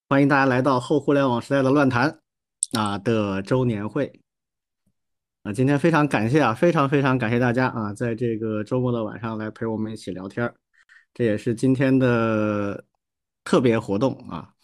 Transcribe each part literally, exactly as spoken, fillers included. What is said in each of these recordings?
欢迎大家来到后互联网时代的乱谈啊的周年会啊！今天非常感谢啊，非常非常感谢大家啊，在这个周末的晚上来陪我们一起聊天儿，这也是今天的特别活动啊。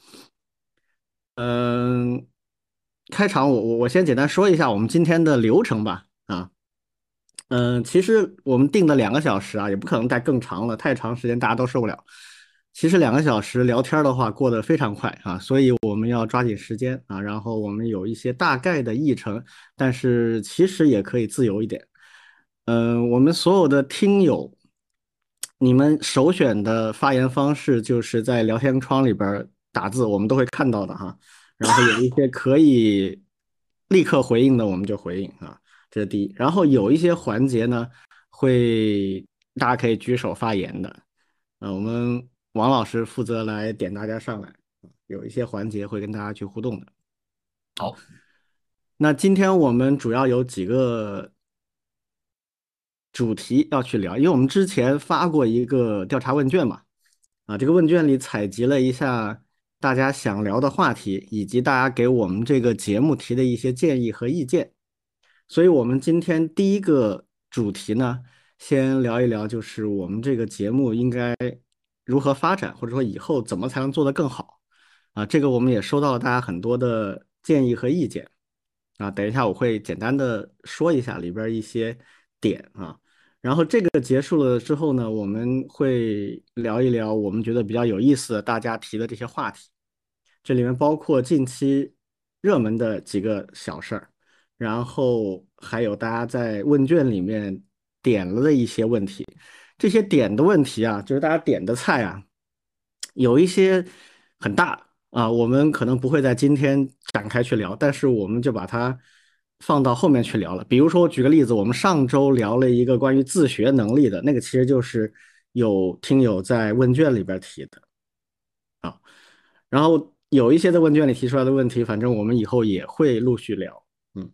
嗯，开场我我我先简单说一下我们今天的流程吧啊。嗯，其实我们定的两个小时啊，也不可能待更长了，太长时间大家都受不了。其实两个小时聊天的话，过得非常快啊，所以我们要抓紧时间啊。然后我们有一些大概的议程，但是其实也可以自由一点。嗯，我们所有的听友，你们首选的发言方式就是在聊天窗里边儿打字，我们都会看到的哈。然后有一些可以立刻回应的，我们就回应啊。这是第一。然后有一些环节呢，会大家可以举手发言的，呃，我们王老师负责来点大家上来，有一些环节会跟大家去互动的。好， 好， 那今天我们主要有几个主题要去聊，因为我们之前发过一个调查问卷嘛，啊，这个问卷里采集了一下大家想聊的话题，以及大家给我们这个节目提的一些建议和意见。所以，我们今天第一个主题呢，先聊一聊，就是我们这个节目应该如何发展，或者说以后怎么才能做得更好啊？这个我们也收到了大家很多的建议和意见啊。等一下我会简单的说一下里边儿一些点啊。然后这个结束了之后呢，我们会聊一聊我们觉得比较有意思的大家提的这些话题。这里面包括近期热门的几个小事儿，然后还有大家在问卷里面点了的一些问题。这些点的问题啊，就是大家点的菜啊，有一些很大啊，我们可能不会在今天展开去聊，但是我们就把它放到后面去聊了。比如说，我举个例子，我们上周聊了一个关于自学能力的那个，其实就是有听友在问卷里边提的。然后有一些在问卷里提出来的问题，反正我们以后也会陆续聊。嗯，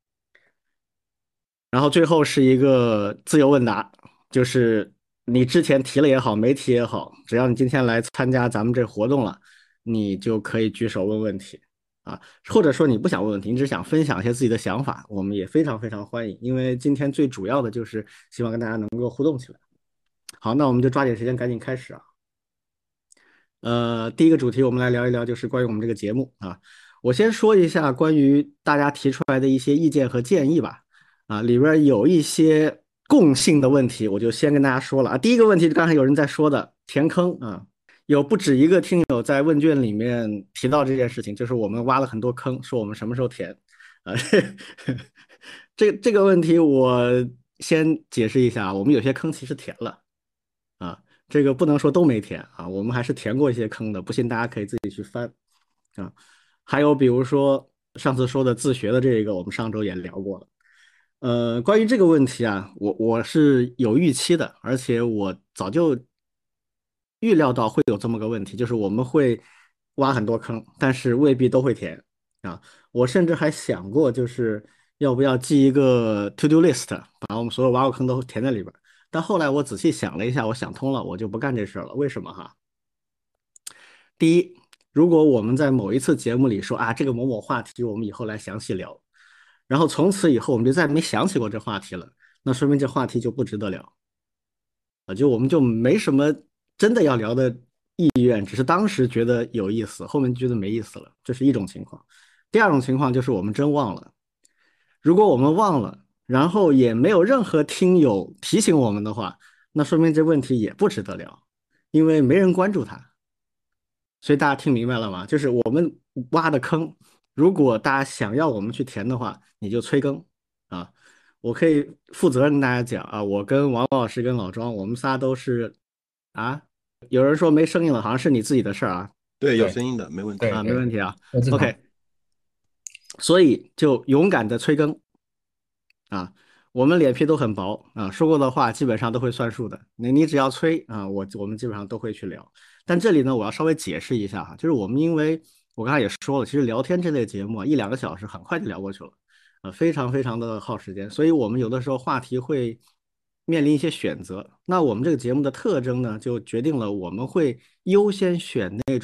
然后最后是一个自由问答，就是你之前提了也好，没提也好，只要你今天来参加咱们这活动了，你就可以举手问问题啊，或者说你不想问问题，你只想分享一些自己的想法，我们也非常非常欢迎，因为今天最主要的就是希望跟大家能够互动起来。好，那我们就抓紧时间赶紧开始啊。呃，第一个主题我们来聊一聊，就是关于我们这个节目啊。我先说一下关于大家提出来的一些意见和建议吧。啊，里边儿有一些共性的问题，我就先跟大家说了啊。第一个问题，刚才有人在说的填坑啊，有不止一个听友在问卷里面提到这件事情，就是我们挖了很多坑，说我们什么时候填啊？这这个问题我先解释一下啊，我们有些坑其实填了。啊，这个不能说都没填啊，我们还是填过一些坑的，不信大家可以自己去翻啊。还有比如说上次说的自学的这个，我们上周也聊过了。呃，关于这个问题啊，我我是有预期的，而且我早就预料到会有这么个问题，就是我们会挖很多坑，但是未必都会填啊。我甚至还想过，就是要不要记一个 to do list，把我们所有挖过坑都填在里边儿。但后来我仔细想了一下，我想通了，我就不干这事儿了。为什么哈？第一，如果我们在某一次节目里说啊，这个某某话题，我们以后来详细聊，然后从此以后我们就再也没想起过这话题了，那说明这话题就不值得聊啊，就我们就没什么真的要聊的意愿，只是当时觉得有意思，后面觉得没意思了，这是一种情况。第二种情况就是我们真忘了，如果我们忘了，然后也没有任何听友提醒我们的话，那说明这问题也不值得聊，因为没人关注它。所以大家听明白了吗？就是我们挖的坑，如果大家想要我们去填的话，你就催更啊。我可以负责任跟大家讲啊，我跟王老师跟老庄，我们仨都是啊。有人说没声音了，好像是你自己的事儿啊。 对，有对声音的，没问题。 啊，没对对， 问题啊。 那正常。 OK，所以就勇敢的催更啊。我们脸皮都很薄啊，说过的话基本上都会算数的。你你只要催啊，我我们基本上都会去聊。但这里呢，我要稍微解释一下哈，就是我们因为我刚才也说了，其实聊天这类节目啊，一两个小时很快就聊过去了，呃，非常非常的耗时间，所以我们有的时候话题会面临一些选择。那我们这个节目的特征呢，就决定了我们会优先选那种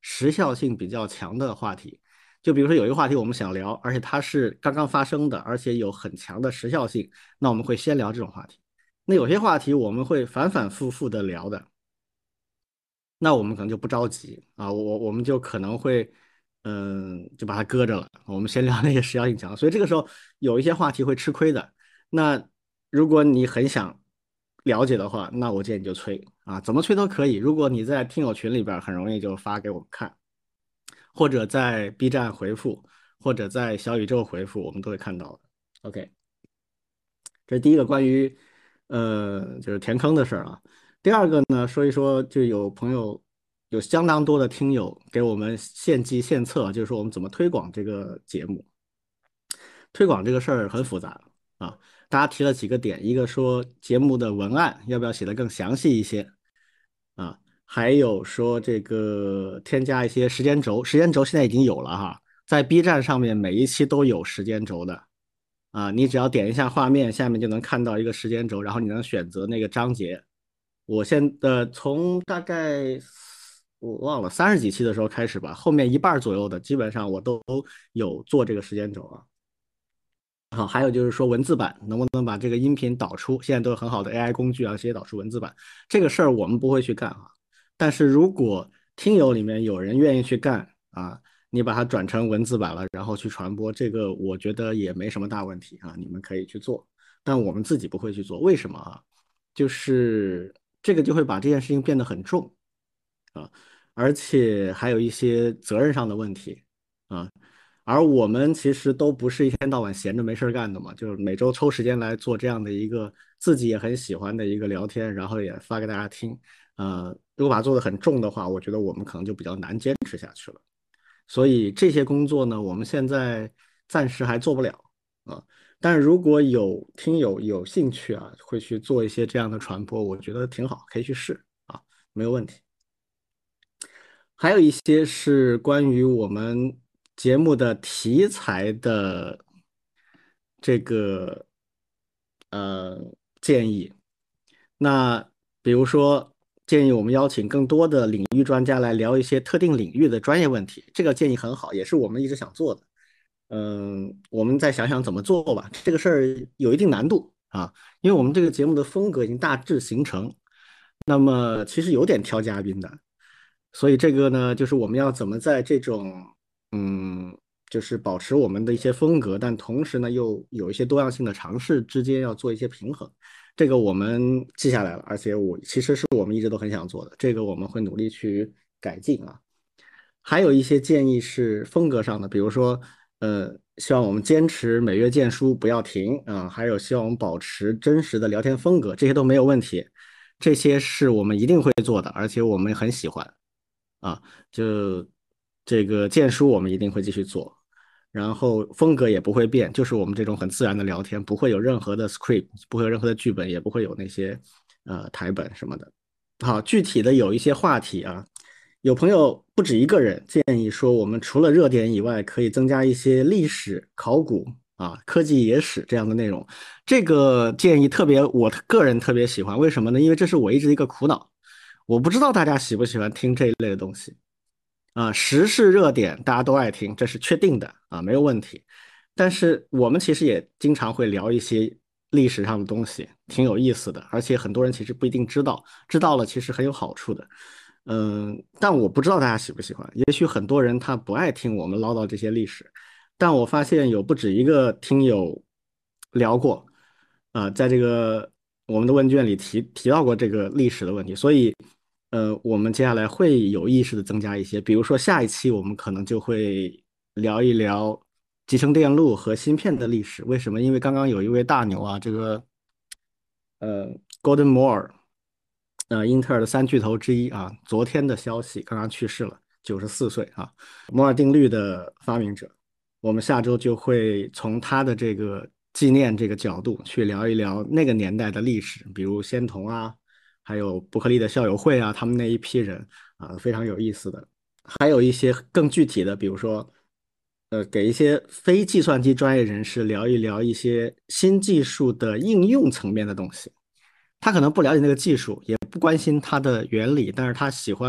时效性比较强的话题。就比如说有一个话题我们想聊，而且它是刚刚发生的，而且有很强的时效性，那我们会先聊这种话题。那有些话题我们会反反复复的聊的，那我们可能就不着急啊，我我们就可能会，嗯，就把它搁着了。我们先聊那些时效性强，所以这个时候有一些话题会吃亏的。那如果你很想了解的话，那我建议你就催啊，怎么催都可以。如果你在听友群里边儿很容易就发给我们看，或者在 B 站回复，或者在小宇宙回复，我们都会看到的。OK。这是第一个关于呃就是填坑的事儿啊。第二个呢，说一说就有朋友有相当多的听友给我们献计献策，就是说我们怎么推广这个节目。推广这个事儿很复杂啊，大家提了几个点，一个说节目的文案要不要写得更详细一些啊，还有说这个添加一些时间轴，时间轴现在已经有了哈，在 B 站上面每一期都有时间轴的。啊，你只要点一下画面，下面就能看到一个时间轴，然后你能选择那个章节。我现呃从大概我忘了三十几期的时候开始吧，后面一半左右的基本上我都有做这个时间轴啊。好，还有就是说文字版能不能把这个音频导出？现在都有很好的 A I 工具啊，直接导出文字版。这个事儿我们不会去干啊，但是如果听友里面有人愿意去干啊，你把它转成文字版了，然后去传播，这个我觉得也没什么大问题啊，你们可以去做。但我们自己不会去做，为什么啊？就是这个就会把这件事情变得很重啊，而且还有一些责任上的问题啊。而我们其实都不是一天到晚闲着没事儿干的嘛，就是每周抽时间来做这样的一个自己也很喜欢的一个聊天，然后也发给大家听。呃，如果把它做得很重的话，我觉得我们可能就比较难坚持下去了。所以这些工作呢，我们现在暂时还做不了啊。但是如果有听友有兴趣啊，会去做一些这样的传播，我觉得挺好，可以去试啊，没有问题。还有一些是关于我们节目的题材的这个呃建议。那比如说，建议我们邀请更多的领域专家来聊一些特定领域的专业问题，这个建议很好，也是我们一直想做的。嗯，我们再想想怎么做吧。这个事儿有一定难度啊，因为我们这个节目的风格已经大致形成，那么其实有点挑嘉宾的。所以这个呢，就是我们要怎么在这种嗯，就是保持我们的一些风格，但同时呢又有一些多样性的尝试之间要做一些平衡。这个我们记下来了，而且我其实是我们一直都很想做的，这个我们会努力去改进啊。还有一些建议是风格上的，比如说，呃，希望我们坚持每月见书不要停啊，还有希望我们保持真实的聊天风格，这些都没有问题，这些是我们一定会做的，而且我们很喜欢啊。就这个荐书我们一定会继续做，然后风格也不会变，就是我们这种很自然的聊天，不会有任何的 script，不会有任何的剧本，也不会有那些呃台本什么的。好，具体的有一些话题啊，有朋友不止一个人建议说，我们除了热点以外，可以增加一些历史、考古啊、科技野史这样的内容。这个建议特别，我个人特别喜欢，为什么呢？因为这是我一直的一个苦恼，我不知道大家喜不喜欢听这一类的东西。啊，时事热点大家都爱听，这是确定的啊，没有问题。但是我们其实也经常会聊一些历史上的东西，挺有意思的，而且很多人其实不一定知道，知道了其实很有好处的。嗯，但我不知道大家喜不喜欢，也许很多人他不爱听我们唠叨这些历史，但我发现有不止一个听友聊过，啊、在这个我们的问卷里提提到过这个历史的问题，所以。呃，我们接下来会有意识的增加一些，比如说下一期我们可能就会聊一聊集成电路和芯片的历史。为什么？因为刚刚有一位大牛啊，这个呃，Gordon Moore，呃，英特尔的三巨头之一啊，昨天的消息刚刚去世了，九十四岁啊，摩尔定律的发明者。我们下周就会从他的这个纪念这个角度去聊一聊那个年代的历史，比如仙童啊，还有伯克利的校友会啊，他们那一批人啊，非常有意思的。还有一些更具体的，比如说，呃，给一些非计算机专业人士聊一聊一些新技术的应用层面的东西。他可能不了解那个技术，也不关心它的原理，但是他喜欢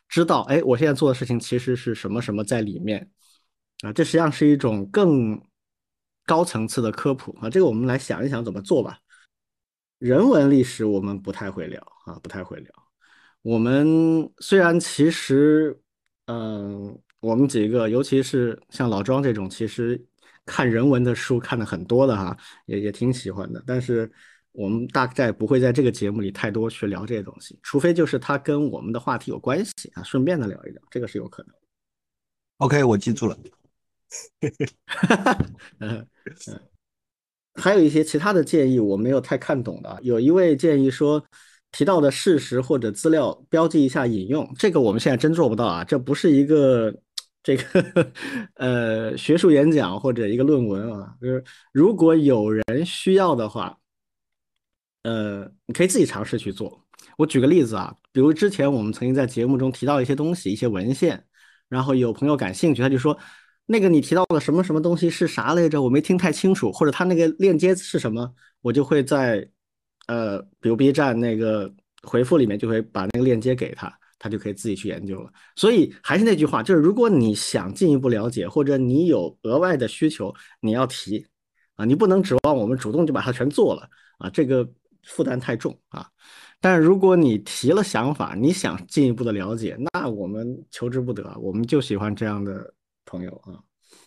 知道，哎，我现在做的事情其实是什么什么在里面啊，这实际上是一种更高层次的科普啊。这个我们来想一想怎么做吧。人文历史我们不太会聊啊，不太会聊。我们虽然其实，嗯，我们几个，尤其是像老庄这种，其实看人文的书看的很多的哈，也也挺喜欢的。但是我们大概不会在这个节目里太多去聊这些东西，除非就是它跟我们的话题有关系啊，顺便的聊一聊，这个是有可能。 OK，我记住了。 嗯嗯，还有一些其他的建议我没有太看懂的啊，有一位建议说提到的事实或者资料标记一下引用，这个我们现在真做不到啊，这不是一个这个呃学术演讲或者一个论文啊，就是如果有人需要的话，呃，你可以自己尝试去做。我举个例子啊，比如之前我们曾经在节目中提到一些东西、一些文献，然后有朋友感兴趣，他就说那个你提到的什么什么东西是啥来着？我没听太清楚，或者他那个链接是什么，我就会在呃，比如 B 站那个回复里面就会把那个链接给他，他就可以自己去研究了。所以还是那句话，就是如果你想进一步了解，或者你有额外的需求，你要提啊，你不能指望我们主动就把它全做了。啊，这个负担太重啊。但是如果你提了想法，你想进一步的了解，那我们求之不得，我们就喜欢这样的朋友啊。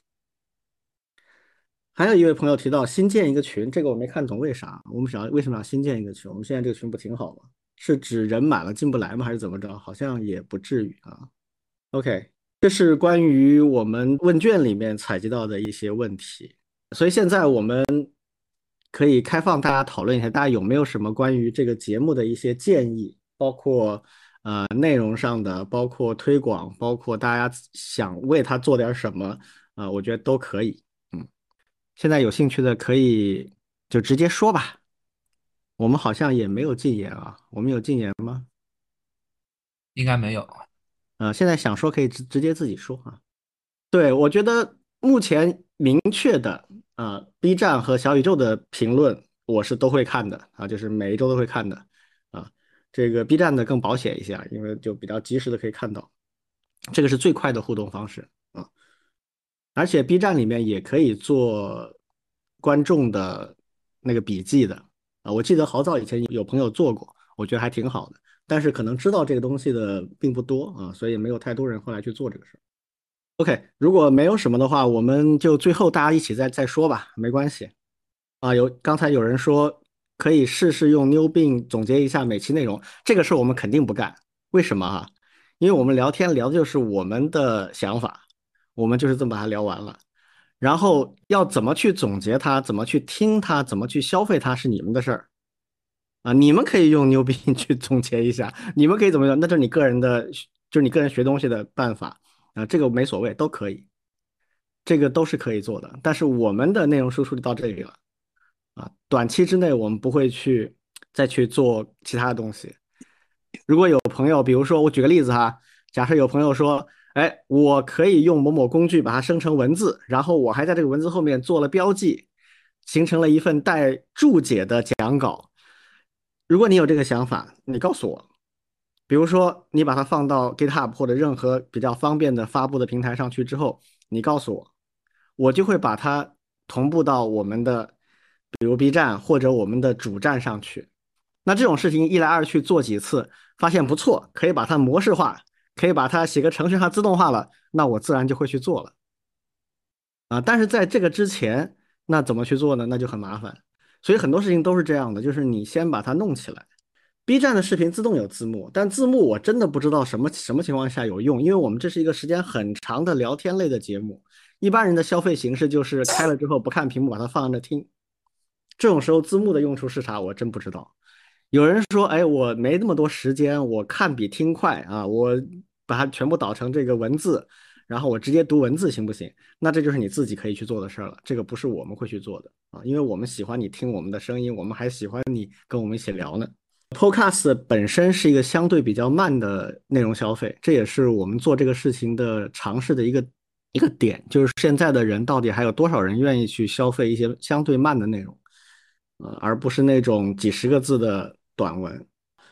还有一位朋友提到新建一个群，这个我没看懂为啥？我们想要为什么要新建一个群？我们现在这个群不挺好吗？是指人满了进不来吗？还是怎么着？好像也不至于啊。OK，这是关于我们问卷里面采集到的一些问题，所以现在我们可以开放大家讨论一下，大家有没有什么关于这个节目的一些建议，包括呃内容上的，包括推广，包括大家想为它做点什么，啊、我觉得都可以。嗯，现在有兴趣的可以就直接说吧，我们好像也没有禁言啊，我们有禁言吗？ 应该没有。 呃，现在想说可以直直接自己说啊。对，我觉得目前明确的啊，B 站和小宇宙的评论我是都会看的啊，就是每一周都会看的啊。这个 B 站的更保险一些啊，因为就比较及时的可以看到，这个是最快的互动方式啊。而且 B 站里面也可以做观众的那个笔记的啊，我记得好早以前有朋友做过，我觉得还挺好的，但是可能知道这个东西的并不多啊，所以没有太多人后来去做这个事儿。OK，如果没有什么的话，我们就最后大家一起再再说吧，没关系啊。有刚才有人说可以试试用 New Bing 总结一下每期内容，这个事儿我们肯定不干。为什么哈？因为我们聊天聊的就是我们的想法，我们就是这么把它聊完了。然后要怎么去总结它，怎么去听它，怎么去消费它，是你们的事儿啊。你们可以用 New Bing 去总结一下，你们可以怎么样，那就是你个人的，就是你个人学东西的办法啊，这个没所谓，都可以。这个都是可以做的，但是我们的内容输出就到这里了啊，短期之内我们不会去再去做其他的东西。如果有朋友，比如说我举个例子哈，假设有朋友说，哎，我可以用某某工具把它生成文字，然后我还在这个文字后面做了标记，形成了一份带注解的讲稿。如果你有这个想法，你告诉我，比如说你把它放到 GitHub 或者任何比较方便的发布的平台上去之后，你告诉我。我就会把它同步到我们的，比如 B 站或者我们的主站上去。那这种事情一来二去做几次，发现不错，可以把它模式化，可以把它写个程序上自动化了，那我自然就会去做了啊。但是在这个之前，那怎么去做呢？那就很麻烦。所以很多事情都是这样的，就是你先把它弄起来。B 站的视频自动有字幕，但字幕我真的不知道什么什么情况下有用，因为我们这是一个时间很长的聊天类的节目，一般人的消费形式就是开了之后不看屏幕，把它放着听。这种时候字幕的用处是啥，我真不知道。有人说，哎，我没那么多时间，我看比听快啊，我把它全部导成这个文字，然后我直接读文字行不行？那这就是你自己可以去做的事儿了，这个不是我们会去做的啊，因为我们喜欢你听我们的声音，我们还喜欢你跟我们一起聊呢。Podcast 本身是一个相对比较慢的内容消费，这也是我们做这个事情的尝试的一个一个点，就是现在的人到底还有多少人愿意去消费一些相对慢的内容，呃，而不是那种几十个字的短文。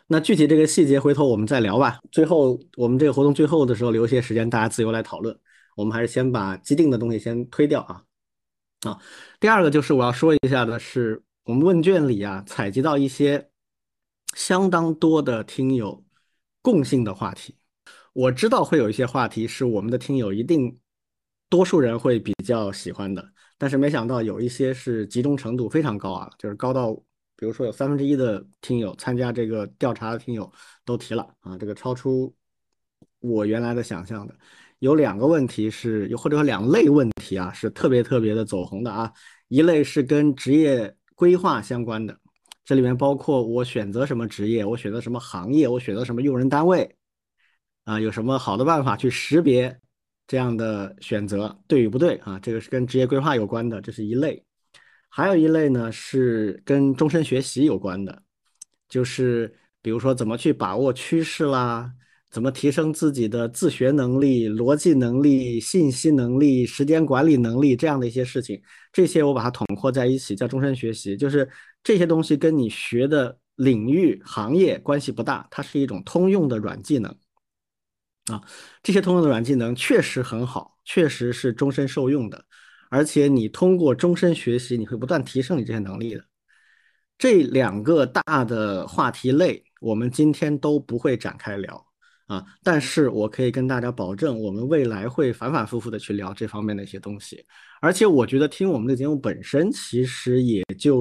那具体这个细节，回头我们再聊吧。最后，我们这个活动最后的时候留一些时间，大家自由来讨论。我们还是先把既定的东西先推掉啊啊。第二个就是我要说一下的是，我们问卷里啊采集到一些相当多的听友共性的话题。我知道会有一些话题是我们的听友一定多数人会比较喜欢的，但是没想到有一些是集中程度非常高啊，就是高到比如说有三分之一的听友参加这个调查的听友都提了啊，这个超出我原来的想象的。有两个问题是，有或者说两类问题啊，是特别特别的走红的啊。一类是跟职业规划相关的，这里面包括我选择什么职业，我选择什么行业，我选择什么用人单位，啊，有什么好的办法去识别这样的选择对与不对啊？这个是跟职业规划有关的，这是一类。还有一类呢是跟终身学习有关的，就是比如说怎么去把握趋势啦，怎么提升自己的自学能力、逻辑能力、信息能力、时间管理能力这样的一些事情，这些我把它统括在一起叫终身学习，就是这些东西跟你学的领域、行业关系不大，它是一种通用的软技能。啊，这些通用的软技能确实很好，确实是终身受用的，而且你通过终身学习，你会不断提升你这些能力的。这两个大的话题类，我们今天都不会展开聊啊，但是我可以跟大家保证，我们未来会反反复复的去聊这方面的一些东西。而且我觉得听我们的节目本身，其实也就是，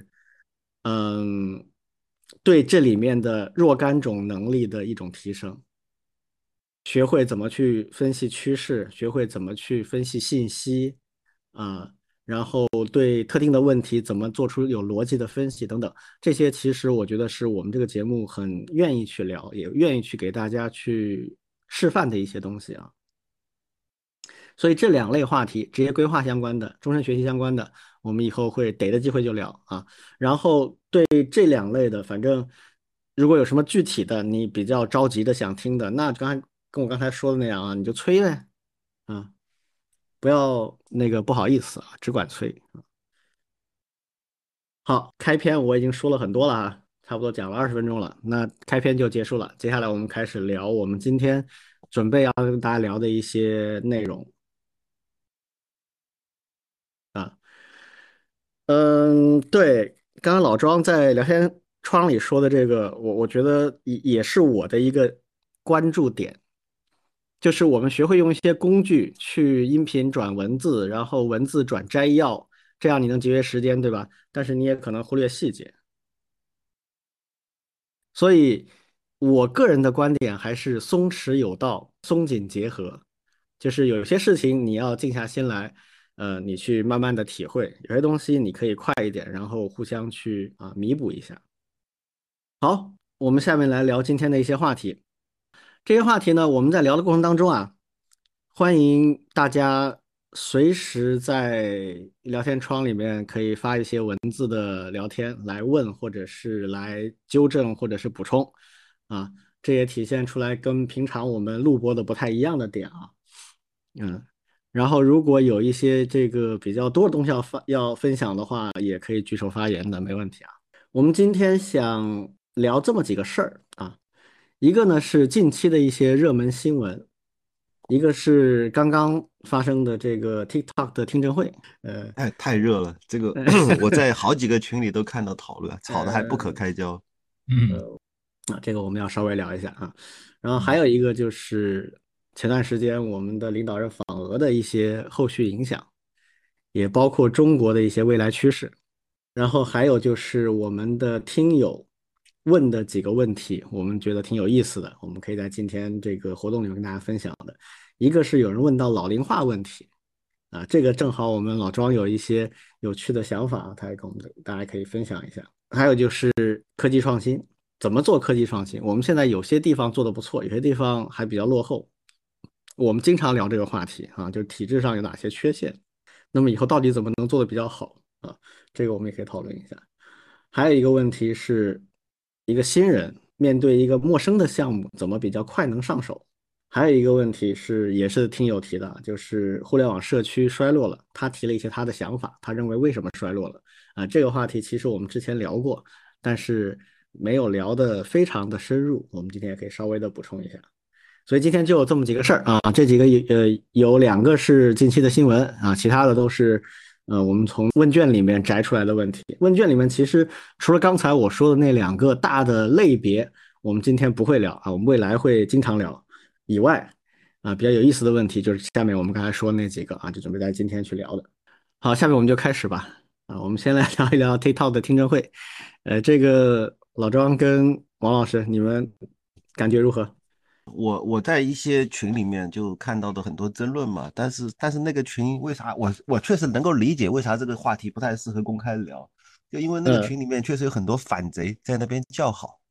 嗯，对这里面的若干种能力的一种提升。学会怎么去分析趋势，学会怎么去分析信息啊，然后对特定的问题怎么做出有逻辑的分析等等，这些其实我觉得是我们这个节目很愿意去聊，也愿意去给大家去示范的一些东西啊。所以这两类话题，职业规划相关的、终身学习相关的，我们以后会逮着机会就聊啊。然后对这两类的，反正如果有什么具体的你比较着急的想听的，那刚才跟我刚才说的那样啊，你就催呗，啊，不要那个不好意思啊，只管催。好，开篇我已经说了很多了啊，差不多讲了二十分钟了，那开篇就结束了。接下来我们开始聊我们今天准备要跟大家聊的一些内容啊。嗯，对，刚刚老庄在聊天窗里说的这个，我我觉得也也是我的一个关注点，就是我们学会用一些工具去音频转文字，然后文字转摘要，这样你能节约时间，对吧？但是你也可能忽略细节。所以，我个人的观点还是松弛有道，松紧结合。就是有些事情你要静下心来，呃，你去慢慢的体会；有些东西你可以快一点，然后互相去啊弥补一下。好，我们下面来聊今天的一些话题。这些话题呢，我们在聊的过程当中啊，欢迎大家随时在聊天窗里面可以发一些文字的聊天来问，或者是来纠正，或者是补充啊。这也体现出来跟平常我们录播的不太一样的点啊。嗯，然后如果有一些这个比较多的东西要发要分享的话，也可以举手发言的，没问题啊。我们今天想聊这么几个事儿啊，一个呢是近期的一些热门新闻，一个是刚刚发生的这个 TikTok 的听证会，呃太太热了，这个我在好几个群里都看到讨论，吵得还不可呃开交。嗯啊，这个我们要稍微聊一下啊。然后还嗯有一个就是前段时间我们的领导人访俄的一些后续影响，也包括中国的一些未来趋势。然后还有就是我们的听友问的几个问题，我们觉得挺有意思的，我们可以在今天这个活动里面跟大家分享的。一个是有人问到老龄化问题啊，这个正好我们老庄有一些有趣的想法，他也跟我们大家可以分享一下。还有就是科技创新，怎么做科技创新？我们现在有些地方做的不错，有些地方还比较落后。我们经常聊这个话题啊，就是体制上有哪些缺陷，那么以后到底怎么能做得比较好啊？这个我们也可以讨论一下。还有一个问题是，一个新人面对一个陌生的项目，怎么比较快能上手？还有一个问题是，也是听友提的，就是互联网社区衰落了，他提了一些他的想法，他认为为什么衰落了啊？这个话题其实我们之前聊过，但是没有聊得非常的深入，我们今天也可以稍微的补充一下。所以今天就有这么几个事儿啊，这几个有呃有两个是近期的新闻啊，其他的都是呃我们从问卷里面摘出来的问题。问卷里面其实除了刚才我说的那两个大的类别，我们今天不会聊啊，我们未来会经常聊以外啊，比较有意思的问题就是下面我们刚才说的那几个啊，就准备在今天去聊的。好，下面我们就开始吧。啊，我们先来聊一聊 TikTok 的听证会。呃，这个老庄跟王老师，你们感觉如何？ 我我在一些群里面就看到的很多争论嘛，但是但是那个群为啥我我确实能够理解为啥这个话题不太适合公开聊，就因为那个嗯群里面确实有很多反贼在那边叫好。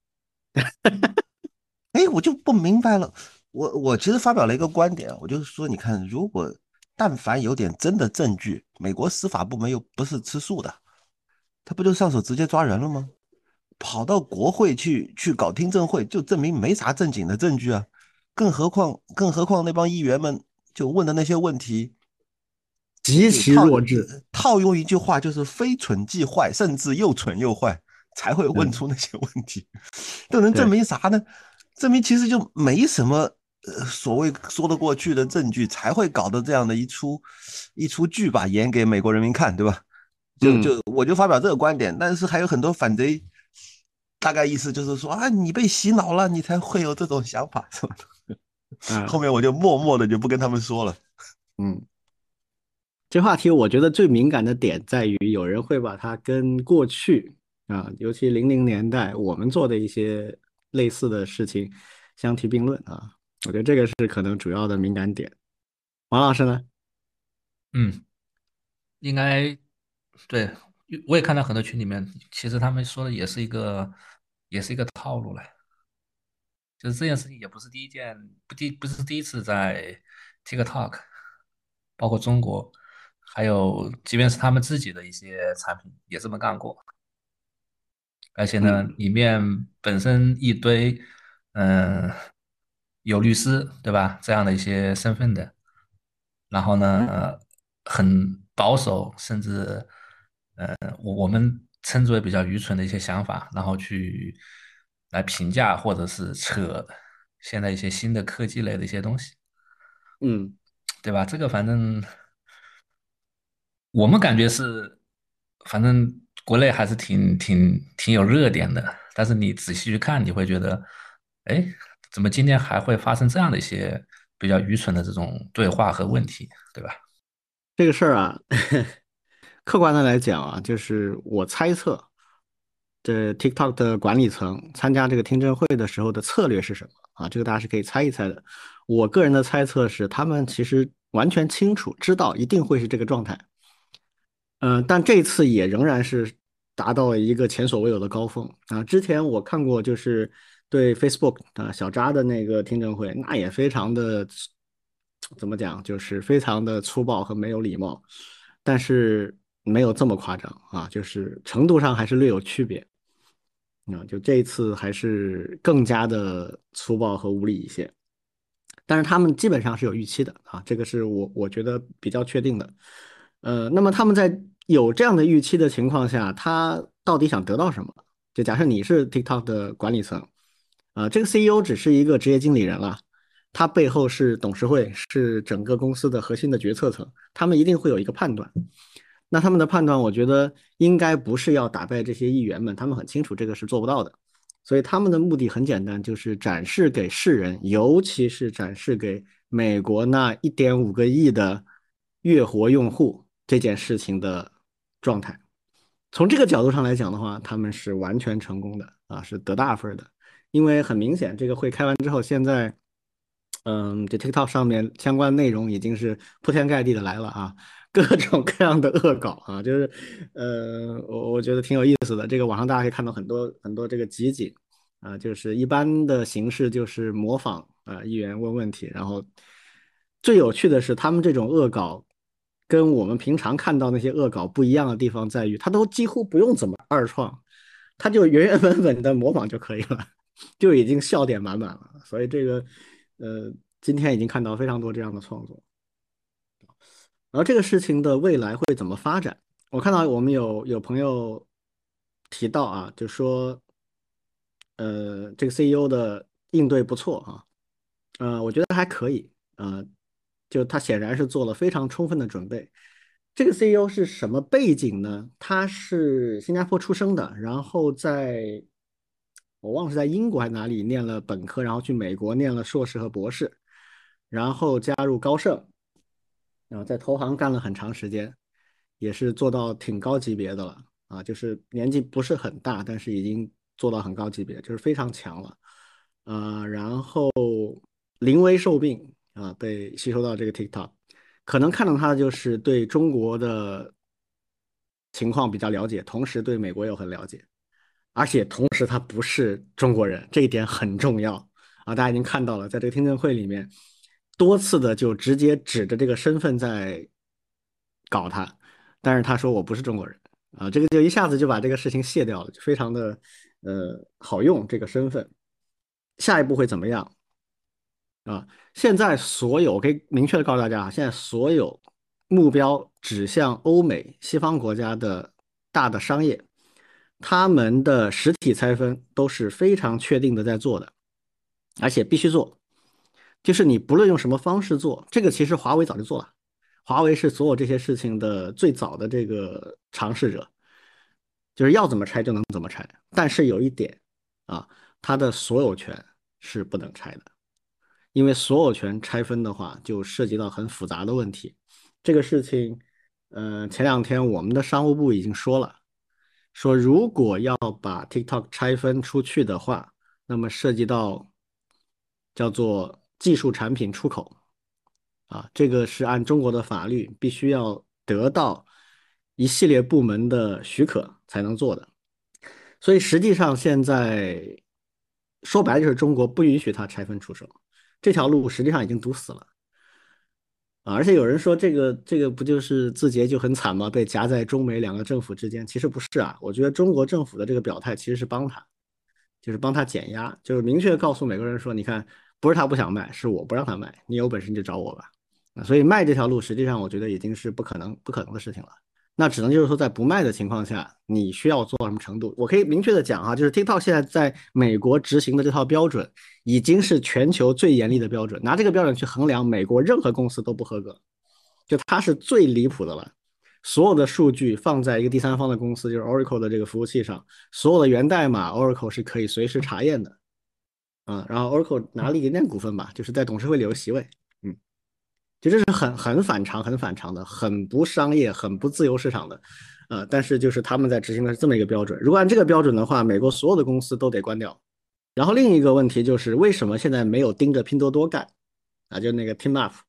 哎，我就不明白了。我我其实发表了一个观点，我就是说，你看，如果但凡有点真的证据，美国司法部门又不是吃素的，他不就上手直接抓人了吗？跑到国会去去搞听证会，就证明没啥正经的证据啊。更何况更何况那帮议员们就问的那些问题， 极其就套弱智。 呃套用一句话，就是非蠢即坏，甚至又蠢又坏，才会问嗯， 出那些问题。都能证对， 明啥呢？证明其实就没什么呃所谓说得过去的证据，才会搞得这样的一出一出剧吧，演给美国人民看，对吧？就嗯就我就发表这个观点，但是还有很多反贼，大概意思就是说啊，你被洗脑了，你才会有这种想法，是吧？后啊面我就默默的就不跟他们说了。 嗯，这话题我觉得最敏感的点在于，有人会把它跟过去啊，尤其零零年代我们做的一些类似的事情相提并论啊。我觉得这个是可能主要的敏感点。王老师呢？ 嗯，应该对，我也看到很多群里面，其实他们说的也是一个，也是一个套路了。就是这件事情也不是第一件，不第不是第一次在 TikTok，包括中国，还有即便是他们自己的一些产品也这么干过。而且呢， 嗯里面本身一堆，嗯、有律师，对吧？这样的一些身份的，然后呢，呃很保守，甚至，呃，我我们称之为比较愚蠢的一些想法，然后去来评价或者是扯现在一些新的科技类的一些东西， 嗯。 对吧？这个反正我们感觉是，反正国内还是挺挺挺有热点的，但是你仔细去看，你会觉得，哎，怎么今天还会发生这样的一些比较愚蠢的这种对话和问题，对吧？ 这个事儿啊，客观的来讲啊，就是我猜测，这 TikTok 的管理层参加这个听证会的时候的策略是什么啊？这个大家是可以猜一猜的。我个人的猜测是，他们其实完全清楚，知道一定会是这个状态。嗯，但这次也仍然是达到了一个前所未有的高峰啊！之前我看过，就是对 Facebook 啊小扎的那个听证会，那也非常的怎么讲，就是非常的粗暴和没有礼貌，但是没有这么夸张啊，就是程度上还是略有区别啊。就这一次还是更加的粗暴和无理一些。但是他们基本上是有预期的啊，这个是我我觉得比较确定的。呃，那么他们在有这样的预期的情况下，他到底想得到什么？就假设你是 TikTok 的管理层，啊、这个 C E O 只是一个职业经理人了，他背后是董事会，是整个公司的核心的决策层，他们一定会有一个判断。那他们的判断，我觉得应该不是要打败这些议员们，他们很清楚这个是做不到的。所以他们的目的很简单，就是展示给世人，尤其是展示给美国那一点五个亿的月活用户这件事情的状态。从这个角度上来讲的话，他们是完全成功的啊，是得大分的。因为很明显，这个会开完之后，现在，嗯，这 TikTok 上面相关内容已经是铺天盖地的来了啊，各种各样的恶搞啊，就是，呃，我我觉得挺有意思的。这个网上大家可以看到很多很多这个集锦啊，就是一般的形式就是模仿啊议员问问题，然后最有趣的是他们这种恶搞跟我们平常看到那些恶搞不一样的地方在于，他都几乎不用怎么二创，他就原原本本的模仿就可以了，就已经笑点满满了。所以这个，呃，今天已经看到非常多这样的创作。然后这个事情的未来会怎么发展？我看到我们有有朋友提到啊，就说呃，这个 C E O 的应对不错啊，呃，我觉得还可以，呃，就他显然是做了非常充分的准备。这个 C E O 是什么背景呢？他是新加坡出生的，然后在我忘了是在英国还是哪里念了本科，然后去美国念了硕士和博士，然后加入高盛，然后在投行干了很长时间，也是做到挺高级别的了啊，就是年纪不是很大，但是已经做到很高级别，就是非常强了。呃，然后临危受命啊，被吸收到这个 TikTok，可能看到他就是对中国的情况比较了解，同时对美国又很了解，而且同时他不是中国人，这一点很重要啊！大家已经看到了，在这个听证会里面，多次的就直接指着这个身份在搞他，但是他说我不是中国人啊，这个就一下子就把这个事情卸掉了，就非常的呃好用这个身份。下一步会怎么样啊？现在所有我可以明确的告诉大家啊，现在所有目标指向欧美西方国家的大的商业，他们的实体拆分都是非常确定的在做的，而且必须做。就是你不论用什么方式做，这个其实华为早就做了，华为是所有这些事情的最早的这个尝试者，就是要怎么拆就能怎么拆。但是有一点啊，它的所有权是不能拆的。因为所有权拆分的话，就涉及到很复杂的问题。这个事情，呃，前两天我们的商务部已经说了，说如果要把 TikTok 拆分出去的话，那么涉及到叫做技术产品出口啊，这个是按中国的法律必须要得到一系列部门的许可才能做的。所以实际上现在说白了就是中国不允许它拆分出售。这条路实际上已经堵死了啊！而且有人说这个这个不就是字节就很惨吗？被夹在中美两个政府之间。其实不是啊，我觉得中国政府的这个表态其实是帮他，就是帮他减压，就是明确告诉美国人说，你看，不是他不想卖，是我不让他卖，你有本事你就找我吧。啊，所以卖这条路实际上我觉得已经是不可能不可能的事情了。那只能就是说，在不卖的情况下，你需要做到什么程度？我可以明确的讲哈，就是 TikTok 现在在美国执行的这套标准，已经是全球最严厉的标准。拿这个标准去衡量美国任何公司都不合格，就它是最离谱的了。所有的数据放在一个第三方的公司，就是 Oracle 的这个服务器上，所有的源代码 Oracle 是可以随时查验的啊。然后 Oracle 拿了一点点股份吧，就是在董事会里有席位，嗯。其实是很很反常、很反常的，很不商业、很不自由市场的，呃，但是就是他们在执行的是这么一个标准。如果按这个标准的话，美国所有的公司都得关掉。然后另一个问题就是，为什么现在没有盯着拼多多干啊？就那个 Team Up，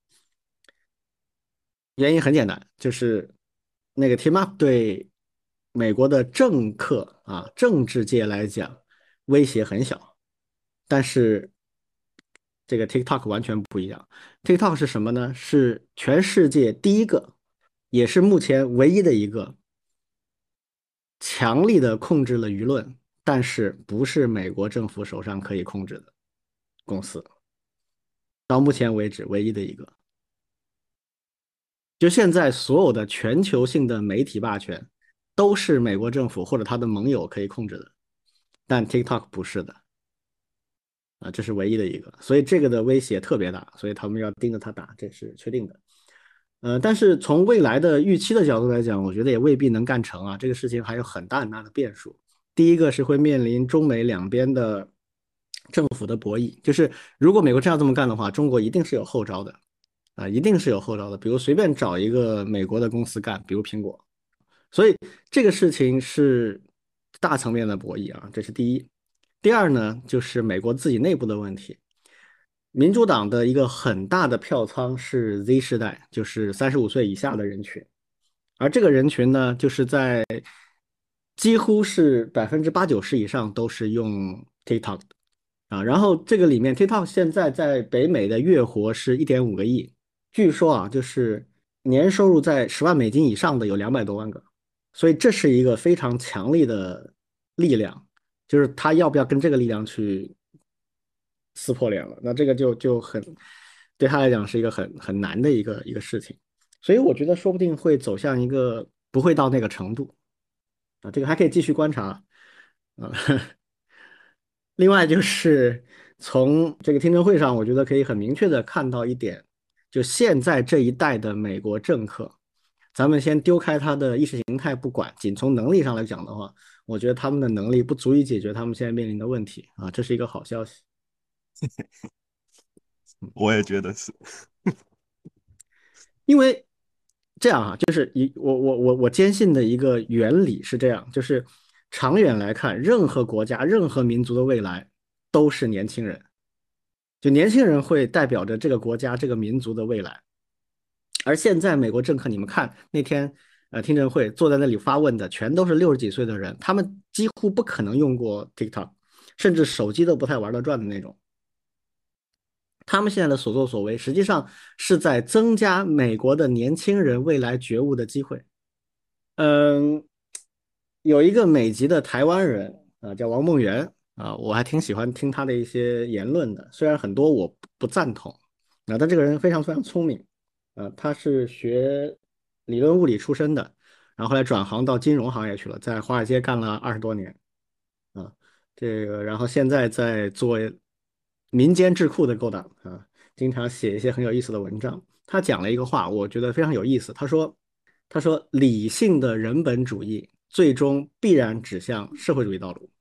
原因很简单，就是那个 Team Up 对美国的政客啊、政治界来讲威胁很小，但是这个 TikTok 完全不一样。TikTok 是什么呢？是全世界第一个，也是目前唯一的一个强力的控制了舆论，但是不是美国政府手上可以控制的公司。到目前为止，唯一的一个。就现在所有的全球性的媒体霸权，都是美国政府或者他的盟友可以控制的，但 TikTok 不是的。啊，这是唯一的一个，所以这个的威胁特别大，所以他们要盯着他打，这是确定的。呃，但是从未来的预期的角度来讲，我觉得也未必能干成啊，这个事情还有很大很大的变数。第一个是会面临中美两边的政府的博弈，就是如果美国真要这么干的话，中国一定是有后招的啊，一定是有后招的，比如随便找一个美国的公司干，比如苹果，所以这个事情是大层面的博弈啊，这是第一。第二呢，就是美国自己内部的问题。民主党的一个很大的票仓是 Z 世代，就是三十五岁以下的人群，而这个人群呢，就是在几乎是百分之八九十以上都是用 TikTok 的啊。然后这个里面，TikTok 现在在北美的月活是一点五个亿，据说啊，就是年收入在十万美金以上的有两百多万个，所以这是一个非常强力的力量，就是他要不要跟这个力量去撕破脸了，那这个就就很对他来讲是一个很很难的一个一个事情，所以我觉得说不定会走向一个不会到那个程度啊，这个还可以继续观察啊。 另外就是从这个听证会上，我觉得可以很明确的看到一点，就现在这一代的美国政客，咱们先丢开他的意识形态不管，仅从能力上来讲的话，我觉得他们的能力不足以解决他们现在面临的问题啊，这是一个好消息。 我也觉得是。 因为这样啊，就是一我我我我坚信的一个原理是这样，就是长远来看，任何国家、任何民族的未来都是年轻人，就年轻人会代表着这个国家、这个民族的未来。而现在美国政客，你们看那天呃听证会坐在那里发问的，全都是六十几岁的人，他们几乎不可能用过 TikTok，甚至手机都不太玩得转的那种。他们现在的所作所为，实际上是在增加美国的年轻人未来觉悟的机会。嗯，有一个美籍的台湾人啊，叫王梦圆啊，我还挺喜欢听他的一些言论的，虽然很多我不赞同啊，但这个人非常非常聪明啊，他是学理论物理出身的，然后后来转行到金融行业去了，在华尔街干了二十多年啊，这个然后现在在做民间智库的勾当啊，经常写一些很有意思的文章。他讲了一个话，我觉得非常有意思。他说：“他说理性的人本主义最终必然指向社会主义道路。”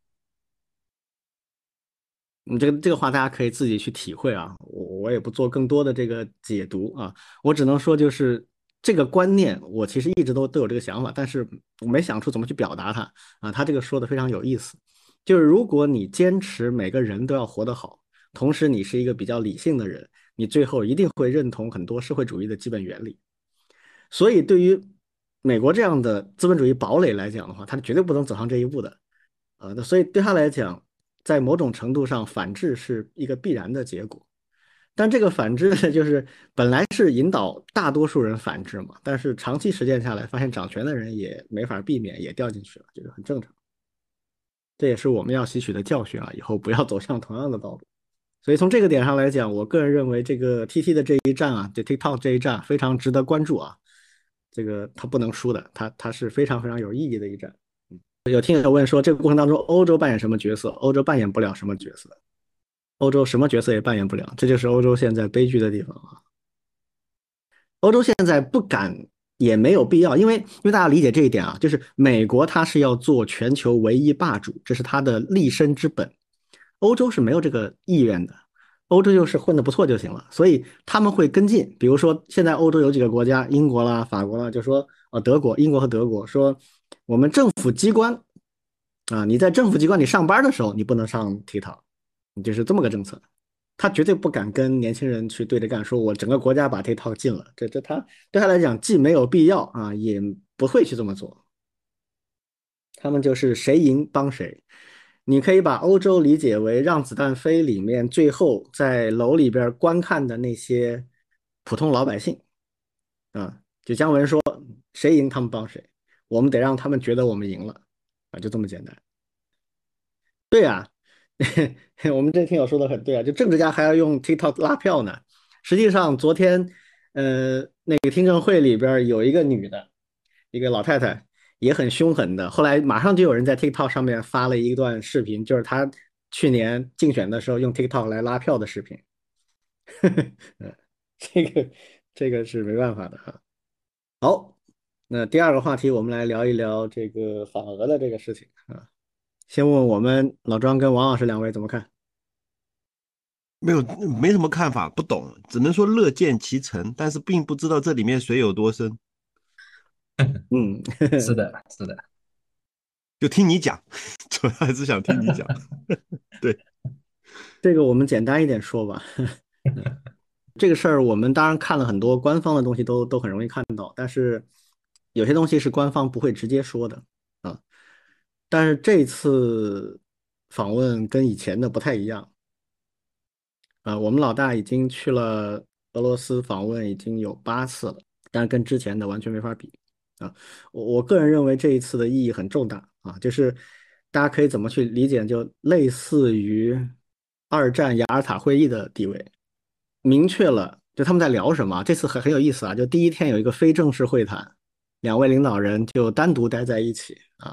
嗯，这个这个话大家可以自己去体会啊，我我也不做更多的这个解读啊，我只能说就是这个观念，我其实一直都都有这个想法，但是我没想出怎么去表达它啊。他这个说的非常有意思，就是如果你坚持每个人都要活得好，同时你是一个比较理性的人，你最后一定会认同很多社会主义的基本原理。所以对于美国这样的资本主义堡垒来讲的话，他绝对不能走上这一步的。呃，那所以对他来讲，在某种程度上，反制是一个必然的结果。但这个反制呢，就是本来是引导大多数人反制嘛，但是长期实践下来，发现掌权的人也没法避免，也掉进去了，这个很正常。这也是我们要吸取的教训啊，以后不要走向同样的道路。所以从这个点上来讲，我个人认为这个 T T 的这一战啊，这 TikTok 这一战非常值得关注啊。这个他不能输的，他他是非常非常有意义的一战。有听友问说，这个过程当中欧洲扮演什么角色？欧洲扮演不了什么角色，欧洲什么角色也扮演不了，这就是欧洲现在悲剧的地方啊。欧洲现在不敢，也没有必要，因为因为大家理解这一点啊，就是美国它是要做全球唯一霸主，这是它的立身之本。欧洲是没有这个意愿的，欧洲就是混得不错就行了，所以他们会跟进。比如说，现在欧洲有几个国家，英国啦、法国啦，就说呃德国、英国和德国说，我们政府机关啊，你在政府机关里上班的时候，你不能上 TikTok，你就是这么个政策。他绝对不敢跟年轻人去对着干，说我整个国家把 TikTok 禁了，这这他对他来讲既没有必要啊，也不会去这么做。他们就是谁赢帮谁。你可以把欧洲理解为《让子弹飞》里面最后在楼里边观看的那些普通老百姓啊，就姜文说谁赢他们帮谁，我们得让他们觉得我们赢了啊，就这么简单。对啊，我们这听友说的很对啊，就政治家还要用 TikTok 拉票呢。实际上，昨天呃那个听证会里边有一个女的，一个老太太也很凶狠的，后来马上就有人在 TikTok 上面发了一段视频，就是她去年竞选的时候用 TikTok 来拉票的视频。嗯，这个这个是没办法的哈。好，那第二个话题我们来聊一聊这个反俄的这个事情啊。先问问我们老庄跟王老师两位怎么看？ 没有没什么看法，不懂，只能说乐见其成，但是并不知道这里面水有多深， 嗯， 是的，是的。 就听你讲，主要还是想听你讲。对， 这个我们简单一点说吧。这个事儿我们当然看了很多官方的东西都，都很容易看到，但是有些东西是官方不会直接说的啊。但是这次访问跟以前的不太一样啊。我们老大已经去了俄罗斯访问已经有八次了，但是跟之前的完全没法比啊。我我个人认为这一次的意义很重大啊，就是大家可以怎么去理解，就类似于二战雅尔塔会议的地位。明确了就他们在聊什么。这次很很有意思啊，就第一天有一个非正式会谈，两位领导人就单独待在一起啊，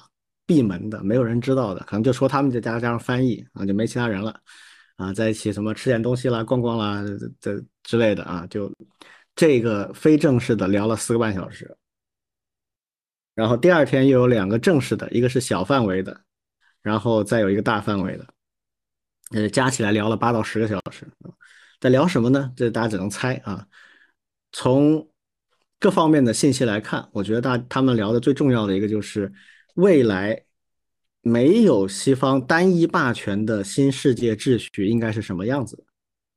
闭门的，没有人知道的，可能就说他们就加加上翻译啊，就没其他人了啊，在一起什么吃点东西啦、逛逛啦这之类的啊，就这个非正式的聊了四个半小时，然后第二天又有两个正式的，一个是小范围的，然后再有一个大范围的，呃，加起来聊了八到十个小时。在聊什么呢？这大家只能猜啊。从各方面的信息来看，我觉得大他们聊的最重要的一个就是未来没有西方单一霸权的新世界秩序应该是什么样子的。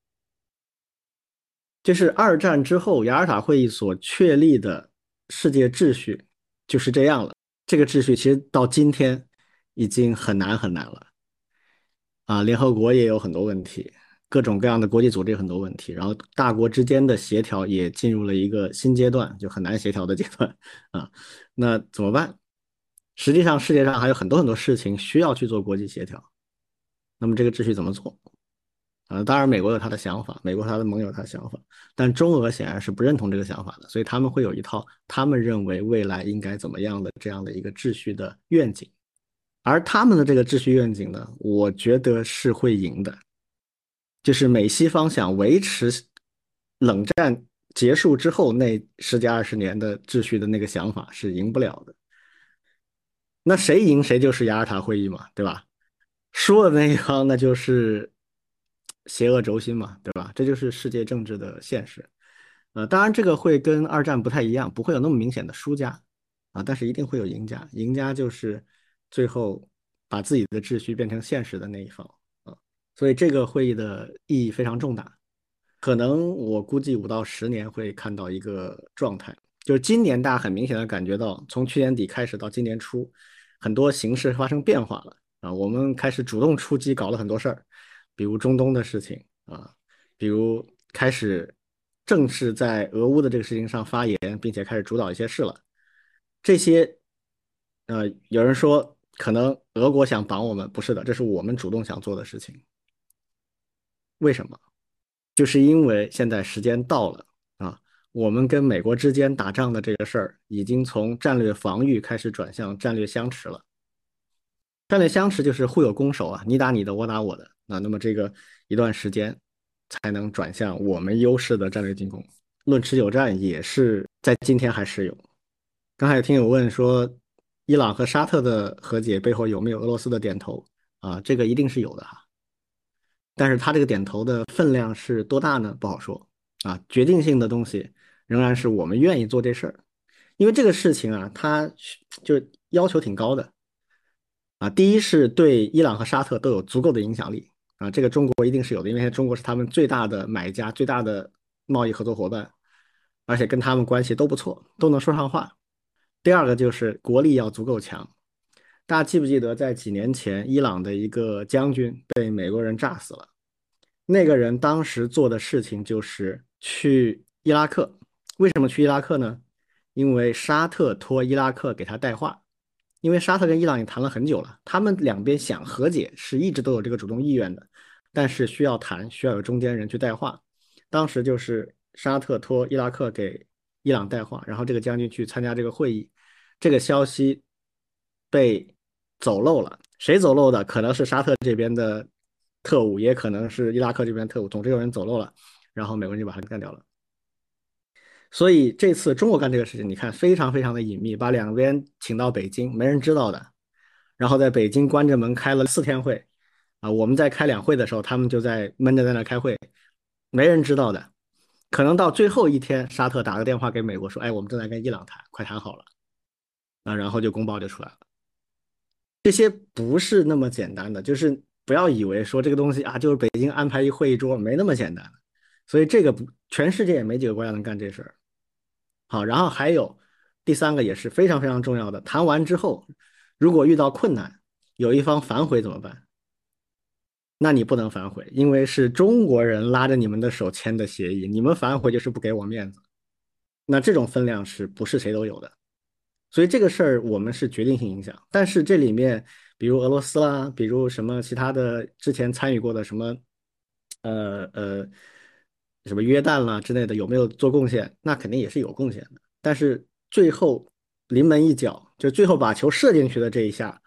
就是二战之后雅尔塔会议所确立的世界秩序就是这样了。这个秩序其实到今天已经很难很难了啊！联合国也有很多问题，各种各样的国际组织有很多问题，然后大国之间的协调也进入了一个新阶段，就很难协调的阶段啊。那怎么办？实际上世界上还有很多很多事情需要去做国际协调，那么这个秩序怎么做？啊，当然美国有他的想法，美国他的盟友有他的想法，但中俄显然是不认同这个想法的，所以他们会有一套他们认为未来应该怎么样的这样的一个秩序的愿景。而他们的这个秩序愿景呢，我觉得是会赢的。就是美西方想维持冷战结束之后那十几二十年的秩序的那个想法是赢不了的。那谁赢谁就是雅尔塔会议嘛，对吧？输的那一方那就是邪恶轴心嘛，对吧？这就是世界政治的现实。呃，当然这个会跟二战不太一样，不会有那么明显的输家啊，但是一定会有赢家。赢家就是最后把自己的秩序变成现实的那一方啊。所以这个会议的意义非常重大。可能我估计五到十年会看到一个状态，就是今年大家很明显的感觉到，从去年底开始到今年初，很多形势发生变化了啊，我们开始主动出击，搞了很多事儿，比如中东的事情啊，比如开始正式在俄乌的这个事情上发言，并且开始主导一些事了。这些，呃，有人说可能俄国想绑我们，不是的，这是我们主动想做的事情。为什么？就是因为现在时间到了啊，我们跟美国之间打仗的这个事儿，已经从战略防御开始转向战略相持了。战略相持就是互有攻守啊，你打你的，我打我的啊。那么这个一段时间才能转向我们优势的战略进攻。论持久战也是在今天还适用。刚才有听友问说，伊朗和沙特的和解背后有没有俄罗斯的点头啊？这个一定是有的哈。但是他这个点头的分量是多大呢？不好说啊。决定性的东西仍然是我们愿意做这事儿，因为这个事情啊，它就要求挺高的啊。第一是对伊朗和沙特都有足够的影响力啊，这个中国一定是有的，因为中国是他们最大的买家、最大的贸易合作伙伴，而且跟他们关系都不错，都能说上话。第二个就是国力要足够强。大家记不记得，在几年前，伊朗的一个将军被美国人炸死了？那个人当时做的事情就是去伊拉克。为什么去伊拉克呢？因为沙特托伊拉克给他带话。因为沙特跟伊朗也谈了很久了，他们两边想和解是一直都有这个主动意愿的，但是需要谈，需要有中间人去带话。当时就是沙特托伊拉克给伊朗带话，然后这个将军去参加这个会议，这个消息被走漏了。谁走漏的？可能是沙特这边的特务，也可能是伊拉克这边的特务。总之有人走漏了，然后美国人就把他干掉了。所以这次中国干这个事情，你看非常非常的隐秘，把两边请到北京，没人知道的。然后在北京关着门开了四天会，啊，我们在开两会的时候，他们就在闷着在那开会，没人知道的。可能到最后一天，沙特打个电话给美国说：“哎，我们正在跟伊朗谈，快谈好了。”啊，然后就公报就出来了。这些不是那么简单的，就是不要以为说这个东西啊，就是北京安排一会议桌，没那么简单的。所以这个不，全世界也没几个国家能干这事儿。好，然后还有第三个也是非常非常重要的，谈完之后，如果遇到困难，有一方反悔怎么办？那你不能反悔，因为是中国人拉着你们的手签的协议，你们反悔就是不给我面子。那这种分量是不是谁都有的？所以这个事儿我们是决定性影响，但是这里面比如俄罗斯啦，比如什么其他的之前参与过的什么，呃呃，什么约旦啦之类的，有没有做贡献？那肯定也是有贡献的。但是最后临门一脚，就最后把球射进去的这一下，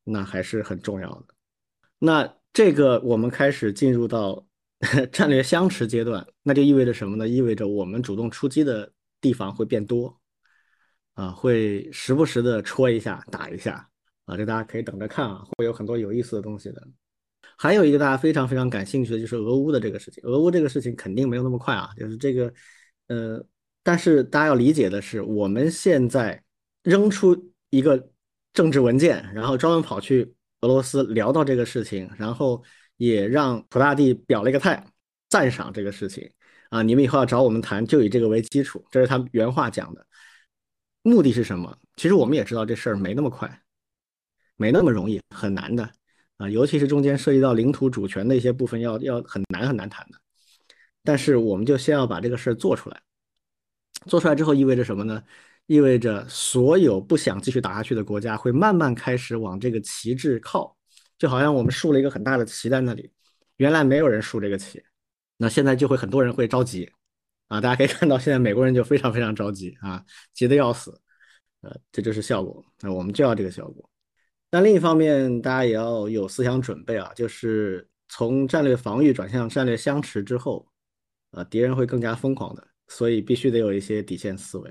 那还是很重要的。那这个我们开始进入到战略相持阶段，那就意味着什么呢？意味着我们主动出击的地方会变多啊，会时不时的戳一下、打一下啊，这大家可以等着看啊，会有很多有意思的东西的。还有一个大家非常非常感兴趣的就是俄乌的这个事情，俄乌这个事情肯定没有那么快啊，就是这个，呃，但是大家要理解的是，我们现在扔出一个政治文件，然后专门跑去俄罗斯聊到这个事情，然后也让普大帝表了一个态，赞赏这个事情啊，你们以后要找我们谈，就以这个为基础，这是他原话讲的。目的是什么？其实我们也知道这事儿没那么快，没那么容易，很难的。啊，尤其是中间涉及到领土主权的一些部分要，要很难很难谈的。但是我们就先要把这个事儿做出来，做出来之后意味着什么呢？意味着所有不想继续打下去的国家会慢慢开始往这个旗帜靠，就好像我们竖了一个很大的旗在那里，原来没有人竖这个旗，那现在就会很多人会着急啊，大家可以看到现在美国人就非常非常着急啊，急得要死，呃，这就是效果，那我们就要这个效果。但另一方面，大家也要有思想准备啊，就是从战略防御转向战略相持之后，啊，敌人会更加疯狂的，所以必须得有一些底线思维。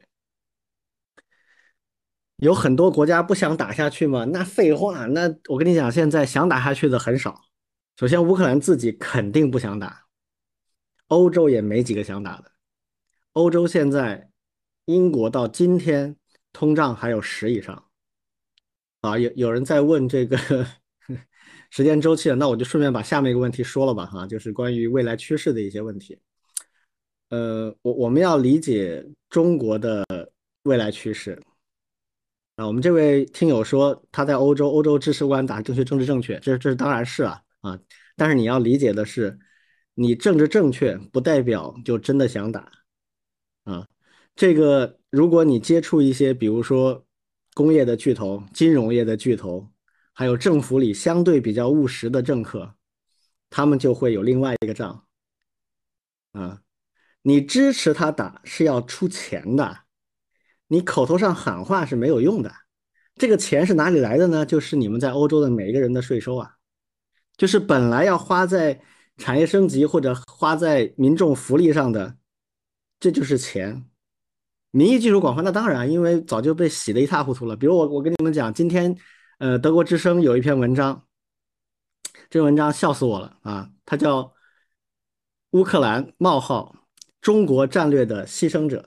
有很多国家不想打下去吗？那废话，那我跟你讲，现在想打下去的很少。首先，乌克兰自己肯定不想打，欧洲也没几个想打的。欧洲现在，英国到今天通胀还有十以上。啊，有有人在问这个时间周期了，那我就顺便把下面一个问题说了吧，哈，就是关于未来趋势的一些问题。呃，我我们要理解中国的未来趋势啊。我们这位听友说他在欧洲，欧洲支持乌克兰打正确政治正确，这这当然是啊啊，但是你要理解的是，你政治正确不代表就真的想打啊。这个如果你接触一些，比如说工业的巨头、金融业的巨头，还有政府里相对比较务实的政客，他们就会有另外一个账啊。你支持他打是要出钱的，你口头上喊话是没有用的。这个钱是哪里来的呢？就是你们在欧洲的每一个人的税收啊，就是本来要花在产业升级或者花在民众福利上的，这就是钱。民意基础广泛，那当然，因为早就被洗得一塌糊涂了。比如我，我跟你们讲，今天，呃，德国之声有一篇文章，这篇文章笑死我了啊，它叫《乌克兰冒号中国战略的牺牲者》。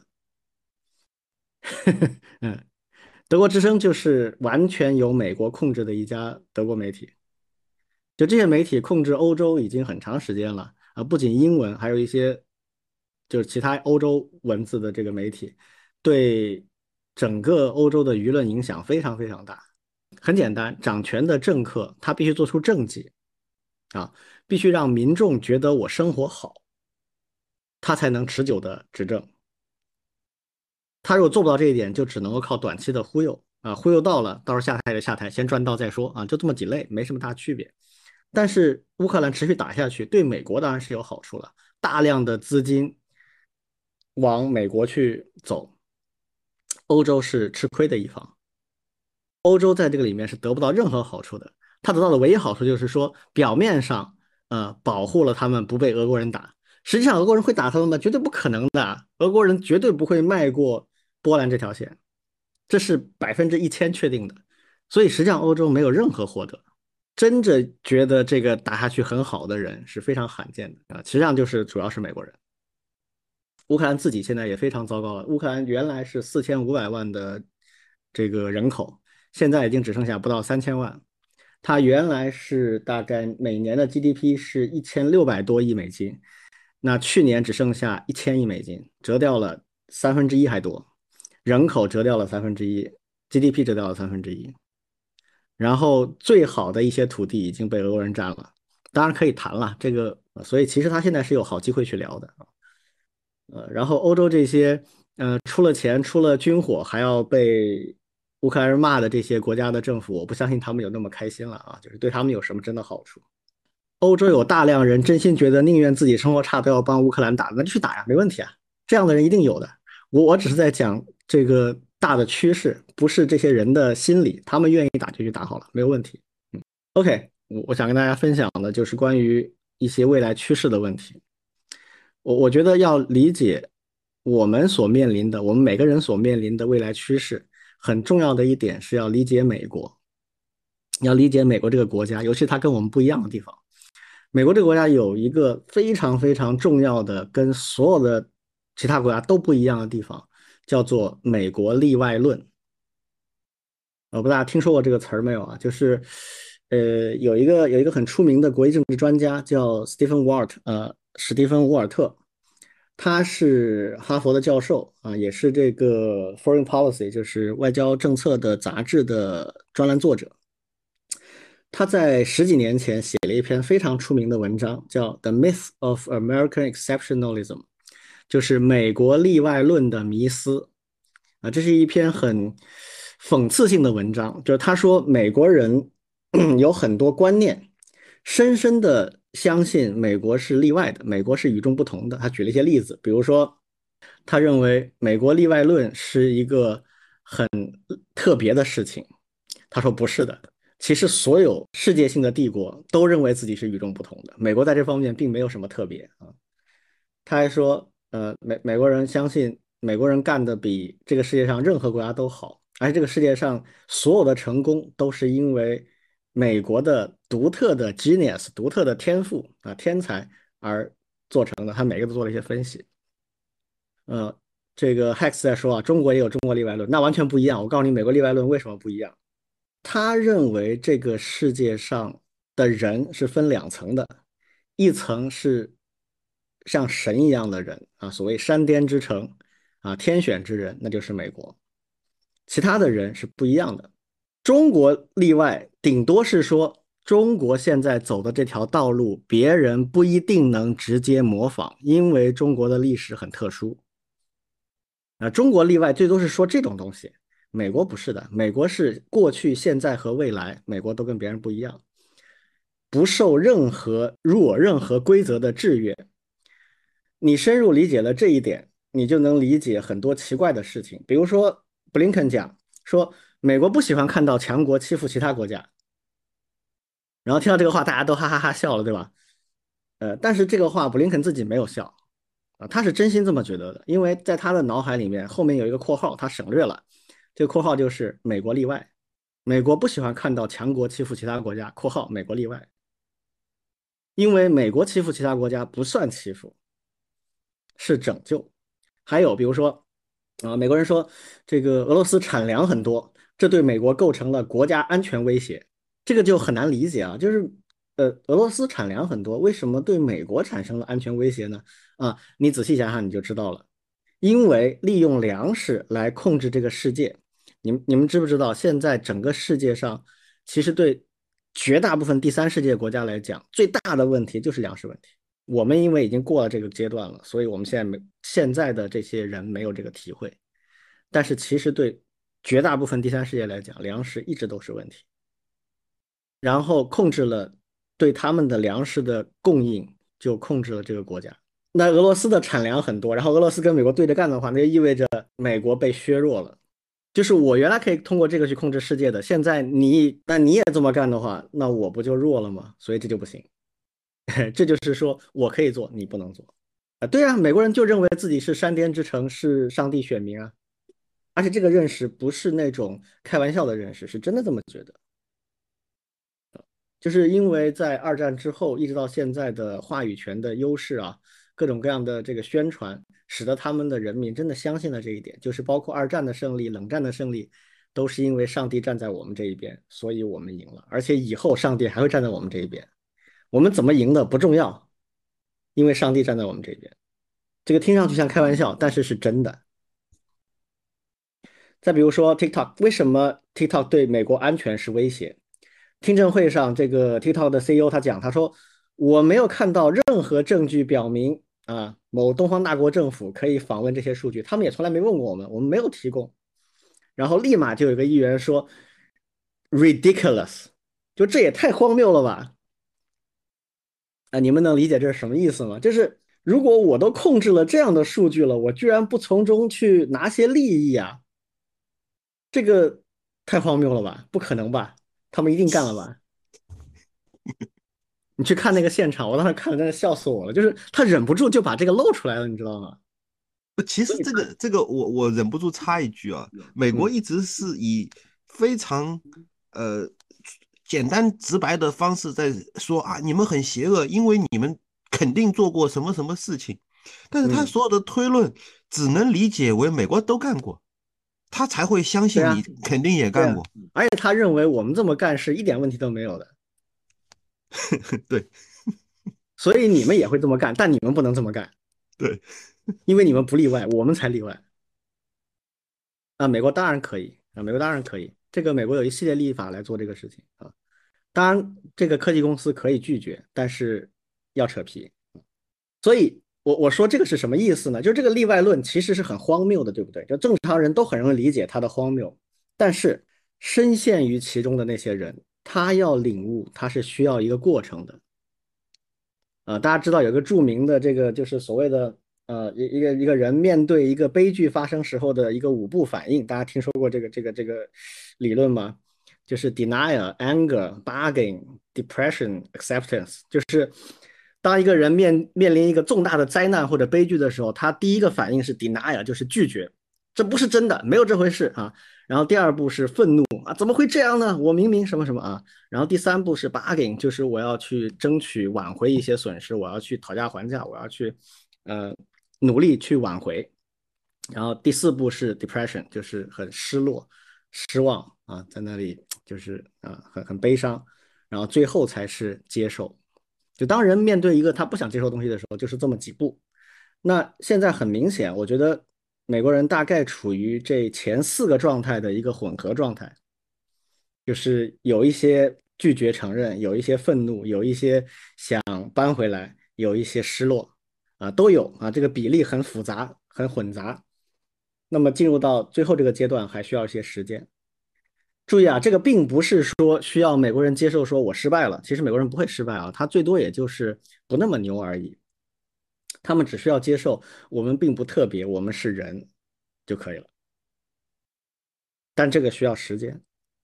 嗯，德国之声就是完全由美国控制的一家德国媒体，就这些媒体控制欧洲已经很长时间了啊，不仅英文，还有一些就是其他欧洲文字的这个媒体，对整个欧洲的舆论影响非常非常大。很简单，掌权的政客他必须做出政绩啊，必须让民众觉得我生活好，他才能持久的执政。他如果做不到这一点，就只能够靠短期的忽悠啊，忽悠到了，到时候下台就下台，先赚到再说啊，就这么几类，没什么大区别。但是乌克兰持续打下去，对美国当然是有好处了，大量的资金往美国去走，欧洲是吃亏的一方，欧洲在这个里面是得不到任何好处的，他得到的唯一好处就是说，表面上呃保护了他们不被俄国人打，实际上俄国人会打他们吗？绝对不可能的，俄国人绝对不会迈过波兰这条线，这是百分之一千确定的，所以实际上欧洲没有任何获得。真正觉得这个打下去很好的人是非常罕见的啊，实际上就是主要是美国人。乌克兰自己现在也非常糟糕了，乌克兰原来是四千五百万的这个人口，现在已经只剩下不到三千万。它原来是大概每年的 G D P 是一千六百多亿美金，那去年只剩下一千亿美金，折掉了三分之一还多，人口折掉了三分之一，G D P 折掉了三分之一。然后最好的一些土地已经被俄国人占了，当然可以谈了这个，所以其实他现在是有好机会去聊的啊。呃，然后欧洲这些呃出了钱出了军火还要被乌克兰人骂的这些国家的政府，我不相信他们有那么开心了啊，就是对他们有什么真的好处？欧洲有大量人真心觉得宁愿自己生活差都要帮乌克兰打，那就去打呀，没问题啊，这样的人一定有的。我我只是在讲这个大的趋势，不是这些人的心理，他们愿意打就去打好了，没有问题。 OK，我我想跟大家分享的就是关于一些未来趋势的问题。我我觉得要理解我们所面临的，我们每个人所面临的未来趋势，很重要的一点是要理解美国，要理解美国这个国家，尤其它跟我们不一样的地方。美国这个国家有一个非常非常重要的，跟所有的其他国家都不一样的地方，叫做美国例外论。我不知道大家听说过这个词儿没有啊？就是，呃，有一个有一个很出名的国际政治专家叫 Stephen Walt，呃，史蒂芬·沃尔特，他是哈佛的教授啊，也是这个 Foreign Policy，就是外交政策的杂志的专栏作者。他在十几年前写了一篇非常出名的文章，叫《The Myth of American Exceptionalism》，就是美国例外论的迷思。啊，这是一篇很讽刺性的文章，就是他说美国人有很多观念，深深的相信美国是例外的，美国是与众不同的。他举了一些例子，比如说，他认为美国例外论是一个很特别的事情。他说不是的，其实所有世界性的帝国都认为自己是与众不同的，美国在这方面并没有什么特别啊。他还说，呃，美美国人相信美国人干的比这个世界上任何国家都好，而且这个世界上所有的成功都是因为美国的独特的 genius、独特的天赋啊、天才而做成的。他每个都做了一些分析。呃，这个 Hex 在说啊，中国也有中国例外论，那完全不一样。我告诉你，美国例外论为什么不一样？他认为这个世界上的人是分两层的，一层是像神一样的人啊，所谓山巅之城啊，天选之人，那就是美国。其他的人是不一样的。中国例外，顶多是说中国现在走的这条道路，别人不一定能直接模仿，因为中国的历史很特殊。啊，中国例外最多是说这种东西，美国不是的，美国是过去、现在和未来，美国都跟别人不一样，不受任何入我任何规则的制约。你深入理解了这一点，你就能理解很多奇怪的事情。比如说，布林肯讲说，美国不喜欢看到强国欺负其他国家，然后听到这个话，大家都哈哈哈笑了，对吧？呃，但是这个话布林肯自己没有笑啊，他是真心这么觉得的，因为在他的脑海里面后面有一个括号，他省略了，这个括号就是美国例外，美国不喜欢看到强国欺负其他国家（括号美国例外），因为美国欺负其他国家不算欺负，是拯救。还有比如说啊，美国人说这个俄罗斯产粮很多，这对美国构成了国家安全威胁，这个就很难理解啊，就是呃，俄罗斯产粮很多，为什么对美国产生了安全威胁呢？啊，你仔细想想你就知道了，因为利用粮食来控制这个世界。你们你们知不知道，现在整个世界上，其实对绝大部分第三世界国家来讲，最大的问题就是粮食问题。我们因为已经过了这个阶段了，所以我们现在没现在的这些人没有这个体会。但是其实对绝大部分第三世界来讲，粮食一直都是问题。然后控制了对他们的粮食的供应，就控制了这个国家。那俄罗斯的产粮很多，然后俄罗斯跟美国对着干的话，那就意味着美国被削弱了。就是我原来可以通过这个去控制世界的，现在你那你也这么干的话，那我不就弱了吗？所以这就不行。这就是说我可以做，你不能做啊。对啊，美国人就认为自己是山巅之城，是上帝选民啊，而且这个认识不是那种开玩笑的认识，是真的这么觉得。就是因为在二战之后一直到现在的话语权的优势啊，各种各样的这个宣传，使得他们的人民真的相信了这一点，就是包括二战的胜利、冷战的胜利，都是因为上帝站在我们这一边，所以我们赢了，而且以后上帝还会站在我们这一边。我们怎么赢的不重要，因为上帝站在我们这边。这个听上去像开玩笑，但是是真的。再比如说 TikTok，为什么 TikTok 对美国安全是威胁？听证会上，这个 TikTok 的 C E O 他讲，他说我没有看到任何证据表明啊某东方大国政府可以访问这些数据，他们也从来没问过我们，我们没有提供。然后立马就有一个议员说 ridiculous，就这也太荒谬了吧？啊，你们能理解这是什么意思吗？就是如果我都控制了这样的数据了，我居然不从中去拿些利益啊，这个太荒谬了吧？不可能吧？他们一定干了吧？ 你去看那个现场，我当时看了真的笑死我了，就是他忍不住就把这个露出来了，你知道吗？ 不其实这个这个我我忍不住插一句啊，美国嗯， 一直是以非常呃简单直白的方式在说啊，你们很邪恶，因为你们肯定做过什么什么事情，但是他嗯， 所有的推论只能理解为美国都干过，他才会相信你对啊， 肯定也对啊， 干过。 而且他认为我们这么干是一点问题都没有的， 对所以你们也会这么干，但你们不能这么干， 对， 因为你们不例外，我们才例外。啊，美国当然可以啊，美国当然可以，这个美国有一系列立法来做这个事情啊。当然，这个科技公司可以拒绝，但是要扯皮。所以我我说这个是什么意思呢？就是这个例外论其实是很荒谬的，对不对？就正常人都很容易理解它的荒谬，但是深陷于其中的那些人，他要领悟，他是需要一个过程的。啊，大家知道有个著名的这个就是所谓的呃一一个一个人面对一个悲剧发生时候的一个五步反应，大家听说过这个这个这个理论吗？就是 denial、anger、bargain、depression、acceptance，就是当一个人面面临一个重大的灾难或者悲剧的时候，他第一个反应是 denial，就是拒绝，这不是真的，没有这回事啊。然后第二步是愤怒啊，怎么会这样呢？我明明什么什么啊。然后第三步是 bargain，就是我要去争取挽回一些损失，我要去讨价还价，我要去呃努力去挽回。然后第四步是 depression，就是很失落、失望啊，在那里就是啊很很悲伤。然后最后才是接受。就当人面对一个他不想接受的东西的时候，就是这么几步。那现在很明显，我觉得美国人大概处于这前四个状态的一个混合状态。就是有一些拒绝承认，有一些愤怒，有一些想搬回来，有一些失落啊，都有啊，这个比例很复杂，很混杂。那么进入到最后这个阶段，还需要一些时间。注意啊，这个并不是说需要美国人接受说我失败了，其实美国人不会失败啊，他最多也就是不那么牛而已。他们只需要接受我们并不特别，我们是人就可以了。但这个需要时间。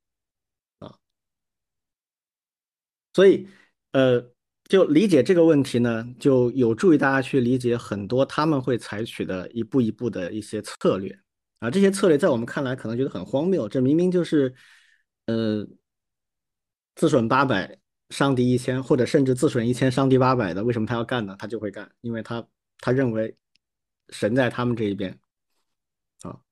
所以，呃，就理解这个问题呢，就有助于大家去理解很多他们会采取的一步一步的一些策略啊。这些策略在我们看来可能觉得很荒谬，这明明就是，呃，自损八百，伤敌一千，或者甚至自损一千，伤敌八百的，为什么他要干呢？他就会干，因为他他认为神在他们这一边啊。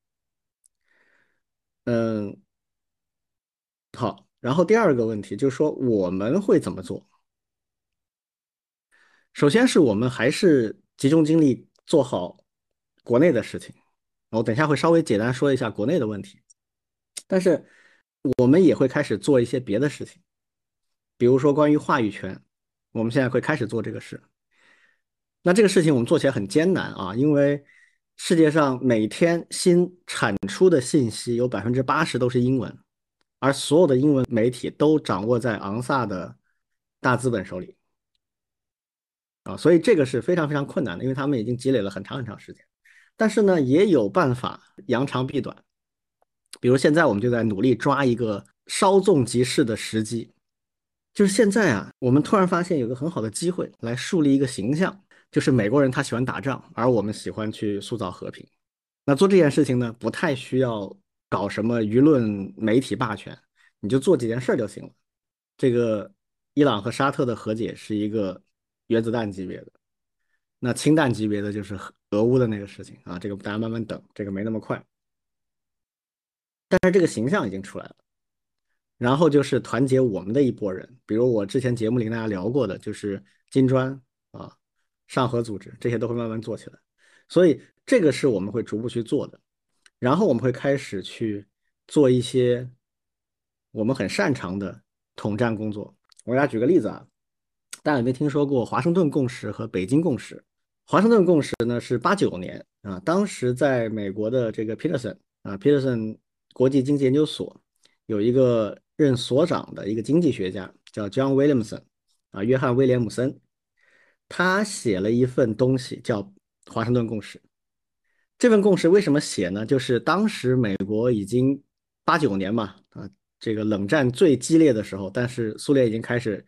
嗯，好。然后第二个问题就是说我们会怎么做？首先是我们还是集中精力做好国内的事情，我等一下会稍微简单说一下国内的问题，但是我们也会开始做一些别的事情，比如说关于话语权，我们现在会开始做这个事。那这个事情我们做起来很艰难啊，因为世界上每天新产出的信息有百分之八十都是英文，而所有的英文媒体都掌握在昂萨的大资本手里。啊，所以这个是非常非常困难的，因为他们已经积累了很长很长时间。但是呢，也有办法扬长避短，比如现在我们就在努力抓一个稍纵即逝的时机，就是现在啊，我们突然发现有个很好的机会来树立一个形象，就是美国人他喜欢打仗，而我们喜欢去塑造和平。那做这件事情呢，不太需要搞什么舆论媒体霸权，你就做几件事就行了。这个伊朗和沙特的和解是一个原子弹级别的。那氢弹级别的就是俄乌的那个事情啊，这个大家慢慢等，这个没那么快，但是这个形象已经出来了。然后就是团结我们的一拨人，比如我之前节目里跟大家聊过的，就是金砖啊、上合组织，这些都会慢慢做起来。所以这个是我们会逐步去做的。然后我们会开始去做一些我们很擅长的统战工作。我给大家举个例子啊，大家有没有听说过华盛顿共识和北京共识？华盛顿共识呢是八九年啊，当时在美国的这个 Peterson 啊，Peterson 国际经济研究所有一个任所长的一个经济学家叫 John Williamson 啊，约翰威廉姆森，他写了一份东西叫华盛顿共识。这份共识为什么写呢？就是当时美国已经八九年嘛，啊，这个冷战最激烈的时候，但是苏联已经开始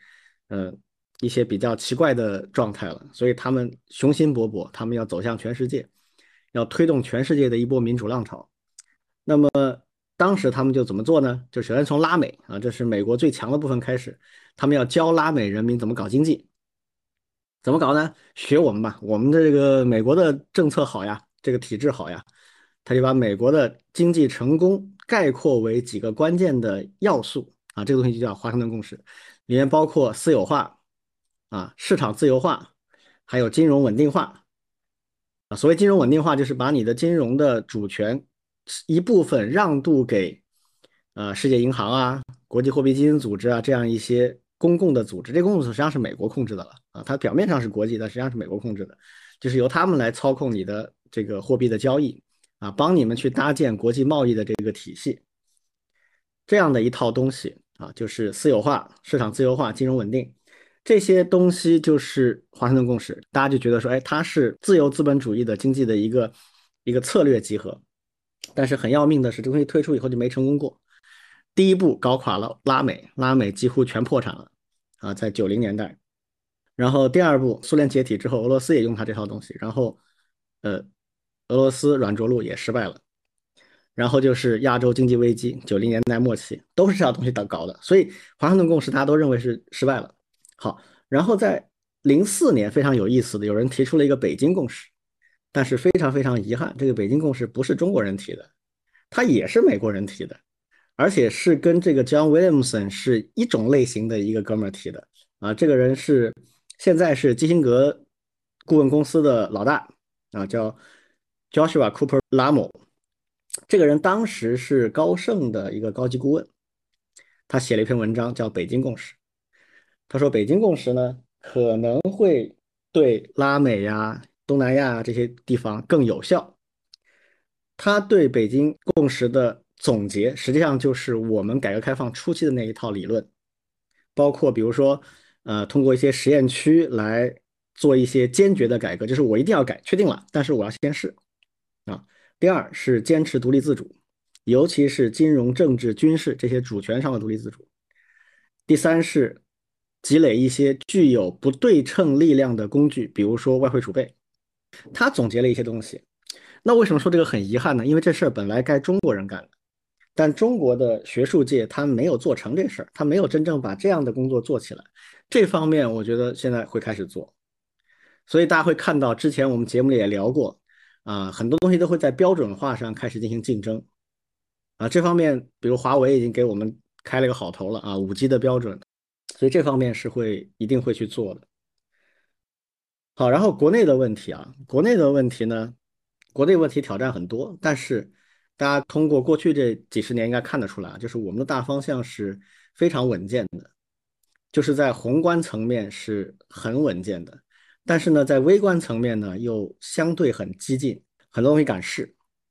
呃一些比较奇怪的状态了，所以他们雄心勃勃，他们要走向全世界，要推动全世界的一波民主浪潮。那么当时他们就怎么做呢？就首先从拉美啊，这是美国最强的部分开始，他们要教拉美人民怎么搞经济，怎么搞呢？学我们吧，我们的这个美国的政策好呀，这个体制好呀，他就把美国的经济成功概括为几个关键的要素啊，这个东西就叫华盛顿共识，里面包括私有化啊、市场自由化，还有金融稳定化啊。所谓金融稳定化，就是把你的金融的主权一部分让渡给呃世界银行啊、国际货币基金组织啊这样一些公共的组织。这公共组织实际上是美国控制的了啊，它表面上是国际，但实际上是美国控制的，就是由他们来操控你的这个货币的交易啊，帮你们去搭建国际贸易的这个体系。这样的一套东西啊，就是私有化、市场自由化、金融稳定。这些东西就是华盛顿共识，大家就觉得说，哎，它是自由资本主义的经济的一个一个策略集合。但是很要命的是，这东西推出以后就没成功过。第一步搞垮了拉美，拉美几乎全破产了啊，在九零年代。然后第二步，苏联解体之后，俄罗斯也用它这套东西，然后呃，俄罗斯软着陆也失败了。然后就是亚洲经济危机，九零年代末期都是这套东西搞搞的，所以华盛顿共识大家都认为是失败了。好，然后在零四年非常有意思的，有人提出了一个北京共识，但是非常非常遗憾，这个北京共识不是中国人提的，它也是美国人提的，而且是跟这个 John Williamson 是一种类型的一个哥们儿提的啊，这个人是现在是基辛格顾问公司的老大啊，叫 Joshua Cooper Lamo。这个人当时是高盛的一个高级顾问，他写了一篇文章叫《北京共识》。他说，北京共识呢可能会对拉美呀、东南亚这些地方更有效。他对北京共识的总结，实际上就是我们改革开放初期的那一套理论，包括比如说，呃，通过一些实验区来做一些坚决的改革，就是我一定要改，确定了，但是我要先试。啊，第二是坚持独立自主，尤其是金融、政治、军事这些主权上的独立自主。第三是积累一些具有不对称力量的工具，比如说外汇储备。他总结了一些东西。那为什么说这个很遗憾呢？因为这事儿本来该中国人干的，但中国的学术界他没有做成这事儿，他没有真正把这样的工作做起来。这方面我觉得现在会开始做。所以大家会看到，之前我们节目里也聊过，啊，很多东西都会在标准化上开始进行竞争，啊，这方面比如华为已经给我们开了个好头了啊，五 G 的标准，所以这方面是会一定会去做的。好，然后国内的问题啊，国内的问题呢，国内问题挑战很多，但是大家通过过去这几十年应该看得出来啊，就是我们的大方向是非常稳健的，就是在宏观层面是很稳健的，但是呢，在微观层面呢又相对很激进，很多东西敢试。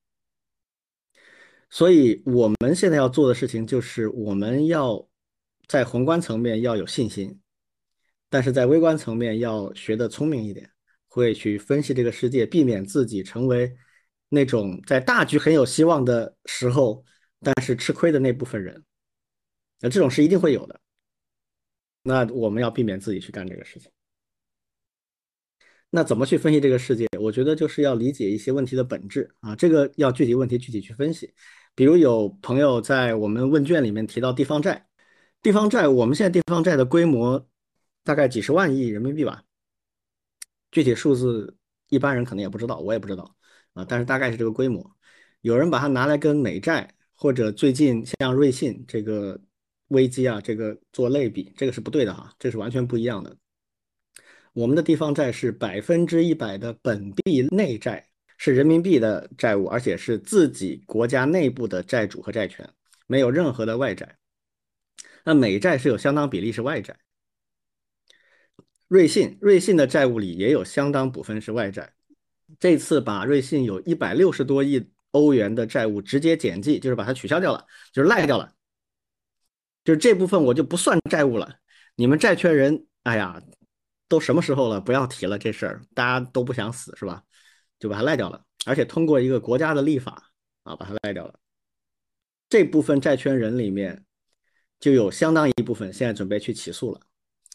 所以我们现在要做的事情就是我们要在宏观层面要有信心，但是在微观层面要学得聪明一点，会去分析这个世界，避免自己成为那种在大局很有希望的时候，但是吃亏的那部分人。那这种是一定会有的。那我们要避免自己去干这个事情。那怎么去分析这个世界？我觉得就是要理解一些问题的本质啊，这个要具体问题具体去分析。比如有朋友在我们问卷里面提到地方债，地方债我们现在地方债的规模大概几十万亿人民币吧，具体数字一般人可能也不知道，我也不知道啊，但是大概是这个规模。有人把它拿来跟美债或者最近像瑞信这个危机啊，这个做类比，这个是不对的哈，这是完全不一样的。我们的地方债是百分之一百的本币内债，是人民币的债务，而且是自己国家内部的债主和债权，没有任何的外债。那美债是有相当比例是外债，瑞信瑞信的债务里也有相当部分是外债。这次把瑞信有一百六十多亿欧元的债务直接减记，就是把它取消掉了，就是赖掉了，就是这部分我就不算债务了。你们债权人，哎呀，都什么时候了，不要提了这事儿，大家都不想死是吧？就把它赖掉了，而且通过一个国家的立法啊，把它赖掉了。这部分债权人里面就有相当一部分现在准备去起诉了，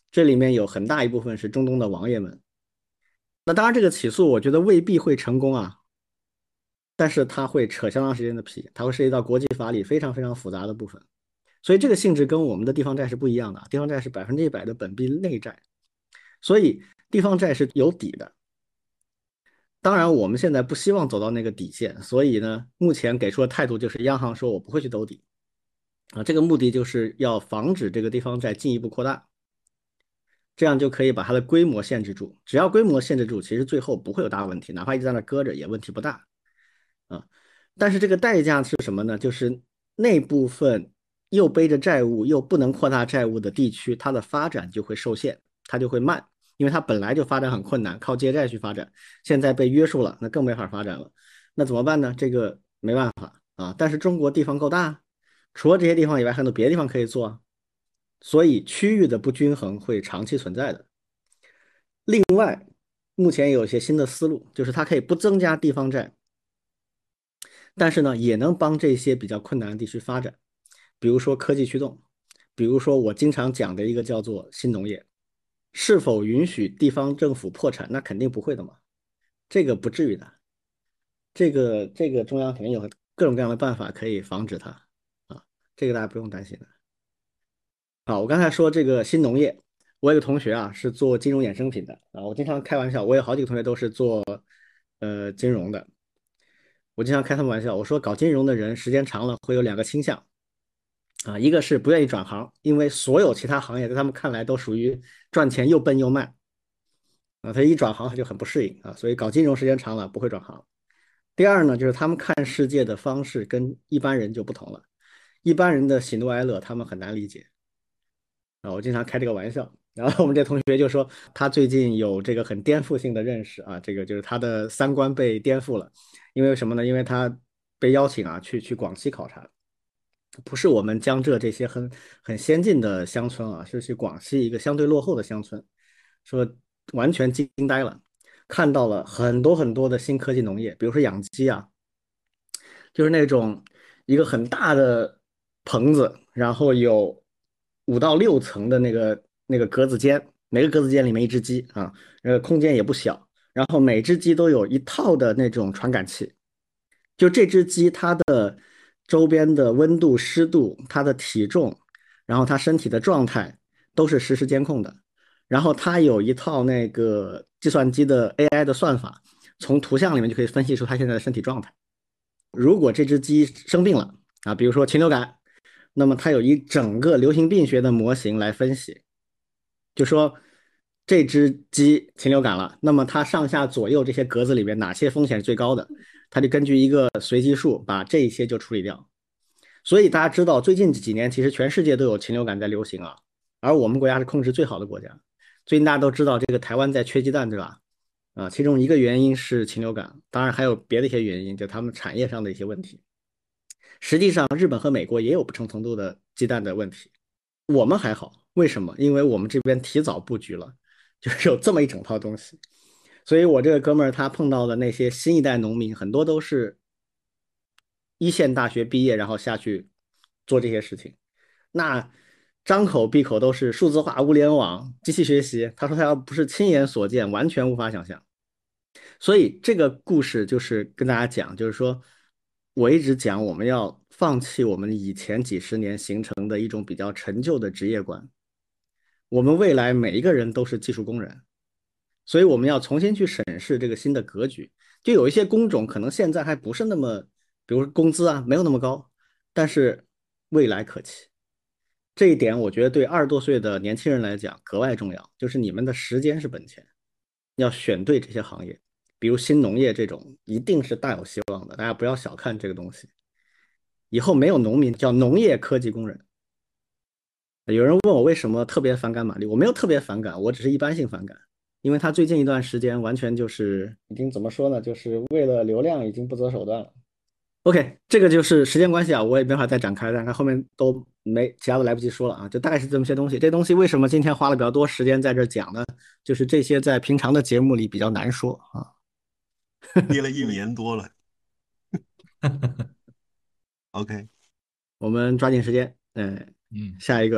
这里面有很大一部分是中东的王爷们。那当然，这个起诉我觉得未必会成功啊，但是它会扯相当时间的皮，它会涉及到国际法里非常非常复杂的部分。所以这个性质跟我们的地方债是不一样的，地方债是百分之一百的本币内债，所以地方债是有底的。当然，我们现在不希望走到那个底线，所以呢，目前给出的态度就是央行说我不会去兜底啊，这个目的就是要防止这个地方债进一步扩大，这样就可以把它的规模限制住。只要规模限制住，其实最后不会有大问题，哪怕一直在那搁着也问题不大啊。但是这个代价是什么呢？就是那部分又背着债务又不能扩大债务的地区，它的发展就会受限，它就会慢，因为它本来就发展很困难，靠借债去发展，现在被约束了，那更没法发展了。那怎么办呢？这个没办法啊。但是中国地方够大，除了这些地方以外，还有很多别的地方可以做啊，所以区域的不均衡会长期存在的。另外，目前有一些新的思路，就是它可以不增加地方债，但是呢，也能帮这些比较困难的地区发展，比如说科技驱动，比如说我经常讲的一个叫做新农业，是否允许地方政府破产？那肯定不会的嘛，这个不至于的，这个这个中央肯定有各种各样的办法可以防止它啊，这个大家不用担心的。啊，我刚才说这个新农业，我有个同学啊是做金融衍生品的啊，我经常开玩笑，我有好几个同学都是做呃金融的，我经常开他们玩笑，我说搞金融的人时间长了会有两个倾向啊，一个是不愿意转行，因为所有其他行业在他们看来都属于赚钱又笨又慢啊，他一转行他就很不适应啊，所以搞金融时间长了不会转行。第二呢，就是他们看世界的方式跟一般人就不同了，一般人的喜怒哀乐他们很难理解。啊，我经常开这个玩笑。然后我们这同学就说，他最近有这个很颠覆性的认识啊，这个就是他的三观被颠覆了。因为什么呢？因为他被邀请啊去去广西考察，不是我们江浙这些很很先进的乡村啊，是去广西一个相对落后的乡村，说完全惊呆了，看到了很多很多的新科技农业，比如说养鸡啊，就是那种一个很大的棚子，然后有五到六层的那个那个格子间，每个格子间里面一只鸡啊，呃，空间也不小，然后每只鸡都有一套的那种传感器，就这只鸡它的周边的温度、湿度、它的体重，然后它身体的状态都是实时监控的，然后它有一套那个计算机的 A I 的算法，从图像里面就可以分析出它现在的身体状态。如果这只鸡生病了啊，比如说禽流感，那么它有一整个流行病学的模型来分析，就说这只鸡禽流感了，那么它上下左右这些格子里面哪些风险是最高的，它就根据一个随机数把这些就处理掉。所以大家知道，最近几年其实全世界都有禽流感在流行啊，而我们国家是控制最好的国家。最近大家都知道这个台湾在缺鸡蛋，对吧？啊，其中一个原因是禽流感，当然还有别的一些原因，就他们产业上的一些问题。实际上，日本和美国也有不同程度的鸡蛋的问题，我们还好，为什么？因为我们这边提早布局了，就是有这么一整套东西。所以我这个哥们儿他碰到的那些新一代农民，很多都是一线大学毕业，然后下去做这些事情。那张口闭口都是数字化、物联网、机器学习，他说他要不是亲眼所见，完全无法想象。所以这个故事就是跟大家讲，就是说我一直讲我们要放弃我们以前几十年形成的一种比较陈旧的职业观，我们未来每一个人都是技术工人，所以我们要重新去审视这个新的格局。就有一些工种可能现在还不是那么，比如工资啊没有那么高，但是未来可期。这一点我觉得对二十多岁的年轻人来讲格外重要，就是你们的时间是本钱，要选对这些行业，比如新农业这种，一定是大有希望的，大家不要小看这个东西。以后没有农民，叫农业科技工人。有人问我为什么特别反感马丽，我没有特别反感，我只是一般性反感，因为他最近一段时间完全就是已经怎么说呢，就是为了流量已经不择手段了。OK，这个就是时间关系啊，我也没法再展开，但看后面都没其他的来不及说了啊，就大概是这么些东西。这东西为什么今天花了比较多时间在这讲呢？就是这些在平常的节目里比较难说啊。 憋了一年多了。OK， 我们抓紧时间，嗯， 嗯， 下一个。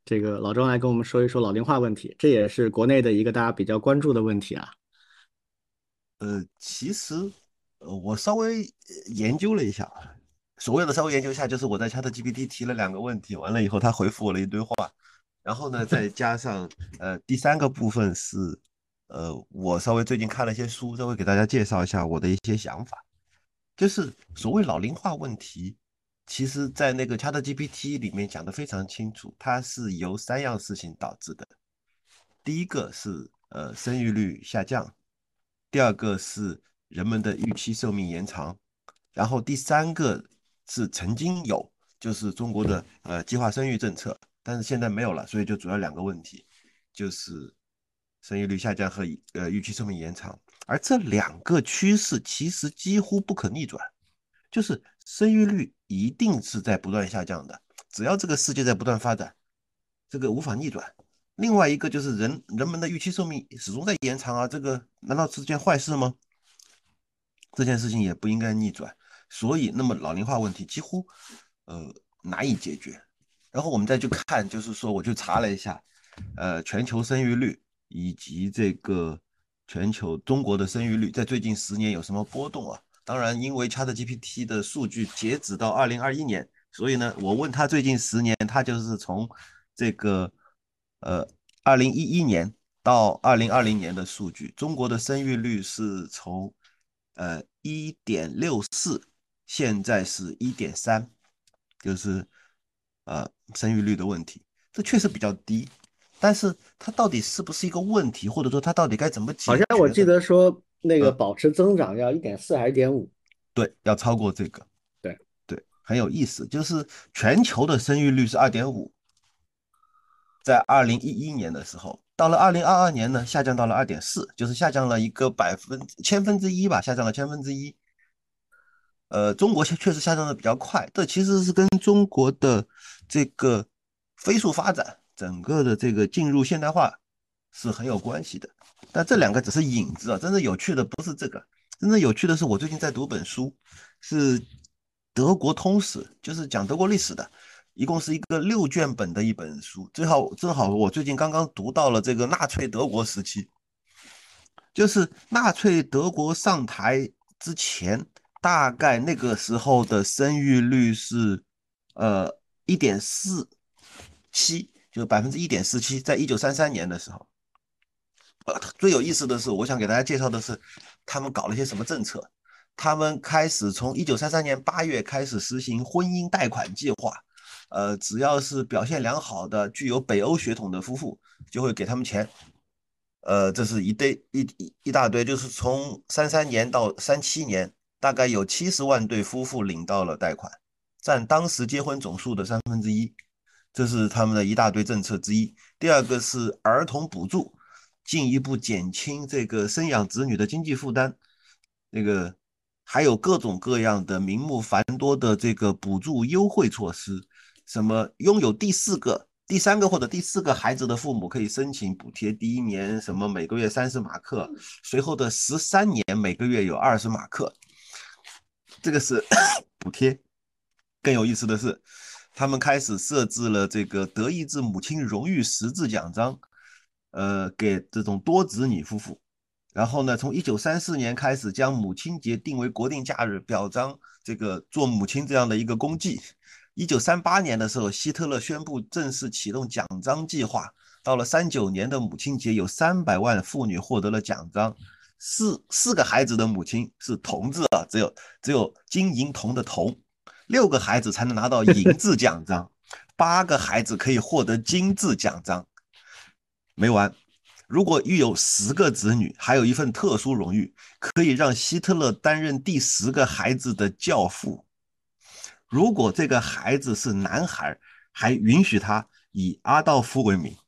这个老庄来跟我们说一说老龄化问题，这也是国内的一个大家比较关注的问题啊。 呃，其实呃我稍微呃研究了一下啊，所谓的稍微研究一下，就是我在 ChatGPT 提了两个问题，完了以后他回复我了一堆话，然后呢再加上呃第三个部分是呃我稍微最近看了一些书，稍微给大家介绍一下我的一些想法。就是所谓老龄化问题，其实在那个 ChatGPT 里面讲的非常清楚，它是由三样事情导致的。第一个是呃生育率下降，第二个是人们的预期寿命延长，然后第三个是曾经有，就是中国的呃计划生育政策，但是现在没有了，所以就主要两个问题，就是生育率下降和呃预期寿命延长，而这两个趋势其实几乎不可逆转，就是生育率一定是在不断下降的，只要这个世界在不断发展，这个无法逆转。另外一个就是人人们的预期寿命始终在延长啊，这个难道是件坏事吗？这件事情也不应该逆转，所以那么老龄化问题几乎呃难以解决。然后我们再去看，就是说我去查了一下，呃，全球生育率以及这个全球中国的生育率在最近十年有什么波动啊？当然，因为 ChatGPT 的数据截止到二零二一年，所以呢，我问他最近十年，他就是从这个呃二零一一年到二零二零年的数据，中国的生育率是从呃一点六四，现在是一点三，就是呃生育率的问题，这确实比较低。但是它到底是不是一个问题，或者说它到底该怎么好解像我记决的？ 得说那个嗯， 保持增长要一点四还是一点五？ 对，要超过这个。 对， 对，很有意思，就是全球的生育率是二点五，在二零一一年的时候，到了二零二二年呢，下降到了二点四，就是下降了一个百分千分之一吧，下降了千分之一。呃，中国确实下降的比较快，这其实是跟中国的这个飞速发展，整个的这个进入现代化是很有关系的。但这两个只是影子啊，真正有趣的不是这个，真正有趣的是我最近在读本书，是德国通史，就是讲德国历史的，一共是一个六卷本的一本书。正好正好我最近刚刚读到了这个纳粹德国时期，就是纳粹德国上台之前，大概那个时候的生育率是呃一点四七，就是百分之一点四七，在一九三三年的时候。呃，最有意思的是，我想给大家介绍的是，他们搞了一些什么政策。他们开始从一九三三年八月开始实行婚姻贷款计划，呃，只要是表现良好的、具有北欧血统的夫妇，就会给他们钱。呃，这是一堆一一一大堆，就是从三三年到三七年，大概有七十万对夫妇领到了贷款，占当时结婚总数的三分之一。这是他们的一大堆政策之一。第二个是儿童补助，进一步减轻这个生养子女的经济负担。那个还有各种各样的名目繁多的这个补助优惠措施，什么拥有第四个、第三个或者第四个孩子的父母可以申请补贴，第一年什么每个月三十马克，随后的十三年每个月有二十马克，这个是补贴。更有意思的是，他们开始设置了这个德意志母亲荣誉十字奖章，呃，给这种多子女夫妇。然后呢，从一九三四年开始，将母亲节定为国定假日，表彰这个做母亲这样的一个功绩。一九三八年的时候，希特勒宣布正式启动奖章计划。到了三九年的母亲节，有三百万妇女获得了奖章。四四个孩子的母亲是同志啊，只有只有金银铜的铜，六个孩子才能拿到银质奖章，八个孩子可以获得金质奖章。没完，如果育有十个子女，还有一份特殊荣誉，可以让希特勒担任第十个孩子的教父。如果这个孩子是男孩，还允许他以阿道夫为名。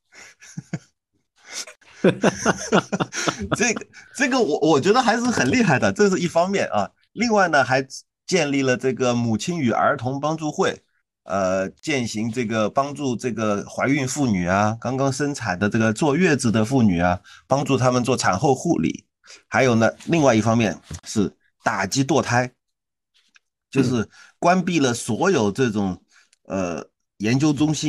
这个这个我我觉得还是很厉害的，这是一方面啊。另外呢，还建立了这个母亲与儿童帮助会，呃，践行这个帮助这个怀孕妇女啊，刚刚生产的这个坐月子的妇女啊，帮助他们做产后护理。还有呢，另外一方面是打击堕胎，就嗯， 是关闭了所有这种呃研究中心，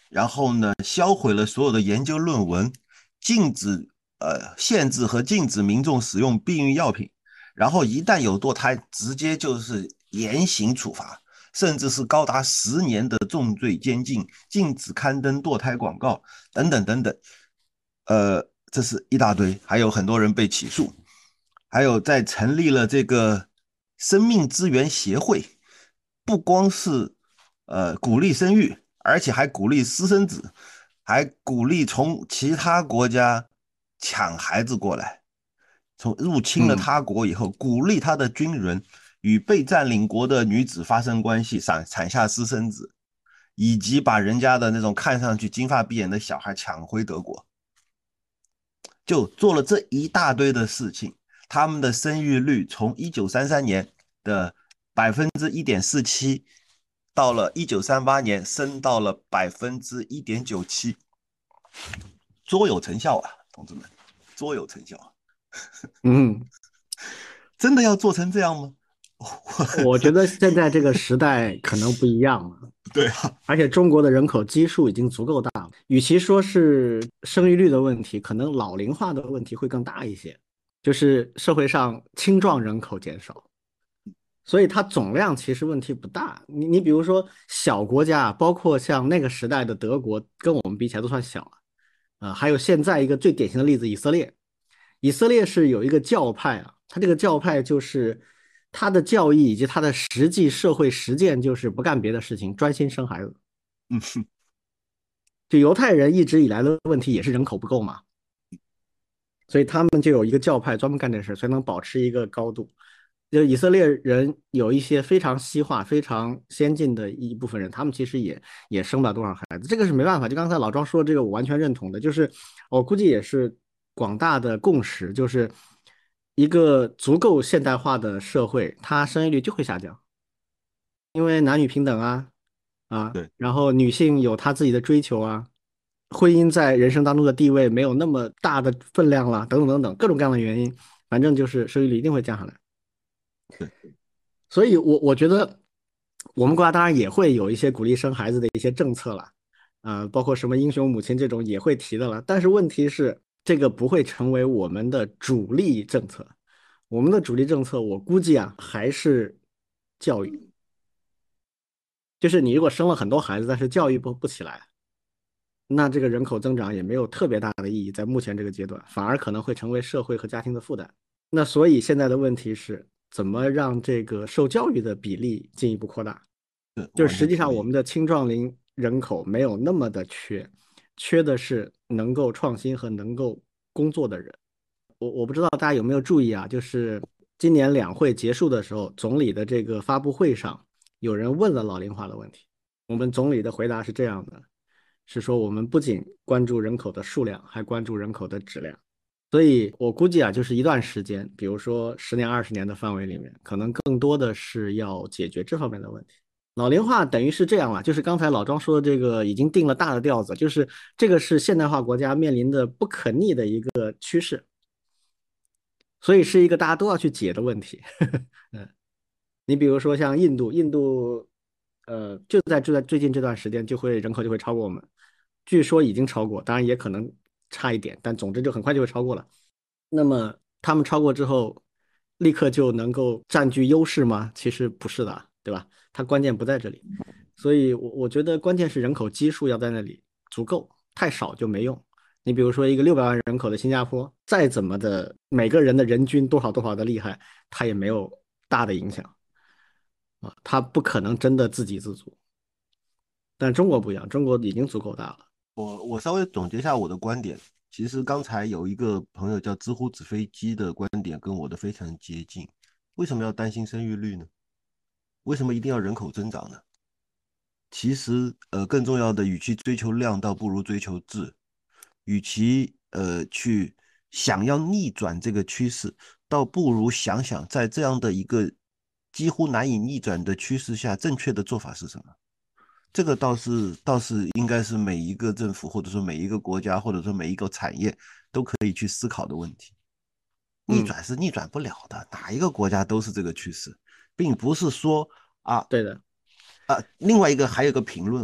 然后呢，销毁了所有的研究论文，禁止呃限制和禁止民众使用避孕药品，然后一旦有堕胎，直接就是严刑处罚，甚至是高达十年的重罪监禁，禁止刊登堕胎广告等等等等。呃，这是一大堆，还有很多人被起诉，还有在成立了这个生命资源协会，不光是呃鼓励生育，而且还鼓励私生子，还鼓励从其他国家抢孩子过来，从入侵了嗯他国以后，鼓励他的军人与被占领国的女子发生关系，产产下私生子，以及把人家的那种看上去金发碧眼的小孩抢回德国。就做了这一大堆的事情，他们的生育率从一九三三年的百分之一点四七，到了一九三八年升到了百分之一点九七，卓有成效啊，同志们，卓有成效。 嗯， 真的要做成这样吗？ 我觉得现在这个时代可能不一样了， 对啊， 而且中国的人口基数已经足够大了，与其说是生育率的问题，可能老龄化的问题会更大一些，就是社会上青壮人口减少。所以它总量其实问题不大。你你比如说小国家，包括像那个时代的德国，跟我们比起来都算小了啊。还有现在一个最典型的例子，以色列。以色列是有一个教派啊，它这个教派就是它的教义以及它的实际社会实践就是不干别的事情，专心生孩子。 嗯， 就犹太人一直以来的问题也是人口不够嘛，所以他们就有一个教派专门干这事，所以能保持一个高度。就以色列人有一些非常西化、非常先进的一部分人，他们其实也也生不了多少孩子，这个是没办法。就刚才老庄说的这个，我完全认同的，就是我估计也是广大的共识，就是一个足够现代化的社会，它生育率就会下降，因为男女平等啊啊， 对然后女性有她自己的追求啊，婚姻在人生当中的地位没有那么大的分量了，等等等等，各种各样的原因，反正就是生育率一定会降下来。 对， 所以我，我觉得我们国家当然也会有一些鼓励生孩子的一些政策了，啊、包括什么英雄母亲这种也会提的了。但是问题是，这个不会成为我们的主力政策。我们的主力政策，我估计啊，还是教育。就是你如果生了很多孩子，但是教育不不起来，那这个人口增长也没有特别大的意义，在目前这个阶段，反而可能会成为社会和家庭的负担。那所以现在的问题是，怎么让这个受教育的比例进一步扩大？ 对，我完就是实际上全同意。 我们的青壮龄人口没有那么的缺，缺的是能够创新和能够工作的人。我我不知道大家有没有注意啊，就是今年两会结束的时候，总理的这个发布会上，有人问了老龄化的问题。我们总理的回答是这样的，是说我们不仅关注人口的数量，还关注人口的质量。所以我估计啊，就是一段时间，比如说十年、二十年的范围里面，可能更多的是要解决这方面的问题。老龄化等于是这样了，就是刚才老庄说的这个已经定了大的调子，就是这个是现代化国家面临的不可逆的一个趋势，所以是一个大家都要去解的问题。嗯，你比如说像印度，印度呃就在就在最近这段时间就会人口就会超过我们，据说已经超过，当然也可能差一点，但总之就很快就会超过了。那么他们超过之后，立刻就能够占据优势吗？其实不是的，对吧？它关键不在这里，所以我我觉得关键是人口基数要在那里足够，太少就没用。你比如说一个六百万人口的新加坡，再怎么的每个人的人均多少多少的厉害，它也没有大的影响啊，它不可能真的自给自足。但中国不一样，中国已经足够大了。 我我稍微总结一下我的观点。其实刚才有一个朋友叫知乎纸飞机的观点跟我的非常接近。为什么要担心生育率呢？为什么一定要人口增长呢？其实，呃，更重要的，与其追求量，倒不如追求质。与其呃去想要逆转这个趋势，倒不如想想在这样的一个几乎难以逆转的趋势下，正确的做法是什么。这个倒是倒是应该是每一个政府或者说每一个国家或者说每一个产业都可以去思考的问题。逆嗯， 转是逆转不了的，哪一个国家都是这个趋势，并不是说啊对的。 啊。另外一个还有一个评论啊，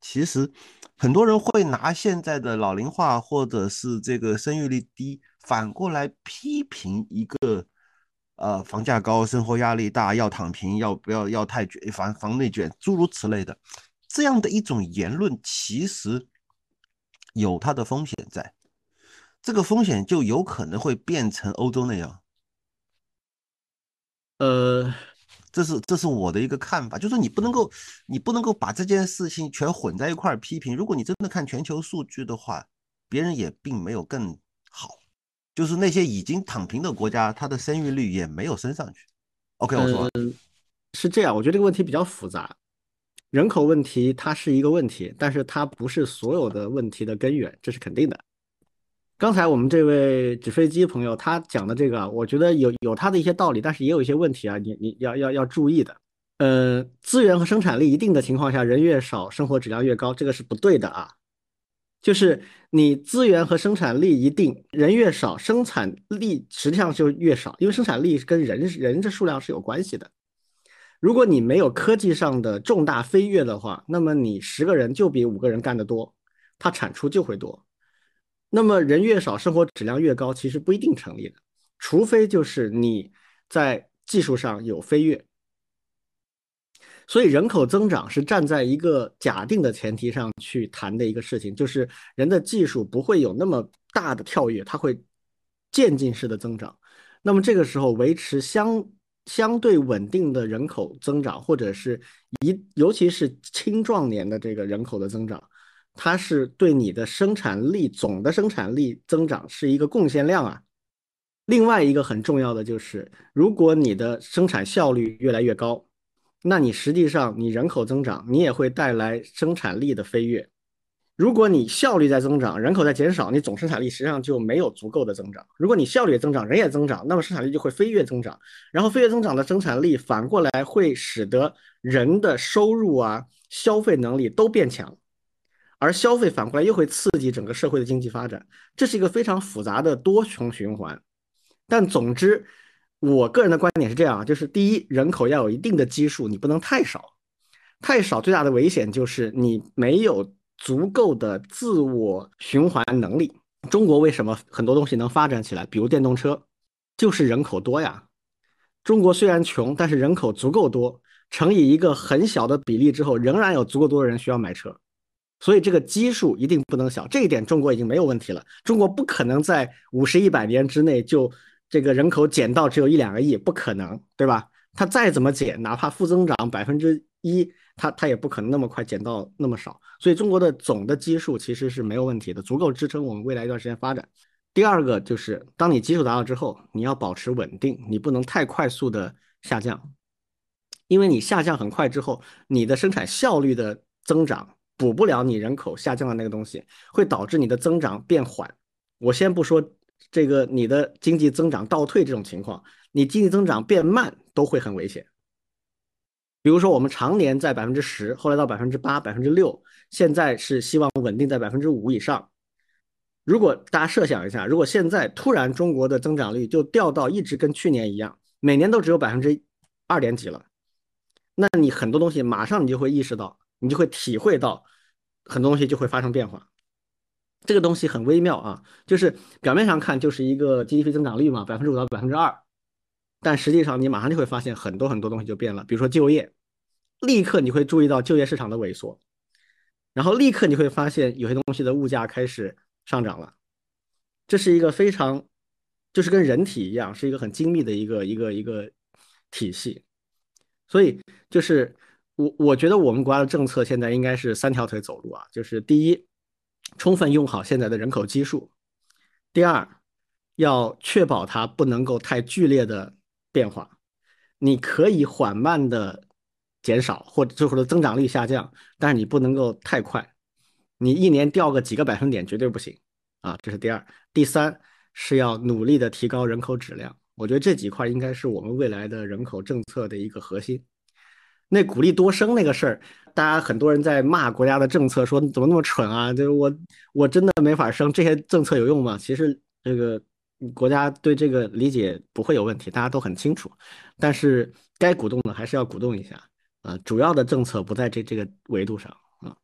其实很多人会拿现在的老龄化或者是这个生育率低，反过来批评一个呃房价高、生活压力大、要躺平、要不要要太卷、房房内卷，诸如此类的这样的一种言论，其实有它的风险在。这个风险就有可能会变成欧洲那样。 呃， 这是这是我的一个看法，就是说你不能够你不能够把这件事情全混在一块儿批评。如果你真的看全球数据的话，别人也并没有更好，就是那些已经躺平的国家，它的生育率也没有升上去。OK，我说完。 是这样，我觉得这个问题比较复杂。人口问题它是一个问题，但是它不是所有的问题的根源，这是肯定的。刚才我们这位纸飞机朋友他讲的这个啊，我觉得有有他的一些道理，但是也有一些问题啊，你你要要要注意的。呃，资源和生产力一定的情况下，人越少，生活质量越高，这个是不对的啊。就是你资源和生产力一定，人越少，生产力实际上就越少，因为生产力跟人人的数量是有关系的。如果你没有科技上的重大飞跃的话，那么你十个人就比五个人干得多，它产出就会多。那么人越少，生活质量越高，其实不一定成立的，除非就是你在技术上有飞跃。所以人口增长是站在一个假定的前提上去谈的一个事情，就是人的技术不会有那么大的跳跃，它会渐进式的增长。那么这个时候维持相相对稳定的人口增长，或者是一尤其是青壮年的这个人口的增长，它是对你的生产力总的生产力增长是一个贡献量啊。另外一个很重要的就是，如果你的生产效率越来越高，那你实际上你人口增长，你也会带来生产力的飞跃。如果你效率在增长，人口在减少，你总生产力实际上就没有足够的增长。如果你效率也增长，人也增长，那么生产力就会飞跃增长。然后飞跃增长的生产力反过来会使得人的收入啊、消费能力都变强，而消费反过来又会刺激整个社会的经济发展。这是一个非常复杂的多重循环。但总之，我个人的观点是这样啊，就是第一，人口要有一定的基数，你不能太少。太少最大的危险就是你没有足够的自我循环能力。中国为什么很多东西能发展起来？比如电动车，就是人口多呀。中国虽然穷，但是人口足够多，乘以一个很小的比例之后，仍然有足够多的人需要买车。所以这个基数一定不能小，这一点中国已经没有问题了。中国不可能在五十一百年之内就这个人口减到只有一两个亿，不可能，对吧？它再怎么减，哪怕负增长百分之一，它它也不可能那么快减到那么少。所以中国的总的基数其实是没有问题的，足够支撑我们未来一段时间发展。第二个就是，当你基数达到之后，你要保持稳定，你不能太快速的下降，因为你下降很快之后，你的生产效率的增长补不了你人口下降的那个东西，会导致你的增长变缓。我先不说这个你的经济增长倒退这种情况，你经济增长变慢都会很危险。比如说，我们常年在百分之十，后来到百分之八、百分之六，现在是希望稳定在百分之五以上。如果大家设想一下，如果现在突然中国的增长率就掉到一直跟去年一样，每年都只有百分之二点几了，那你很多东西马上你就会意识到，你就会体会到，很多东西就会发生变化。这个东西很微妙啊，就是表面上看就是一个 G D P 增长率嘛，百分之五到百分之二，但实际上你马上就会发现很多很多东西就变了，比如说就业，立刻你会注意到就业市场的萎缩，然后立刻你会发现有些东西的物价开始上涨了，这是一个非常，就是跟人体一样，是一个很精密的一个一个一个体系。所以就是我我觉得我们国家的政策现在应该是三条腿走路啊，就是第一，充分用好现在的人口基数；第二，要确保它不能够太剧烈的变化，你可以缓慢的减少或者或者增长率下降，但是你不能够太快，你一年掉个几个百分点绝对不行啊，这是第二。第三是要努力的提高人口质量。我觉得这几块应该是我们未来的人口政策的一个核心。那鼓励多生那个事儿，大家很多人在骂国家的政策，说怎么那么蠢啊？就是我我真的没法生，这些政策有用吗？其实这个国家对这个理解不会有问题，大家都很清楚。但是该鼓动的还是要鼓动一下啊，主要的政策不在这这个维度上啊。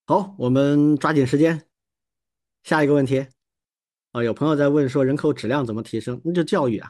好，我们抓紧时间，下一个问题啊，有朋友在问说人口质量怎么提升？那就教育啊，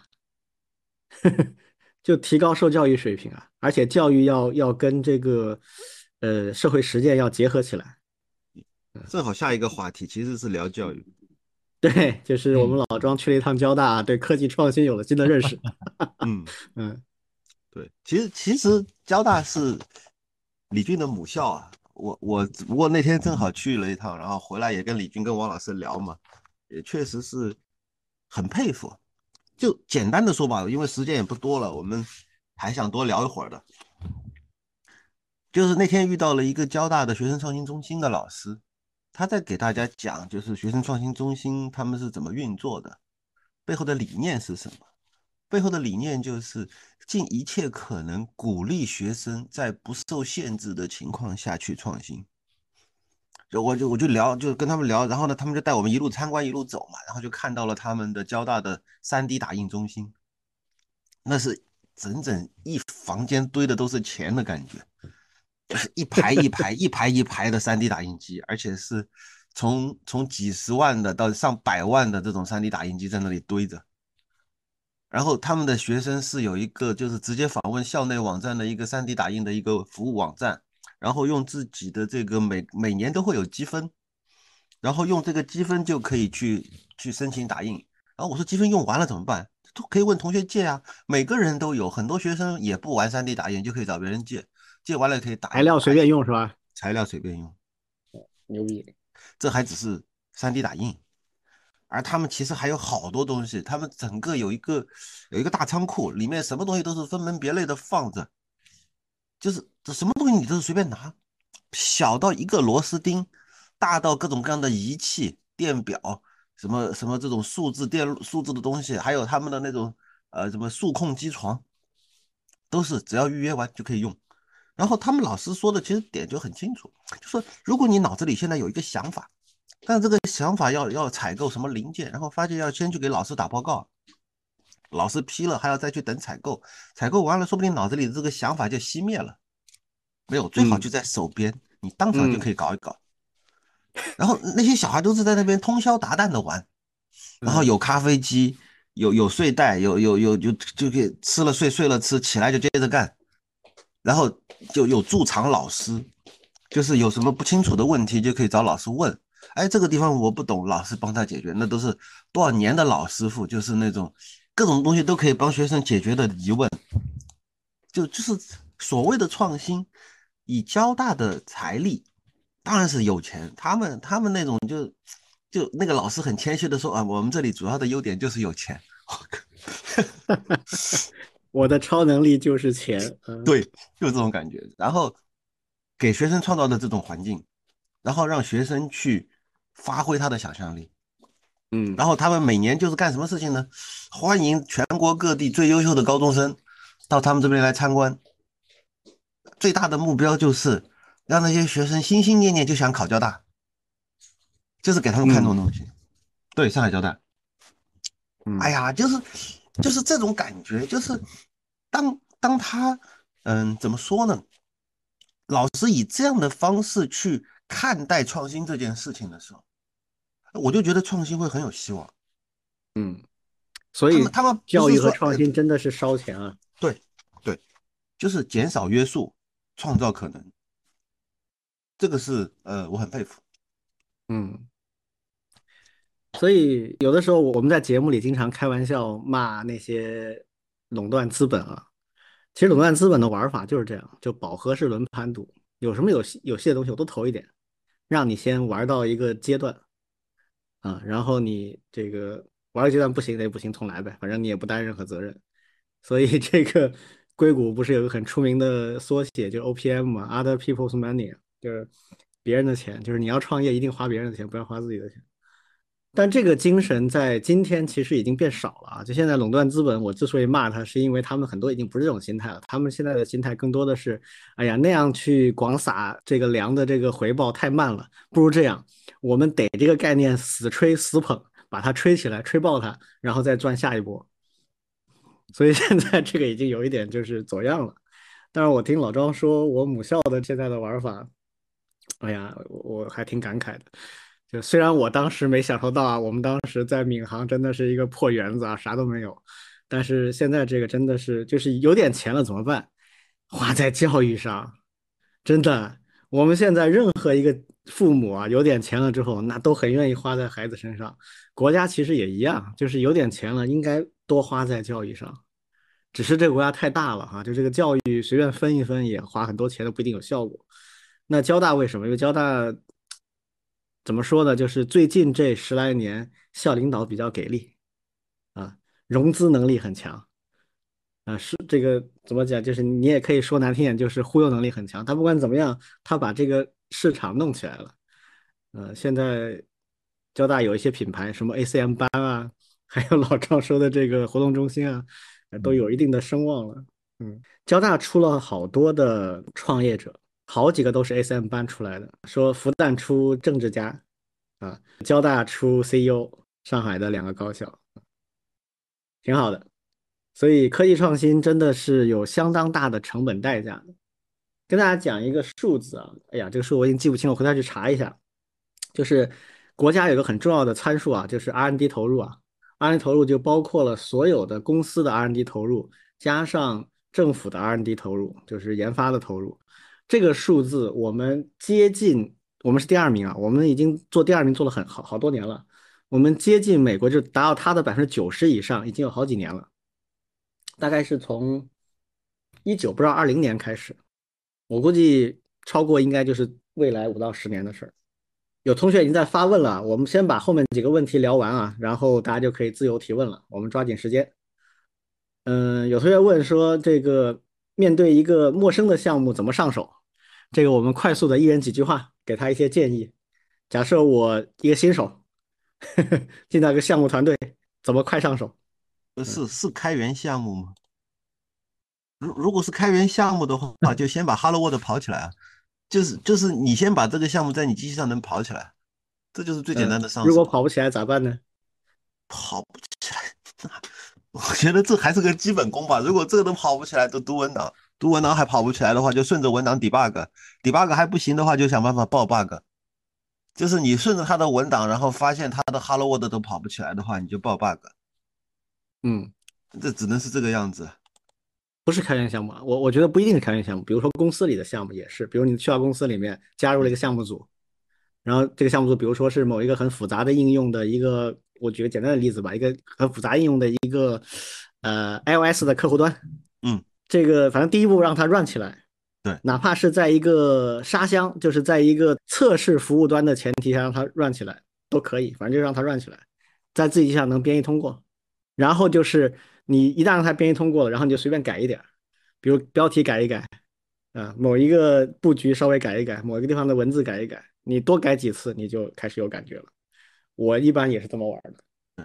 就提高受教育水平啊，而且教育要要跟这个呃社会实践要结合起来。 正好下一个话题其实是聊教育。 对，就是我们嗯老庄去了一趟交大，对科技创新有了新的认识。 嗯， 嗯对，其实其实交大是李俊的母校啊。我我只不过那天正好去了一趟，然后回来也跟李俊跟王老师聊嘛，也确实是很佩服。就简单的说吧，因为时间也不多了，我们还想多聊一会儿的。就是那天遇到了一个交大的学生创新中心的老师，他在给大家讲，就是学生创新中心他们是怎么运作的，背后的理念是什么。背后的理念就是尽一切可能鼓励学生在不受限制的情况下去创新。就我就我就聊，就跟他们聊，然后呢，他们就带我们一路参观一路走嘛，然后就看到了他们的交大的 三 D 打印中心，那是整整一房间堆的都是钱的感觉。就是一排一排一排一排的 三 D 打印机，而且是从从几十万的到上百万的这种 三 D 打印机在那里堆着。然后他们的学生是有一个就是直接访问校内网站的一个 三 D 打印的一个服务网站，然后用自己的这个每每年都会有积分，然后用这个积分就可以去去申请打印。然后我说积分用完了怎么办？都可以问同学借啊，每个人都有，很多学生也不玩 三 D 打印，就可以找别人借，借完了可以打印， 材料随而且便用是吧？ 材料随便用。 牛逼。 这还只是 三 D 打印，而他们其实还有好多东西，他们整个有一个有一个大仓库，里面什么东西都是分门别类的放着，就是这什么东西你都是随便拿，小到一个螺丝钉，大到各种各样的仪器、电表，什么什么这种数字电路数字的东西，还有他们的那种呃什么数控机床，都是只要预约完就可以用。然后他们老师说的其实点就很清楚，就说如果你脑子里现在有一个想法，但这个想法要要采购什么零件，然后发现要先去给老师打报告，老师批了还要再去等采购，采购完了说不定脑子里的这个想法就熄灭了。没有，最好嗯就在手边，你当场就嗯可以搞一搞。然后那些小孩都是在那边通宵达旦的玩，然后嗯有咖啡机，有有睡袋，有有有就就给吃了睡，睡了吃，起来就接着干。然后就有驻场老师，就是有什么不清楚的问题就可以找老师问。哎，这个地方我不懂，老师帮他解决，那都是多少年的老师傅，就是那种各种东西都可以帮学生解决的疑问。就就是所谓的创新，以交大的财力，当然是有钱。他们他们那种就就那个老师很谦虚的说啊，我们这里主要的优点就是有钱。 我的超能力就是钱。嗯对，就这种感觉。然后给学生创造的这种环境，然后让学生去发挥他的想象力。 嗯然后他们每年就是干什么事情呢？欢迎全国各地最优秀的高中生到他们这边来参观。最大的目标就是让那些学生心心念念就想考交大，就是给他们看这嗯种东西。对，上海交大。哎嗯呀，就是就是这种感觉，就是当当他嗯怎么说呢？老师以这样的方式去看待创新这件事情的时候，我就觉得创新会很有希望。 嗯，所以他们他们不教育和是说，呃， 创新真的是烧钱啊。 对对，就是减少约束，创造可能，这个是呃我很佩服。 嗯，所以有的时候我们在节目里经常开玩笑骂那些垄断资本啊。其实垄断资本的玩法就是这样，就饱和式轮盘赌，有什么有戏有戏的东西我都投一点，让你先玩到一个阶段啊，然后你这个玩个阶段不行，那也不行，重来呗，反正你也不担任何责任。所以这个硅谷不是有个很出名的缩写，就是 O P M 嘛，Other People's Money，就是别人的钱，就是你要创业一定花别人的钱，不要花自己的钱。但这个精神在今天其实已经变少了啊！就现在垄断资本，我之所以骂他，是因为他们很多已经不是这种心态了。他们现在的心态更多的是，哎呀，那样去广撒这个粮的这个回报太慢了，不如这样，我们逮这个概念死吹死捧，把它吹起来，吹爆它，然后再赚下一波。所以现在这个已经有一点就是走样了。但是我听老庄说，我母校的现在的玩法哎呀，我我还挺感慨的。就虽然我当时没享受到啊，我们当时在闵行真的是一个破园子啊，啥都没有。但是现在这个真的是，就是有点钱了怎么办？花在教育上，真的。我们现在任何一个父母啊，有点钱了之后，那都很愿意花在孩子身上。国家其实也一样，就是有点钱了，应该多花在教育上。只是这个国家太大了哈，就这个教育随便分一分也花很多钱都不一定有效果。那交大为什么？因为交大怎么说呢？就是最近这十来年校领导比较给力啊，融资能力很强啊，是这个怎么讲？就是你也可以说难听点，就是忽悠能力很强。他不管怎么样，他把这个市场弄起来了。呃，现在交大有一些品牌，什么 A C M 班啊，还有老赵说的这个活动中心啊，呃都嗯， 有一定的声望了。嗯，交大出了好多的创业者，好几个都是 A C M 班出来的。说复旦出政治家啊，交大出 C E O，上海的两个高校，挺好的。所以科技创新真的是有相当大的成本代价的。跟大家讲一个数字啊，哎呀，这个数我已经记不清了，我回头去查一下。就是国家有个很重要的参数啊，就是 R and D 投入啊，R and D 投入就包括了所有的公司的 R and D 投入，加上政府的 R and D 投入，就是研发的投入。这个数字我们接近，我们是第二名啊，我们已经做第二名做了很好好多年了，我们接近美国，就达到它的百分之九十以上，已经有好几年了，大概是从一九不知道二零年开始，我估计超过应该就是未来五到十年的事儿。有同学已经在发问了，我们先把后面几个问题聊完啊，然后大家就可以自由提问了。我们抓紧时间。嗯，有同学问说，这个面对一个陌生的项目怎么上手？这个我们快速的一人几句话，给他一些建议。假设我一个新手，进到一个项目团队，怎么快上手？ 呃嗯是是开源项目吗？如如果是开源项目的话，就先把 Hello World 跑起来啊，就是就是你先把这个项目在你机器上能跑起来，这就是最简嗯， 单的上如果手。 跑不起来咋办呢？ 跑不起来，我觉得这还是个基本功吧。如果这个都跑不起来，都读文档，读文档还跑不起来的话，就顺着文档 debug，debug 还不行的话，就想办法爆 bug。就是你顺着它的文档，然后发现它的 Hello World 都跑不起来的话，你就爆 bug。 嗯。 这只能是这个样子。 不是开源项目啊，我我觉得不一定是开源项目，比如说公司里的项目也是，比如你去到公司里面加入了一个项目组，然后这个项目组比如说是某一个很复杂的应用的一个，我举个简单的例子吧，一个很复杂应用的一个呃 iOS 的客户端， 嗯， 这个反正第一步让它 run 起来， 对， 哪怕是在一个沙箱，就是在一个测试服务端的前提下让它 run 起来都可以，反正就让它 run 起来，在自己上能编译通过。然后就是你一旦让它编译通过了，然后你就随便改一点，比如标题改一改，啊，某一个布局稍微改一改，某一个地方的文字改一改，你多改几次，你就开始有感觉了。我一般也是这么玩的。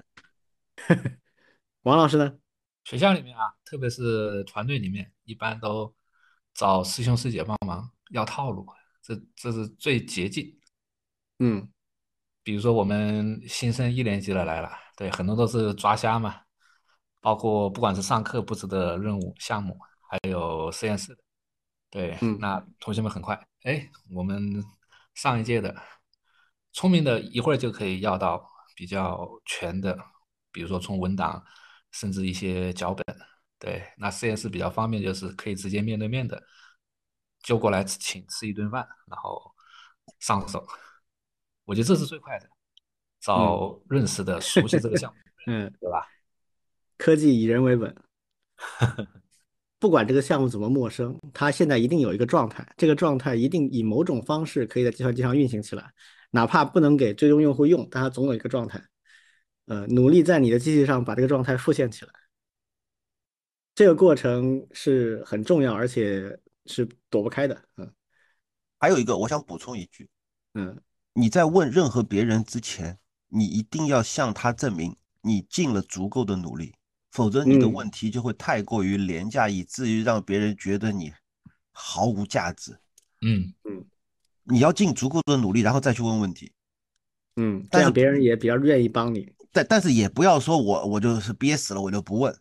王老师呢？ 学校里面啊，特别是团队里面，一般都找师兄师姐帮忙要套路，这这是最捷径。 嗯比如说我们新生一年级的来了，对，很多都是抓瞎嘛，包括不管是上课布置的任务项目，还有实验室的，对， 嗯那同学们很快，哎，我们上一届的聪明的一会儿就可以要到比较全的，比如说从文档，甚至一些脚本，对，那实验室比较方便，就是可以直接面对面的就过来请吃一顿饭，然后上手。我觉得这是最快的， 嗯找认识的、熟悉这个项目的人， 嗯， 对吧？ 科技以人为本，不管这个项目怎么陌生，它现在一定有一个状态，这个状态一定以某种方式可以在计算机上运行起来，哪怕不能给最终用户用，但它总有一个状态。呃，努力在你的机器上把这个状态复现起来。这个过程是很重要，而且是躲不开的。嗯还有一个，我想补充一句， 嗯你在问任何别人之前，你一定要向他证明你尽了足够的努力，否则你的嗯问题就会太过于廉价，以至于让别人觉得你毫无价值。 嗯， 嗯你要尽足够的努力，然后再去问问题。 嗯，这但是， 样别人也比较愿意帮你。 但但是也不要说我我就是憋死了，我就不问。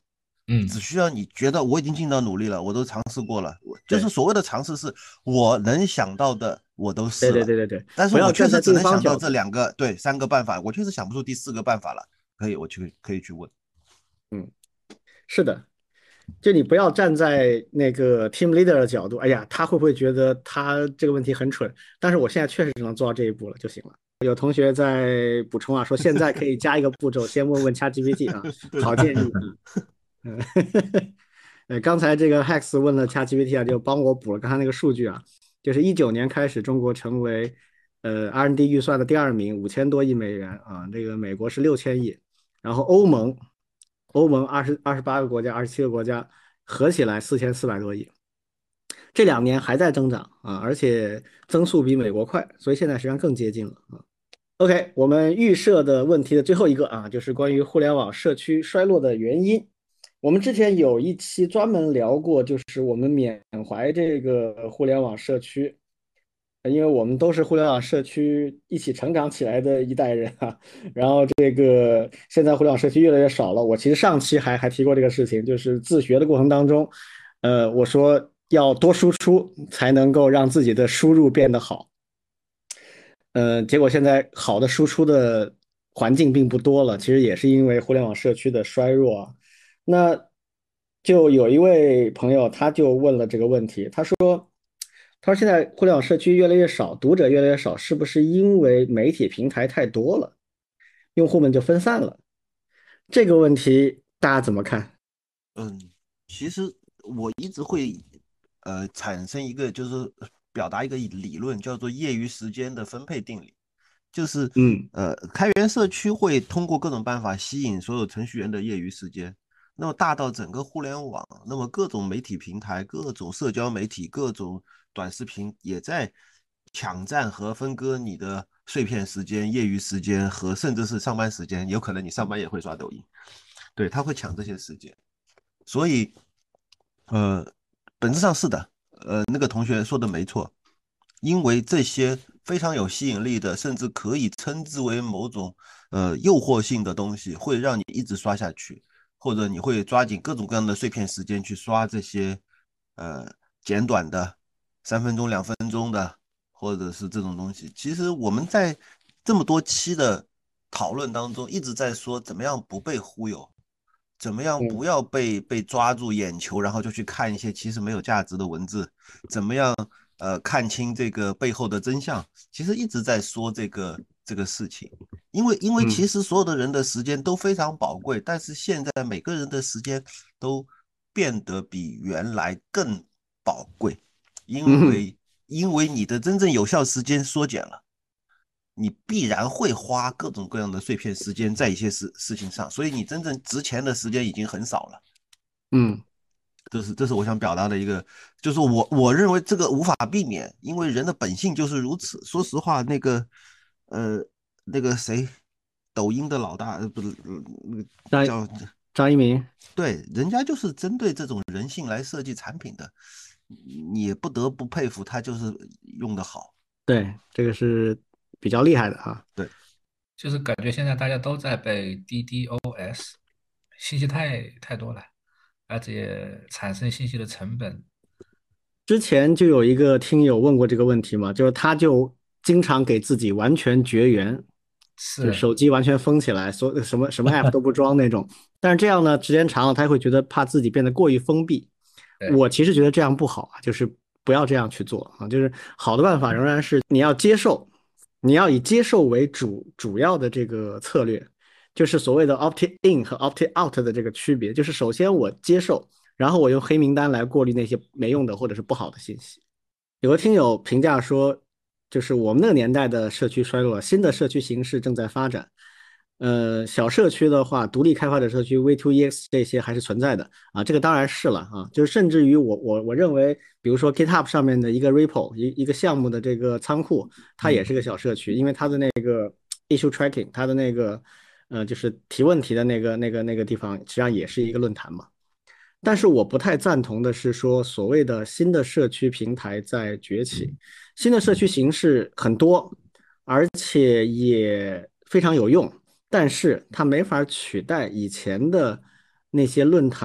嗯， 只需要你觉得我已经尽到努力了，我都尝试过了，我就是对所谓的尝试是我能想到的我都试了， 对对对对对， 但是不要我确实只站在对能想到这方角度。 两个，对，三个办法，我确实想不出第四个办法了。可以，我去可以去问。 嗯，是的，就你不要站在那个 team leader 的角度，哎呀，他会不会觉得他这个问题很蠢？但是我现在确实只能做到这一步了就行了。有同学在补充啊，说现在可以加一个步骤，先问问 ChatGPT 啊， 对的， 好建议啊。嗯，呃，刚才这个 Hex 问了 ChatGPT 啊，就帮我补了刚才那个数据啊，就是一九年开始，中国成为呃 R and D 预算的第二名，五千多亿美元啊，这个美国是六千亿，然后欧盟欧盟二十二十八个国家，二十七个国家合起来四千四百多亿，这两年还在增长啊，而且增速比美国快，所以现在实际上更接近了啊。OK，我们预设的问题的最后一个啊，就是关于互联网社区衰落的原因。我们之前有一期专门聊过，就是我们缅怀这个互联网社区，呃因为我们都是互联网社区一起成长起来的一代人啊。然后这个现在互联网社区越来越少了。我其实上期还还提过这个事情，就是自学的过程当中，呃，我说要多输出才能够让自己的输入变得好。呃，结果现在好的输出的环境并不多了，其实也是因为互联网社区的衰弱啊。那就有一位朋友他就问了这个问题，他说，他说现在互联网社区越来越少，读者越来越少，是不是因为媒体平台太多了，用户们就分散了？这个问题大家怎么看？ 嗯，其实我一直会呃产生一个就是表达一个理论，叫做业余时间的分配定理。就是嗯呃，开源社区会通过各种办法吸引所有程序员的业余时间。那么大到整个互联网，那么各种媒体平台、各种社交媒体、各种短视频也在抢占和分割你的碎片时间、业余时间和甚至是上班时间。有可能你上班也会刷抖音，对，他会抢这些时间。所以，呃，本质上是的，呃，那个同学说的没错，因为这些非常有吸引力的，甚至可以称之为某种呃诱惑性的东西，会让你一直刷下去，或者你会抓紧各种各样的碎片时间去刷这些呃简短的三分钟、两分钟的，或者是这种东西。其实我们在这么多期的讨论当中，一直在说怎么样不被忽悠。怎么样嗯不要被被抓住眼球，然后就去看一些其实没有价值的文字？怎么样呃看清这个背后的真相？其实一直在说这个这个事情，因为因为其嗯实所有的人的时间都非常宝贵，但是现在每个人的时间都变得比原来更宝贵，因嗯为因为你的真正有效时间缩减了。你必然会花各种各样的碎片时间在一些事事情上，所以你真正值钱的时间已经很少了。 嗯这是这是我想表达的一个，就是我我认为这个无法避免，因为人的本性就是如此。说实话，那个呃那个谁，抖音的老大呃不是呃那个张叫张一鸣。 对，人家就是针对这种人性来设计产品的，你也不得不佩服他，就是用的好。 对，这个是比较厉害的啊。 对。 就是感觉现在大家都在被 D DoS，信息太太多了，而且产生信息的成本之前就有一个听友问过这个问题嘛，就是他就经常给自己完全绝缘，就是， 手机完全封起来，所什么什么 app 都不装那种。但是这样呢，时间长了，他会觉得怕自己变得过于封闭。 对， 我其实觉得这样不好啊，就是不要这样去做啊。就是好的办法仍然是你要接受，你要以接受为主主要的这个策略，就是所谓的 opt in 和 opt out 的这个区别。就是首先我接受，然后我用黑名单来过滤那些没用的或者是不好的信息。有个听友评价说，就是我们那个年代的社区衰落了，新的社区形式正在发展。呃，小社区的话，独立开发者社区 V 二 E X 这些还是存在的啊，这个当然是了啊，就是甚至于我我我认为，比如说 GitHub 上面的一个 repo 一一个项目的这个仓库，它也嗯。 是个小社区，因为它的那个 issue tracking，它的那个呃就是提问题的那个那个那个地方，实际上也是一个论坛嘛。但是我不太赞同的是说，所谓的新的社区平台在崛起，新的社区形式很多，而且也非常有用，但是它没法取代以前的那些论坛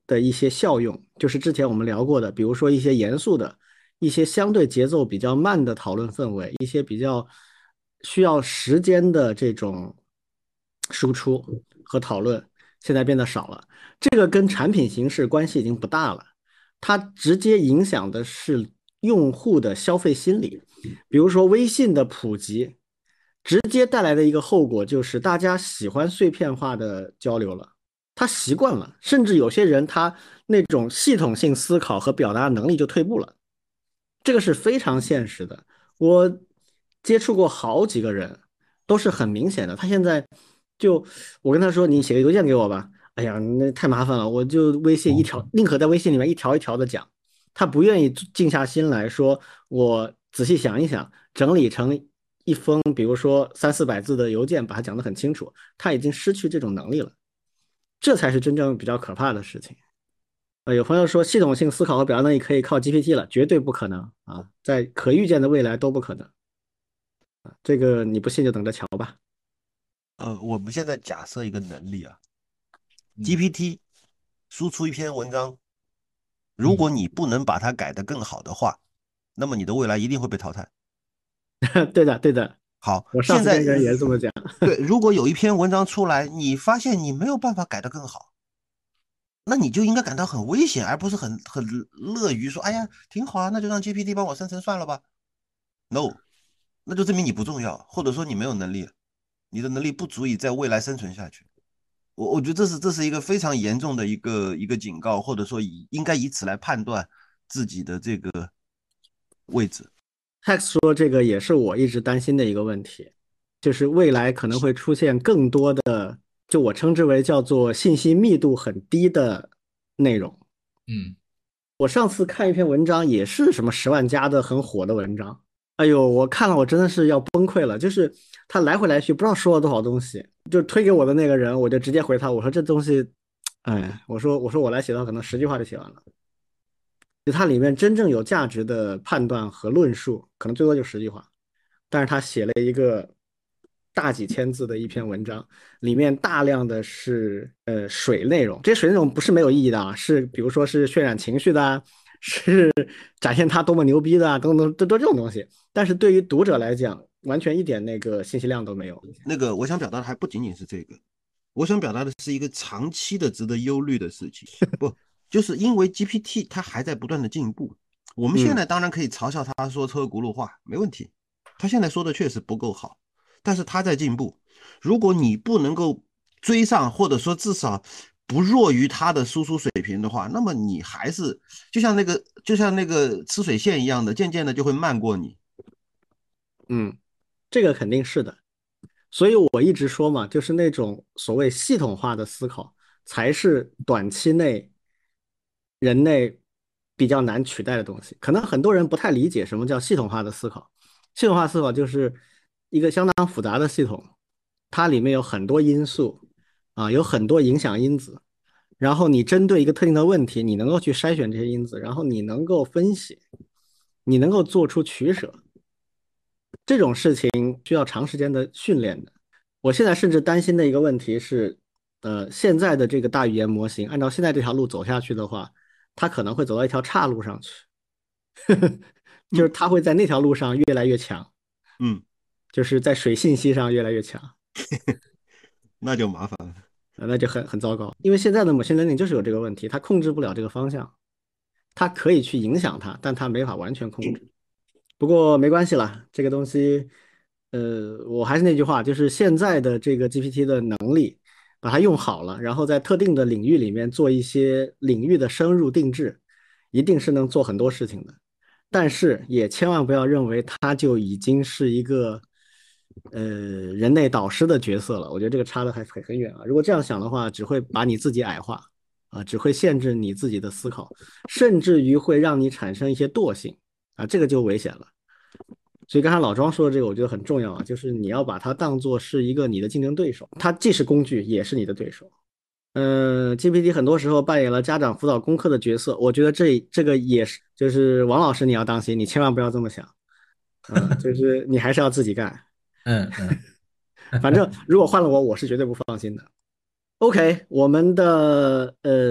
的一些效用，就是之前我们聊过的，比如说一些严肃的、一些相对节奏比较慢的讨论氛围，一些比较需要时间的这种输出和讨论，现在变得少了。这个跟产品形式关系已经不大了，它直接影响的是用户的消费心理。比如说微信的普及，直接带来的一个后果就是大家喜欢碎片化的交流了。他习惯了，甚至有些人他那种系统性思考和表达能力就退步了，这个是非常现实的。我接触过好几个人，都是很明显的。他现在就我跟他说，你写个邮件给我吧，哎呀，那太麻烦了，我就微信一条，宁可在微信里面一条一条的讲，他不愿意静下心来说，我仔细想一想，整理成一封，比如说三四百字的邮件，把它讲得很清楚，他已经失去这种能力了。这才是真正比较可怕的事情。呃，有朋友说系统性思考和表达能力可以靠 G P T 了，绝对不可能啊，在可预见的未来都不可能。这个你不信就等着瞧吧。 呃，我们现在假设一个能力啊嗯 ，G P T 输出一篇文章，如嗯果你不能把它改得更好的话，那么你的未来一定会被淘汰。 对的，对的， 好， 我上现在次跟一个人也是这么讲。 对，如果有一篇文章出来，你发现你没有办法改得更好，那你就应该感到很危险，而不是很很乐于说，哎呀，挺好啊，那就让 G P T 帮我生成算了吧。No，那就证明你不重要，或者说你没有能力，你的能力不足以在未来生存下去。我我觉得这是这是一个非常严重的一个一个警告，或者说以应该以此来判断自己的这个位置。 Tax 说这个也是我一直担心的一个问题，就是未来可能会出现更多的，就我称之为叫做信息密度很低的内容。 嗯我上次看一篇文章，也是什么十万加的很火的文章，哎呦，我看了我真的是要崩溃了。就是他来回来去不知道说了多少东西，就推给我的那个人，我就直接回他，我说这东西，哎，我说我说我来写的话，可能十句话就写完了。就它里面真正有价值的判断和论述，可能最多就十句话，但是他写了一个大几千字的一篇文章，里面大量的是呃水内容，这些水内容不是没有意义的啊，是比如说是渲染情绪的啊，是展现他多么牛逼的啊，等等，都都这种东西。但是对于读者来讲，完全一点那个信息量都没有。 那个我想表达的还不仅仅是这个，我想表达的是一个长期的值得忧虑的事情。不，就是因为 G P T 它还在不断的进步，我们现嗯在当然可以嘲笑它说车轱辘话，没问题，它现在说的确实不够好，但是它在进步。如果你不能够追上，或者说至少不弱于它的输出水平的话，那么你还是就像那个就像那个吃水线一样的，渐渐的就会慢过你。 嗯，这个肯定是的。所以我一直说嘛，就是那种所谓系统化的思考，才是短期内人类比较难取代的东西。可能很多人不太理解什么叫系统化的思考。系统化思考就是一个相当复杂的系统，它里面有很多因素啊，有很多影响因子。然后你针对一个特定的问题，你能够去筛选这些因子，然后你能够分析，你能够做出取舍。这种事情需要长时间的训练的。我现在甚至担心的一个问题是，呃，现在的这个大语言模型按照现在这条路走下去的话，它可能会走到一条岔路上去，就是嗯它会在那条路上越来越强， 嗯， 就是在水信息上越来越强， 那就麻烦了。 呃那就很很糟糕。因为现在的 machine learning 就是有这个问题，它控制不了这个方向，它可以去影响它，但它没法完全控制。不过没关系啦，这个东西，呃，我还是那句话，就是现在的这个 G P T 的能力，把它用好了，然后在特定的领域里面做一些领域的深入定制，一定是能做很多事情的。但是也千万不要认为它就已经是一个呃人类导师的角色了。我觉得这个差的还很很远啊。如果这样想的话，只会把你自己矮化啊，只会限制你自己的思考，甚至于会让你产生一些惰性啊，这个就危险了。所以刚才老庄说的这个，我觉得很重要啊，就是你要把它当做是一个你的竞争对手，它既是工具，也是你的对手。嗯，G P T 很多时候扮演了家长辅导功课的角色，我觉得这这个也是，就是王老师你要当心，你千万不要这么想啊，就是你还是要自己干。 嗯嗯反正如果换了我，我是绝对不放心的。OK，我们的呃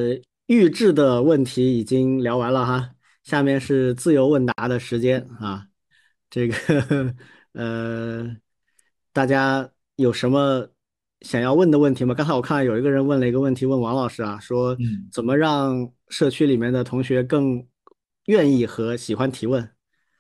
预制的问题已经聊完了哈，下面是自由问答的时间啊。这个呃，大家有什么想要问的问题吗？刚才我看到有一个人问了一个问题，问王老师啊，说嗯， 怎么让社区里面的同学更愿意和喜欢提问？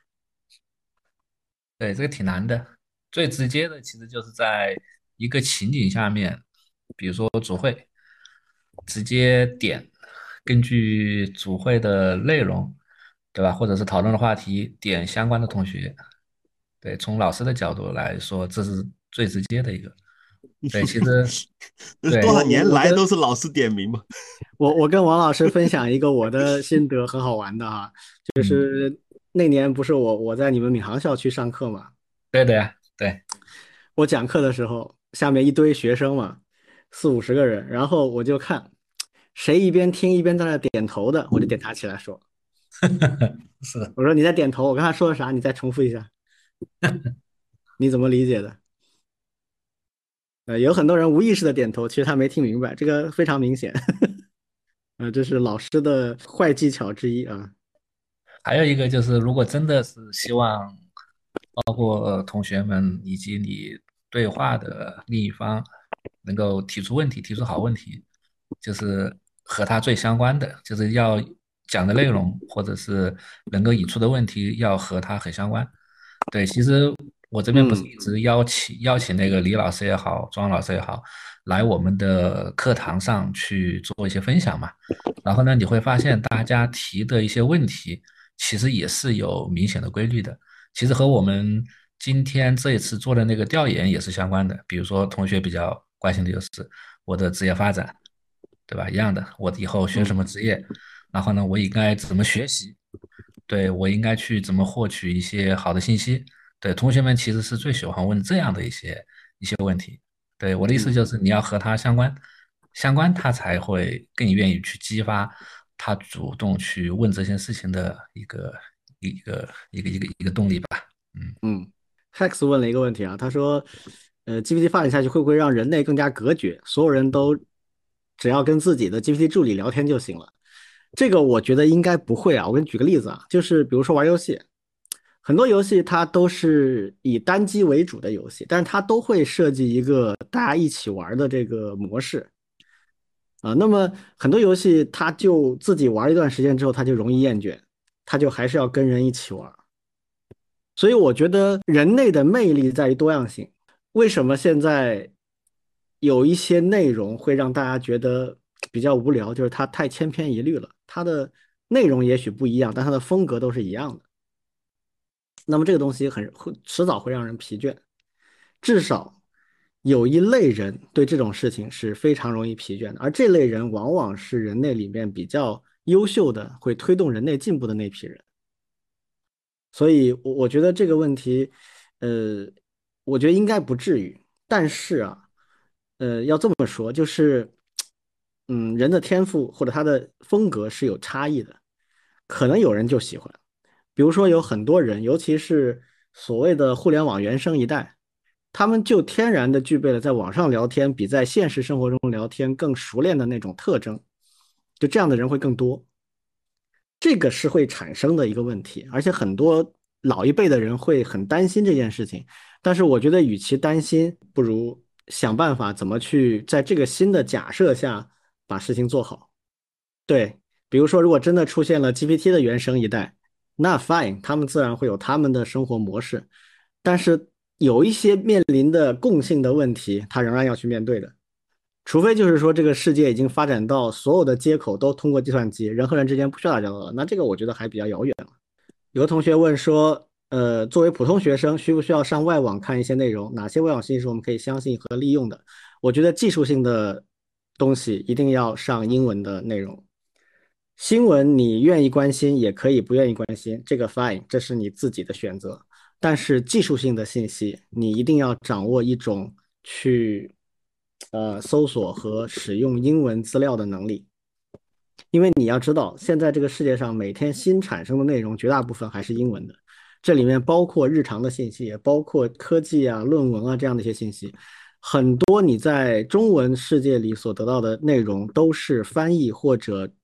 对，这个挺难的。最直接的其实就是在一个情景下面，比如说组会，直接点，根据组会的内容，对吧？或者是讨论的话题，点相关的同学。对，从老师的角度来说，这是最直接的一个。对，其实那是多对， 少我我年来我跟都是老师点名嘛。 我我跟王老师分享一个我的心得，很好玩的哈，就嗯， 是那年不是我我在你们闵行校区上课嘛， 对的呀，对， 我讲课的时候，下面一堆学生嘛，四五十个人，然后我就看谁一边听一边在那点头的，我就点他起来说， 是的。 我说你在点头，我刚才说的啥？你再重复一下，你怎么理解的？呃，有很多人无意识的点头，其实他没听明白，这个非常明显，呃，这是老师的坏技巧之一啊。 还有一个就是，如果真的是希望包括同学们以及你对话的另一方能够提出问题，提出好问题，就是和他最相关的，就是要讲的内容或者是能够引出的问题要和他很相关。对，其实我这边不是嗯一直邀请邀请那个李老师也好，庄老师也好，来我们的课堂上去做一些分享嘛。然后呢，你会发现大家提的一些问题，其实也是有明显的规律的。其实和我们今天这一次做的那个调研也是相关的。比如说，同学比较关心的就是我的职业发展，对吧？一样的，我以后学什嗯么职业，然后呢，我应该怎么学习，对，我应该去怎么获取一些好的信息。对，同学们其实是最喜欢问这样的一些一些问题。对，我的意思嗯就是你要和他相关，相关他才会更愿意去激发他主动去问这些事情的一个一个一个一个一个动力吧。嗯。 嗯，Hex 问了一个问题啊，他说，呃，G P T 发展下去会不会让人类更加隔绝？所有人都只要跟自己的 G P T 助理聊天就行了。这个我觉得应该不会啊。我给你举个例子啊，就是比如说玩游戏，很多游戏它都是以单机为主的游戏，但是它都会设计一个大家一起玩的这个模式啊。那么很多游戏它就自己玩一段时间之后，它就容易厌倦，它就还是要跟人一起玩。所以我觉得人类的魅力在于多样性。为什么现在有一些内容会让大家觉得比较无聊？就是它太千篇一律了，它的内容也许不一样，但它的风格都是一样的。那么这个东西很会迟早会让人疲倦，至少有一类人对这种事情是非常容易疲倦的，而这类人往往是人类里面比较优秀的，会推动人类进步的那批人。所以我，我觉得这个问题，呃，我觉得应该不至于。但是啊，呃，要这么说，就是，嗯，人的天赋或者他的风格是有差异的，可能有人就喜欢。比如说，有很多人，尤其是所谓的互联网原生一代，他们就天然的具备了在网上聊天比在现实生活中聊天更熟练的那种特征，就这样的人会更多。这个是会产生的一个问题，而且很多老一辈的人会很担心这件事情。但是我觉得，与其担心，不如想办法怎么去在这个新的假设下把事情做好。对，比如说，如果真的出现了 G P T 的原生一代，那 fine，他们自然会有他们的生活模式。但是有一些面临的共性的问题，他仍然要去面对的。除非就是说这个世界已经发展到所有的接口都通过计算机，人和人之间不需要打交道了，那这个我觉得还比较遥远了。有个同学问说，呃，作为普通学生，需不需要上外网看一些内容？哪些外网信息是我们可以相信和利用的？我觉得技术性的东西一定要上英文的内容。新闻你愿意关心，也可以不愿意关心，这个 fine，这是你自己的选择。但是技术性的信息，你一定要掌握一种去呃搜索和使用英文资料的能力，因为你要知道，现在这个世界上每天新产生的内容，绝大部分还是英文的，这里面包括日常的信息，也包括科技啊、论文啊这样的一些信息。很多你在中文世界里所得到的内容，都是翻译或者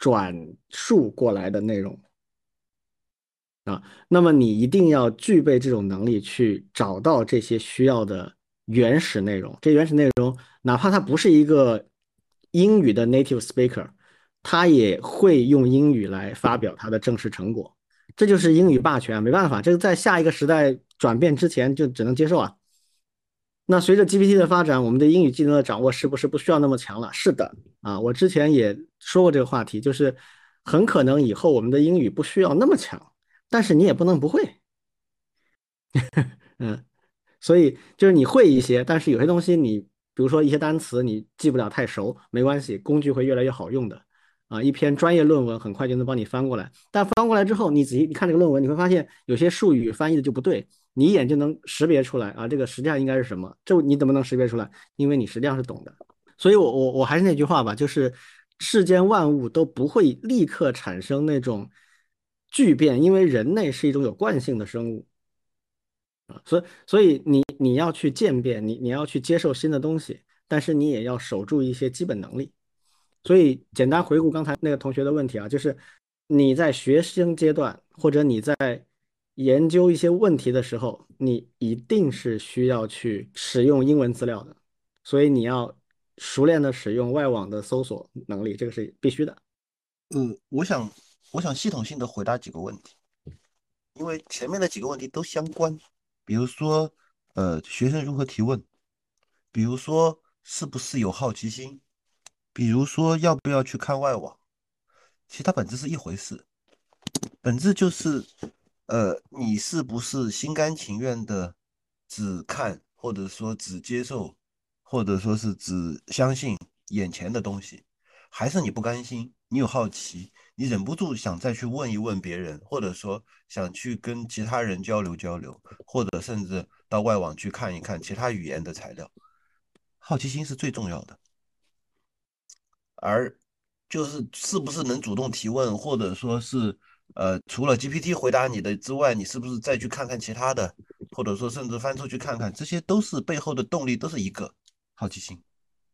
转述过来的内容啊。那么你一定要具备这种能力，去找到这些需要的原始内容。这原始内容，哪怕它不是一个英语的 native speaker，他也会用英语来发表他的正式成果。这就是英语霸权，没办法，这个在下一个时代转变之前就只能接受啊。那随着 G P T 的发展，我们对英语技能的掌握是不是不需要那么强了？是的，啊，我之前也说过这个话题，就是很可能以后我们的英语不需要那么强，但是你也不能不会，嗯，所以就是你会一些，但是有些东西你，比如说一些单词你记不了太熟，没关系，工具会越来越好用的。啊，一篇专业论文很快就能帮你翻过来，但翻过来之后，你仔细你看这个论文，你会发现有些术语翻译的就不对，你一眼就能识别出来啊，这个实际上应该是什么？这你怎么能识别出来？因为你实际上是懂的。所以我我我还是那句话吧，就是世间万物都不会立刻产生那种巨变，因为人类是一种有惯性的生物。所以，所以你你要去渐变，你你要去接受新的东西，但是你也要守住一些基本能力。所以，简单回顾刚才那个同学的问题啊，就是你在学生阶段，或者你在研究一些问题的时候，你一定是需要去使用英文资料的，所以你要熟练的使用外网的搜索能力，这个是必须的。 呃，我想我想系统性的回答几个问题，因为前面的几个问题都相关，比如说呃学生如何提问，比如说是不是有好奇心，比如说要不要去看外网，其实它本质是一回事，本质就是，呃，你是不是心甘情愿的只看，或者说只接受，或者说是只相信眼前的东西，还是你不甘心，你有好奇，你忍不住想再去问一问别人，或者说想去跟其他人交流交流，或者甚至到外网去看一看其他语言的材料，好奇心是最重要的。而就是是不是能主动提问，或者说是呃，除了 G P T 回答你的之外，你是不是再去看看其他的，或者说甚至翻出去看看，这些都是背后的动力，都是一个好奇心。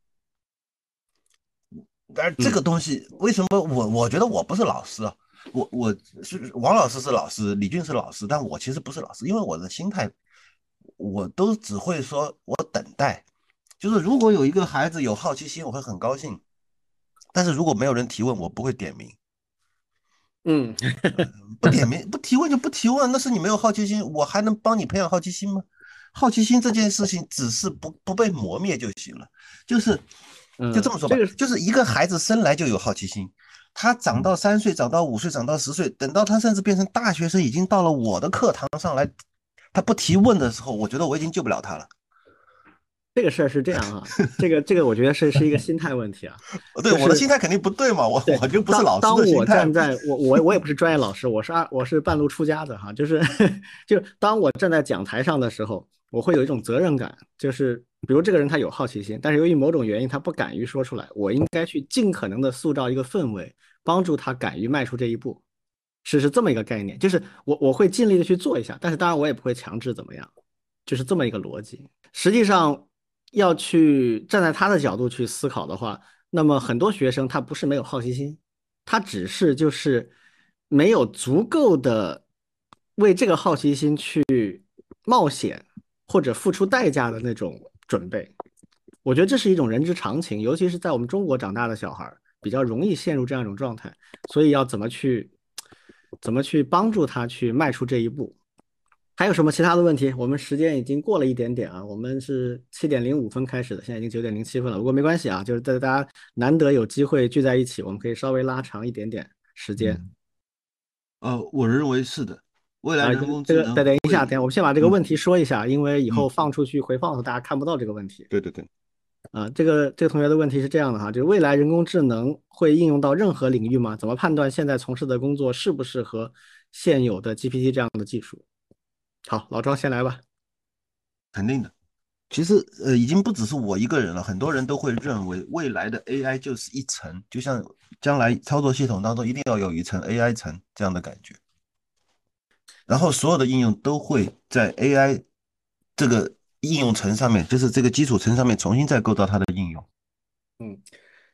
而这嗯个东西为什么我我觉得我不是老师啊？我我是王老师是老师，李俊是老师，但我其实不是老师，因为我的心态，我都只会说我等待。就是如果有一个孩子有好奇心，我会很高兴。但是如果没有人提问，我不会点名。 嗯， 不点名不提问就不提问，那是你没有好奇心，我还能帮你培养好奇心吗？好奇心这件事情只是不不被磨灭就行了，就是就这嗯， 么说吧， 这个就是一个孩子生来就有好奇心，他长到三岁，长到五岁，长到十岁，等到他甚至变成大学生，已经到了我的课堂上来，他不提问的时候，我觉得我已经救不了他了。 这个事儿是这样哈，这个这个我觉得是是一个心态问题啊， 对， 就是我的心态肯定不对嘛，我对， 我就不是当老师当我的心态。 站在我我我也不是专业老师，我是二我是半路出家的哈，就是就当我站在讲台上的时候，我会有一种责任感，就是比如这个人他有好奇心，但是由于某种原因他不敢于说出来，我应该去尽可能的塑造一个氛围，帮助他敢于迈出这一步，是是这么一个概念，就是我我会尽力的去做一下，但是当然我也不会强制怎么样，就是这么一个逻辑。实际上要去站在他的角度去思考的话。那么很多学生他不是没有好奇心，他只是就是没有足够的为这个好奇心去冒险或者付出代价的那种准备。我觉得这是一种人之常情，尤其是在我们中国长大的小孩儿，比较容易陷入这样一种状态。所以要怎么去怎么去帮助他去迈出这一步？还有什么其他的问题？我们时间已经过了一点点啊，我们是七点零五分开始的，现在已经九点零七分了。不过没关系啊，就是在大家难得有机会聚在一起，我们可以稍微拉长一点点时间嗯，呃，我认为是的，未来啊。 人这个这个， 工智能等等一下，等一下， 会， 我们先把这个嗯问题说一下，因为以后嗯， 放出去回放的时候大家看不到这个问题对对对。 啊。这个这个同学的问题是这样的哈，就是未来人工智能会应用到任何领域吗？怎么判断现在从事的工作适不适合现有的 G P T 这样的技术？好，老庄先来吧。 肯定的。其实，呃，已经不只是我一个人了，很多人都会认为未来的 A I 就是一层，就像将来操作系统当中一定要有一层 A I 层这样的感觉，然后所有的应用都会在 A I 这个应用层上面，就是这个基础层上面重新再构造它的应用。 嗯。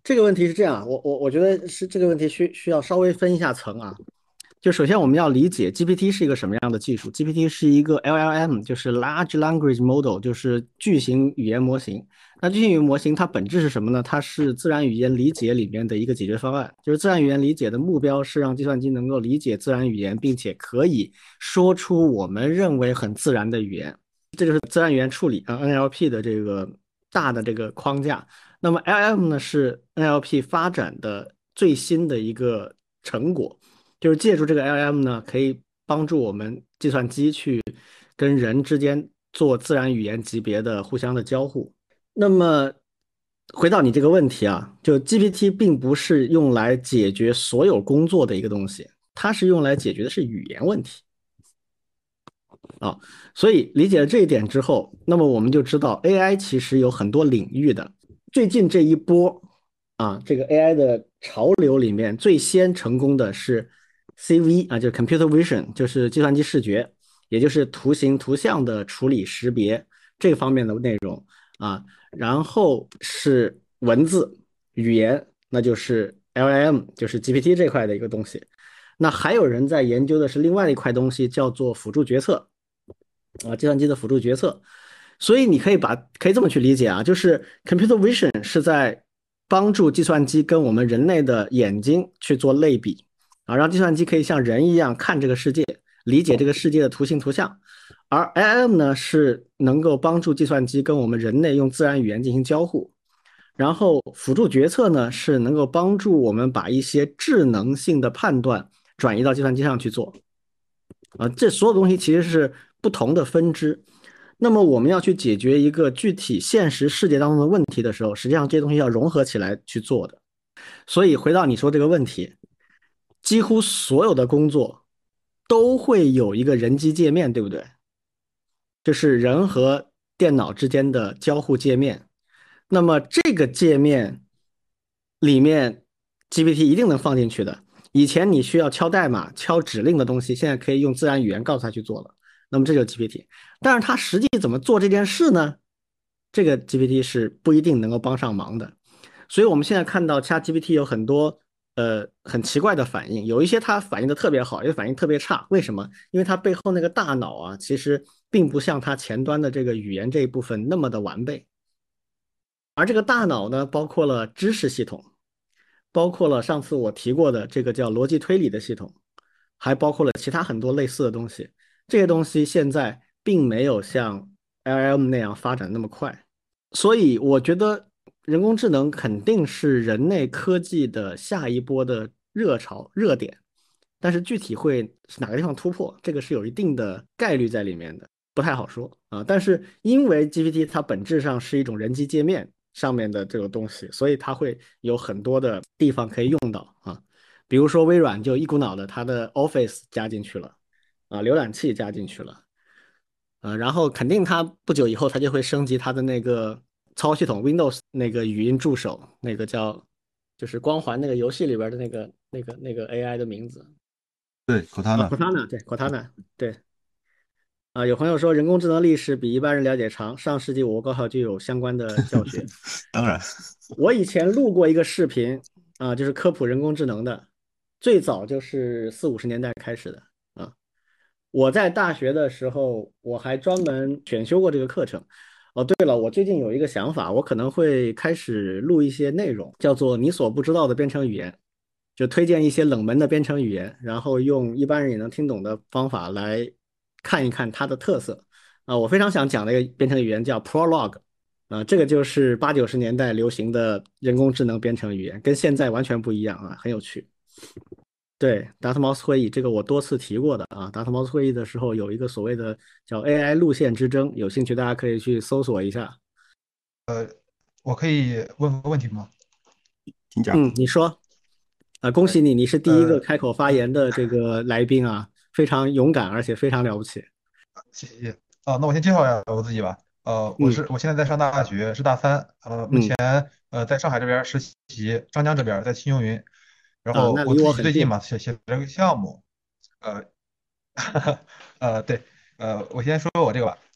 这个问题是这样，我我我觉得是这个问题需需要稍微分一下层啊。就首先我们要理解 G P T 是一个什么样的技术，G P T 是一个 L L M，就是 Large Language Model，就是巨型语言模型。那巨型语言模型它本质是什么呢？它是自然语言理解里面的一个解决方案。就是自然语言理解的目标是让计算机能够理解自然语言，并且可以说出我们认为很自然的语言。这就是自然语言处理啊 N L P 的这个大的这个框架。那么 L L M 呢是 N L P 发展的最新的一个成果，就是借助这个 L L M 呢，可以帮助我们计算机去跟人之间做自然语言级别的互相的交互。那么回到你这个问题啊，就 G P T 并不是用来解决所有工作的一个东西，它是用来解决的是语言问题。啊，所以理解了这一点之后，那么我们就知道 A I 其实有很多领域的。最近这一波啊，这个 A I 的潮流里面，最先成功的是 C V 啊，就是 Computer Vision，就是计算机视觉，也就是图形图像的处理识别这个方面的内容啊。然后是文字语言，那就是 L L M，就是 G P T 这块的一个东西。那还有人在研究的是另外一块东西，叫做辅助决策。啊，计算机的辅助决策。所以你可以把可以这么去理解啊，就是 computer vision 是在帮助计算机跟我们人类的眼睛去做类比啊，让计算机可以像人一样看这个世界，理解这个世界的图形图像。而 L L M 呢，是能够帮助计算机跟我们人类用自然语言进行交互。然后辅助决策呢，是能够帮助我们把一些智能性的判断转移到计算机上去做。啊，这所有东西其实是不同的分支。那么我们要去解决一个具体现实世界当中的问题的时候，实际上这些东西要融合起来去做的。所以回到你说这个问题，几乎所有的工作都会有一个人机界面，对不对？就是人和电脑之间的交互界面。那么这个界面里面 G P T 一定能放进去的。以前你需要敲代码、敲指令的东西，现在可以用自然语言告诉它去做了。那么这就是 G P T。但是它实际怎么做这件事呢？这个 G P T 是不一定能够帮上忙的。所以我们现在看到 ChatGPT 有很多呃很奇怪的反应，有一些它反应的特别好，有些反应特别差。为什么？因为它背后那个大脑啊，其实并不像它前端的这个语言这一部分那么的完备。而这个大脑呢，包括了知识系统，包括了上次我提过的这个叫逻辑推理的系统，还包括了其他很多类似的东西。这些东西现在并没有像 L L M 那样发展那么快，所以我觉得人工智能肯定是人类科技的下一波的热潮热点，但是具体会是哪个地方突破，这个是有一定的概率在里面的，不太好说啊。但是因为 G P T 它本质上是一种人机界面上面的这个东西，所以它会有很多的地方可以用到啊。比如说微软就一股脑的它的 Office 加进去了啊，浏览器加进去了。呃，然后肯定它不久以后它就会升级它的那个操作系统 Windows 那个语音助手，那个叫就是光环那个游戏里边的那个那个那个 A I 的名字对啊 ，Cortana。 ，Cortana，对，Cortana，对啊，有朋友说人工智能历史比一般人了解长，上世纪我国高考就有相关的教学。 当然。 我以前录过一个视频啊，就是科普人工智能的，最早就是四五十年代开始的啊。我在大学的时候，我还专门选修过这个课程。哦，对了，我最近有一个想法，我可能会开始录一些内容，叫做“你所不知道的编程语言”，就推荐一些冷门的编程语言，然后用一般人也能听懂的方法来看一看它的特色。啊，我非常想讲的一个编程语言叫 Prolog，啊，这个就是八九十年代流行的人工智能编程语言，跟现在完全不一样啊，很有趣。对，达特茅斯会议这个我多次提过的啊。达特茅斯会议的时候有一个所谓的叫 A I 路线之争，有兴趣大家可以去搜索一下。 我可以问个问题吗？ 请讲。 嗯，你说啊，恭喜你，你是第一个呃， 开口发言的这个来宾啊，非常勇敢，而且非常了不起。 谢谢。啊，那我先介绍一下我自己吧。呃，我嗯是我现在在上大学，是大三。呃，目嗯前呃在上海这边实习，张江这边在青幽云。然啊，那离后我自我很近。 己最近嘛写写了个项目。呃，呃对，呃我先说我这个吧。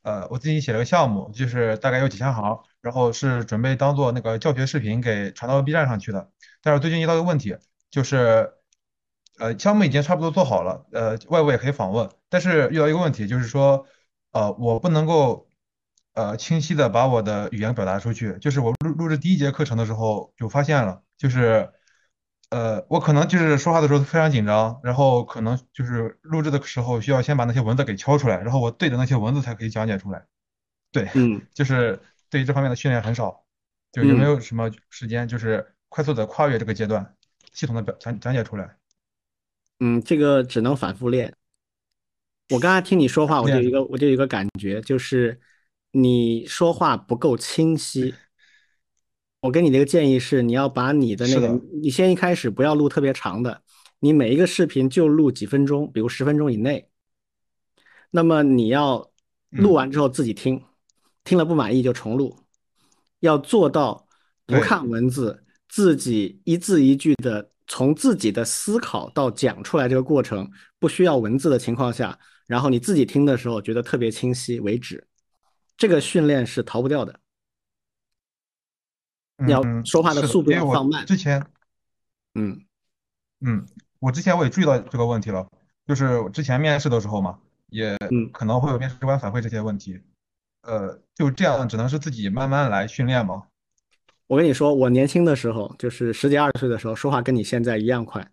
呃，我自己写了个项目，就是大概有几千行，然后是准备当做那个教学视频给传到 B 站上去的。但是最近遇到一个问题，就是呃，项目已经差不多做好了，呃，外部也可以访问，但是遇到一个问题，就是说，呃，我不能够呃清晰的把我的语言表达出去。就是我录录制第一节课程的时候就发现了，就是呃，我可能就是说话的时候非常紧张，然后可能就是录制的时候需要先把那些文字给敲出来，然后我对着那些文字才可以讲解出来。对， 嗯就是对于这方面的训练很少。就有没嗯有什么时间，就是快速的跨越这个阶段，系统的表讲讲解出来？ 嗯，这个只能反复练。我刚才听你说话，我就有练是吧？ 一个我就有一个感觉，就是你说话不够清晰。我给你的一个建议是，你要把你的那个， 是的。 你先一开始不要录特别长的，你每一个视频就录几分钟，比如十分钟以内。那么你要录嗯， 完之后自己听，听了不满意就重录，要做到不对。 看文字，自己一字一句的从自己的思考到讲出来这个过程，不需要文字的情况下，然后你自己听的时候觉得特别清晰为止。这个训练是逃不掉的，你要嗯， 说话的是的， 速度因为我要放慢。 之前， 嗯嗯，我之前我也注意到这个问题了，就是我之前面试的时候嘛，也嗯。 可能会有面试官反馈这些问题。呃，就这样，只能是自己慢慢来训练嘛。 我跟你说，我年轻的时候，就是十几二十岁的时候，说话跟你现在一样快。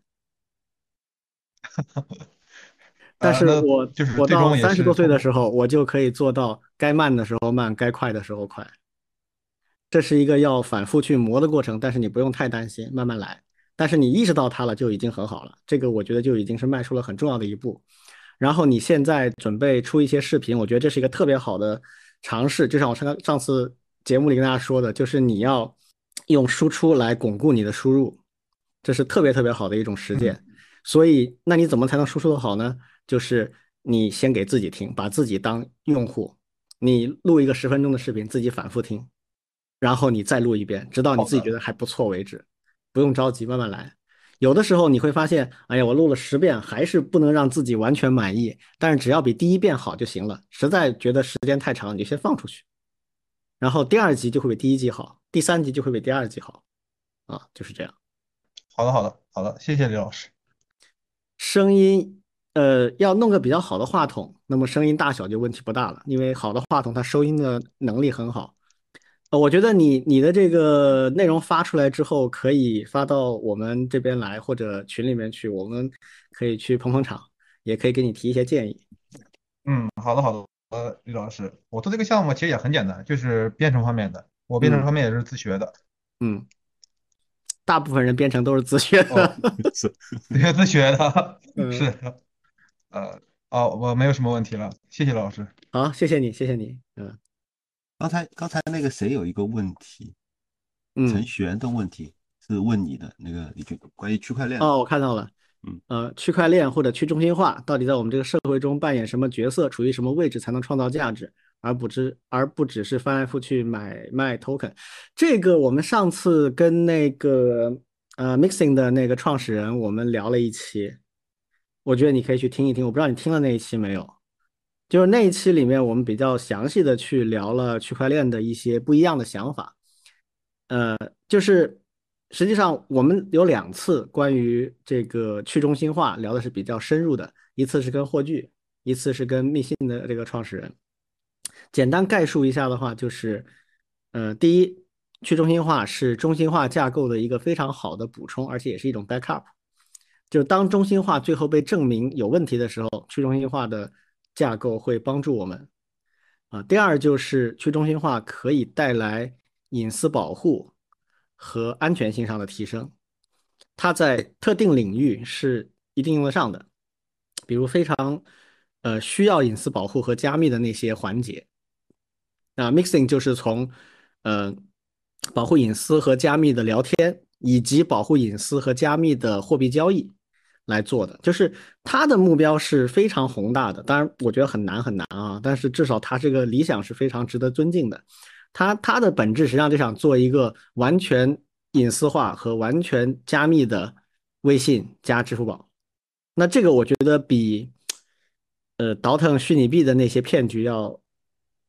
但呃，那是我就是我到最终也三十多是通过。 岁的时候，我就可以做到该慢的时候慢，该快的时候快。这是一个要反复去磨的过程，但是你不用太担心，慢慢来。但是你意识到它了，就已经很好了。这个我觉得就已经是迈出了很重要的一步。然后你现在准备出一些视频，我觉得这是一个特别好的尝试。就像我上上次节目里跟大家说的，就是你要用输出来巩固你的输入，这是特别特别好的一种实嗯， 践。所以，那你怎么才能输出的好呢？就是你先给自己听，把自己当用户，你录一个十分钟的视频，自己反复听。然后你再录一遍，直到你自己觉好的。 得还不错为止，不用着急，慢慢来。有的时候你会发现，哎呀，我录了十遍还是不能让自己完全满意，但是只要比第一遍好就行了。实在觉得时间太长，你就先放出去，然后第二集就会比第一集好，第三集就会比第二集好啊，就是这样。 好的，好的，好的，谢谢李老师。 声音，呃，要弄个比较好的话筒，那么声音大小就问题不大了，因为好的话筒它收音的能力很好。呃，我觉得你你的这个内容发出来之后，可以发到我们这边来，或者群里面去，我们可以去捧捧场，也可以给你提一些建议。 嗯，好的，好的，呃，李老师，我做这个项目其实也很简单，就是编程方面的，我编程嗯方面也是自学的。 嗯，大部分人编程都是自学哦， 的。 是。 对，自学的。 嗯， 是的。呃，哦，我没有什么问题了，谢谢老师。 好，谢谢你，谢谢你。嗯刚才刚才那个谁有一个问题，陈嗯， 璇的问题是问你的那个，你就关于区块链的。 哦，我看到了。 嗯， 呃，区块链或者去中心化到底在我们这个社会中扮演什么角色，处于什么位置才能创造价值，而不只而不只是翻来覆去买卖 token。这个我们上次跟那个呃 Mixing 的那个创始人我们聊了一期，我觉得你可以去听一听。我不知道你听了那一期没有？就是那一期里面我们比较详细的去聊了区块链的一些不一样的想法。就是实际上我们有两次关于这个去中心化聊的是比较深入的，一次是跟霍炬，一次是跟密信的这个创始人。简单概述一下的话，就是，呃，第一，去中心化是中心化架构的一个非常好的补充，而且也是一种 backup。就是当中心化最后被证明有问题的时候，去中心化的架构会帮助我们。啊，第二就是去中心化可以带来隐私保护和安全性上的提升，它在特定领域是一定用得上的，比如非常呃需要隐私保护和加密的那些环节。那 mixing 就是从呃保护隐私和加密的聊天，以及保护隐私和加密的货币交易来做的，就是它的目标是非常宏大的，当然我觉得很难很难啊，但是至少它这个理想是非常值得尊敬的。它它的本质实际上就想做一个完全隐私化和完全加密的微信加支付宝。那这个我觉得比呃倒腾虚拟币的那些骗局要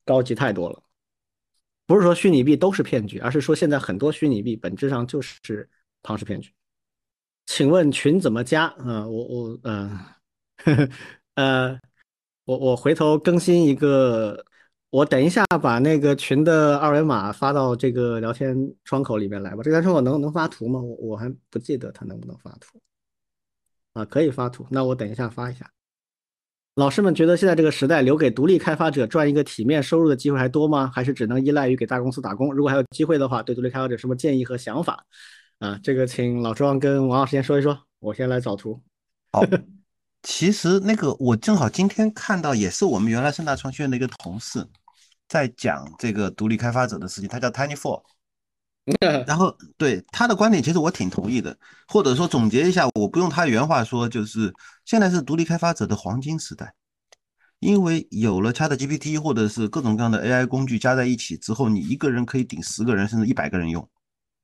高级太多了。不是说虚拟币都是骗局，而是说现在很多虚拟币本质上就是庞氏骗局。请问群怎么加？啊、呃我我嗯呃呃，我我回头更新一个，我等一下把那个群的二维码发到这个聊天窗口里面来吧。这个窗口能能发图吗？我我还不记得它能不能发图啊，可以发图，那我等一下发一下。老师们觉得现在这个时代留给独立开发者赚一个体面收入的机会还多吗？还是只能依赖于给大公司打工？如果还有机会的话，对独立开发者有什么建议和想法？啊，这个请老庄跟王老师先说一说，我先来找图。 好，其实那个我正好今天看到，也是我们原来盛大创新院的一个同事在讲这个独立开发者的事情，他叫 Tiny Four。然后对他的观点，其实我挺同意的，或者说总结一下，我不用他原话说，就是现在是独立开发者的黄金时代，因为有了 ChatGPT 或者是各种各样的 A I 工具加在一起之后，你一个人可以顶十个人甚至一百个人用。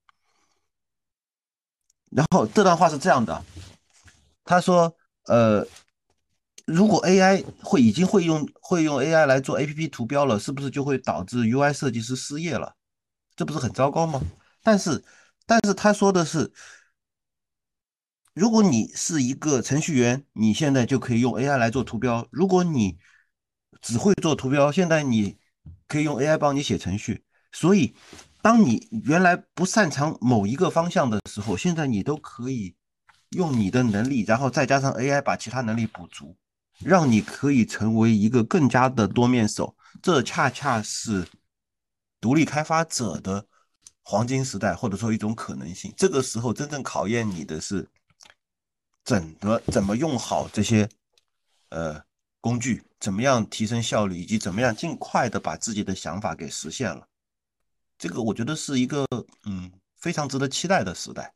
然后这段话是这样的，他说，呃，如果 A I 会已经会用会用 A I 来做 A P P 图标了，是不是就会导致 U I 设计师失业了？这不是很糟糕吗？但是，但是他说的是，如果你是一个程序员，你现在就可以用 A I 来做图标；如果你只会做图标，现在你可以用 A I 帮你写程序。所以，当你原来不擅长某一个方向的时候，现在你都可以用你的能力，然后再加上 A I 把其他能力补足，让你可以成为一个更加的多面手。这恰恰是独立开发者的黄金时代，或者说一种可能性。这个时候真正考验你的是怎么怎么用好这些呃工具，怎么样提升效率，以及怎么样尽快的把自己的想法给实现了。这个我觉得是一个嗯非常值得期待的时代。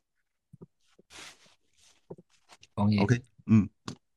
同意。 OK，嗯，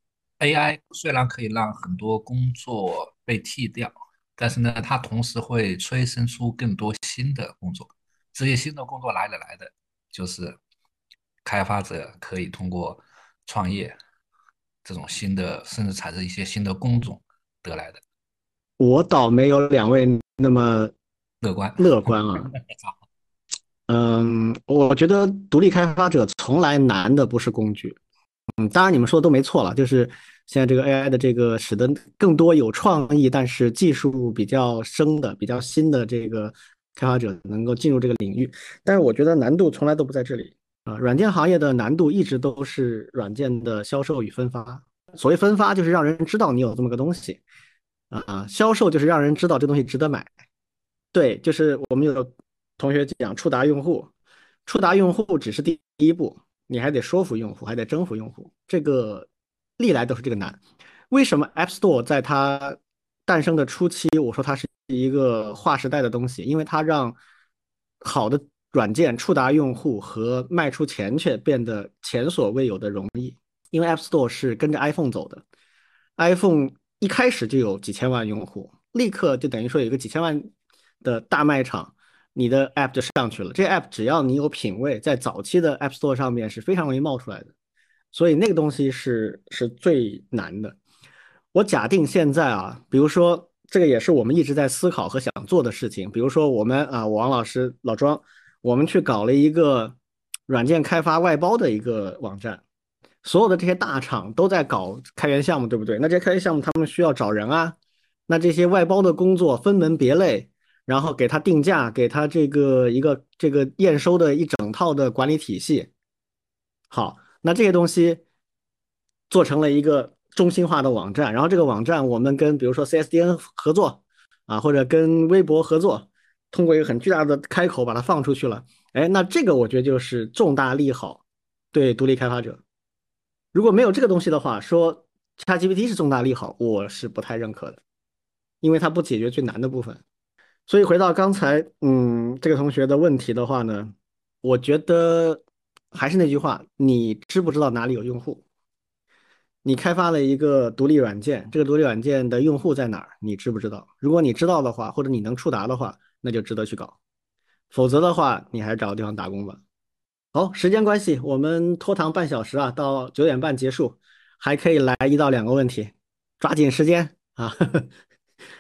A I 虽然可以让很多工作被替掉，但是呢，它同时会催生出更多新的工作。这些新的工作来了来的，就是开发者可以通过创业这种新的，甚至产生一些新的工种得来的。 我倒没有两位那么乐观。 乐观啊。嗯，我觉得独立开发者从来难的不是工具。嗯，当然你们说的都没错了，就是现在这个 A I 的这个使得更多有创意，但是技术比较深的、比较新的这个开发者能够进入这个领域。但是我觉得难度从来都不在这里啊。软件行业的难度一直都是软件的销售与分发。所谓分发，就是让人知道你有这么个东西啊；销售就是让人知道这东西值得买。对，就是我们有同学讲触达用户，触达用户只是第一步，你还得说服用户，还得征服用户，这个历来都是这个难。为什么 App Store 在它诞生的初期，我说它是一个划时代的东西？因为它让好的软件触达用户和卖出钱却变得前所未有的容易。因为 App Store 是跟着 iPhone 走的，iPhone 一开始就有几千万用户，立刻就等于说有一个几千万的大卖场，你的 App 就上去了。这 App 只要你有品位，在早期的 App Store 上面是非常容易冒出来的，所以那个东西是是最难的。我假定现在啊，比如说这个也是我们一直在思考和想做的事情，比如说我们啊，我王老师、老庄，我们去搞了一个软件开发外包的一个网站。所有的这些大厂都在搞开源项目，对不对？那这些开源项目他们需要找人啊，那这些外包的工作分门别类，然后给他定价，给他这个一个这个验收的一整套的管理体系。好，那这些东西做成了一个中心化的网站，然后这个网站我们跟比如说 C S D N 合作啊，或者跟微博合作，通过一个很巨大的开口把它放出去了。哎，那这个我觉得就是重大利好，对独立开发者。如果没有这个东西的话，说 ChatGPT 是重大利好，我是不太认可的，因为它不解决最难的部分。所以回到刚才，嗯，这个同学的问题的话呢，我觉得还是那句话，你知不知道哪里有用户？你开发了一个独立软件，这个独立软件的用户在哪儿？你知不知道？如果你知道的话，或者你能触达的话，那就值得去搞；否则的话，你还是找个地方打工吧。好，时间关系，我们拖堂半小时啊，到九点半结束，还可以来一到两个问题，抓紧时间啊。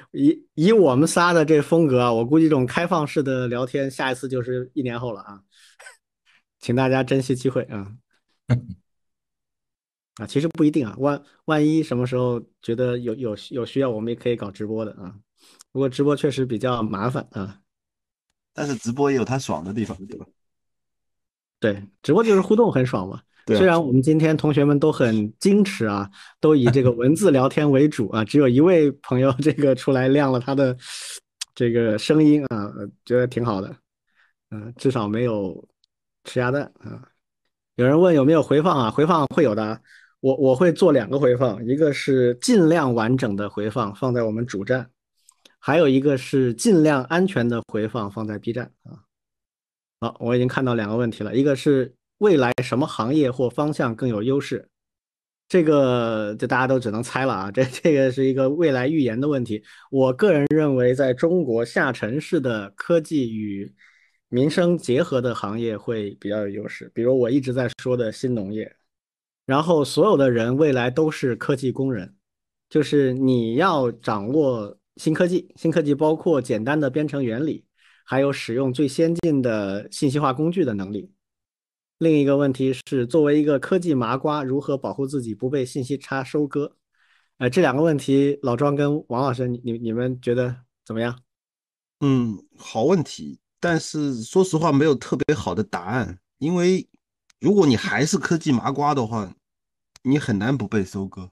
以以我们仨的这风格啊，我估计这种开放式的聊天，下一次就是一年后了啊，请大家珍惜机会啊啊！其实不一定啊，万万一什么时候觉得有有有需要，我们也可以搞直播的啊。不过直播确实比较麻烦啊。 但是直播也有它爽的地方，对吧？ 对，直播就是互动很爽嘛。 对啊， 虽然我们今天同学们都很矜持啊，都以这个文字聊天为主啊，只有一位朋友这个出来亮了他的这个声音啊，呃觉得挺好的。嗯、至少没有吃鸭蛋啊。有人问有没有回放啊？回放会有的啊，我我会做两个回放，一个是尽量完整的回放放在我们主站，还有一个是尽量安全的回放放在 B 站啊。好，我已经看到两个问题了，一个是未来什么行业或方向更有优势，这个就大家都只能猜了啊，这这个是一个未来预言的问题。我个人认为，在中国下沉市的科技与民生结合的行业会比较有优势，比如我一直在说的新农业。然后所有的人未来都是科技工人，就是你要掌握新科技，新科技包括简单的编程原理，还有使用最先进的信息化工具的能力。另一个问题是，作为一个科技麻瓜，如何保护自己不被信息差收割？呃，这两个问题，老庄跟王老师，你你你们觉得怎么样？ 嗯，好问题，但是说实话没有特别好的答案，因为如果你还是科技麻瓜的话，你很难不被收割。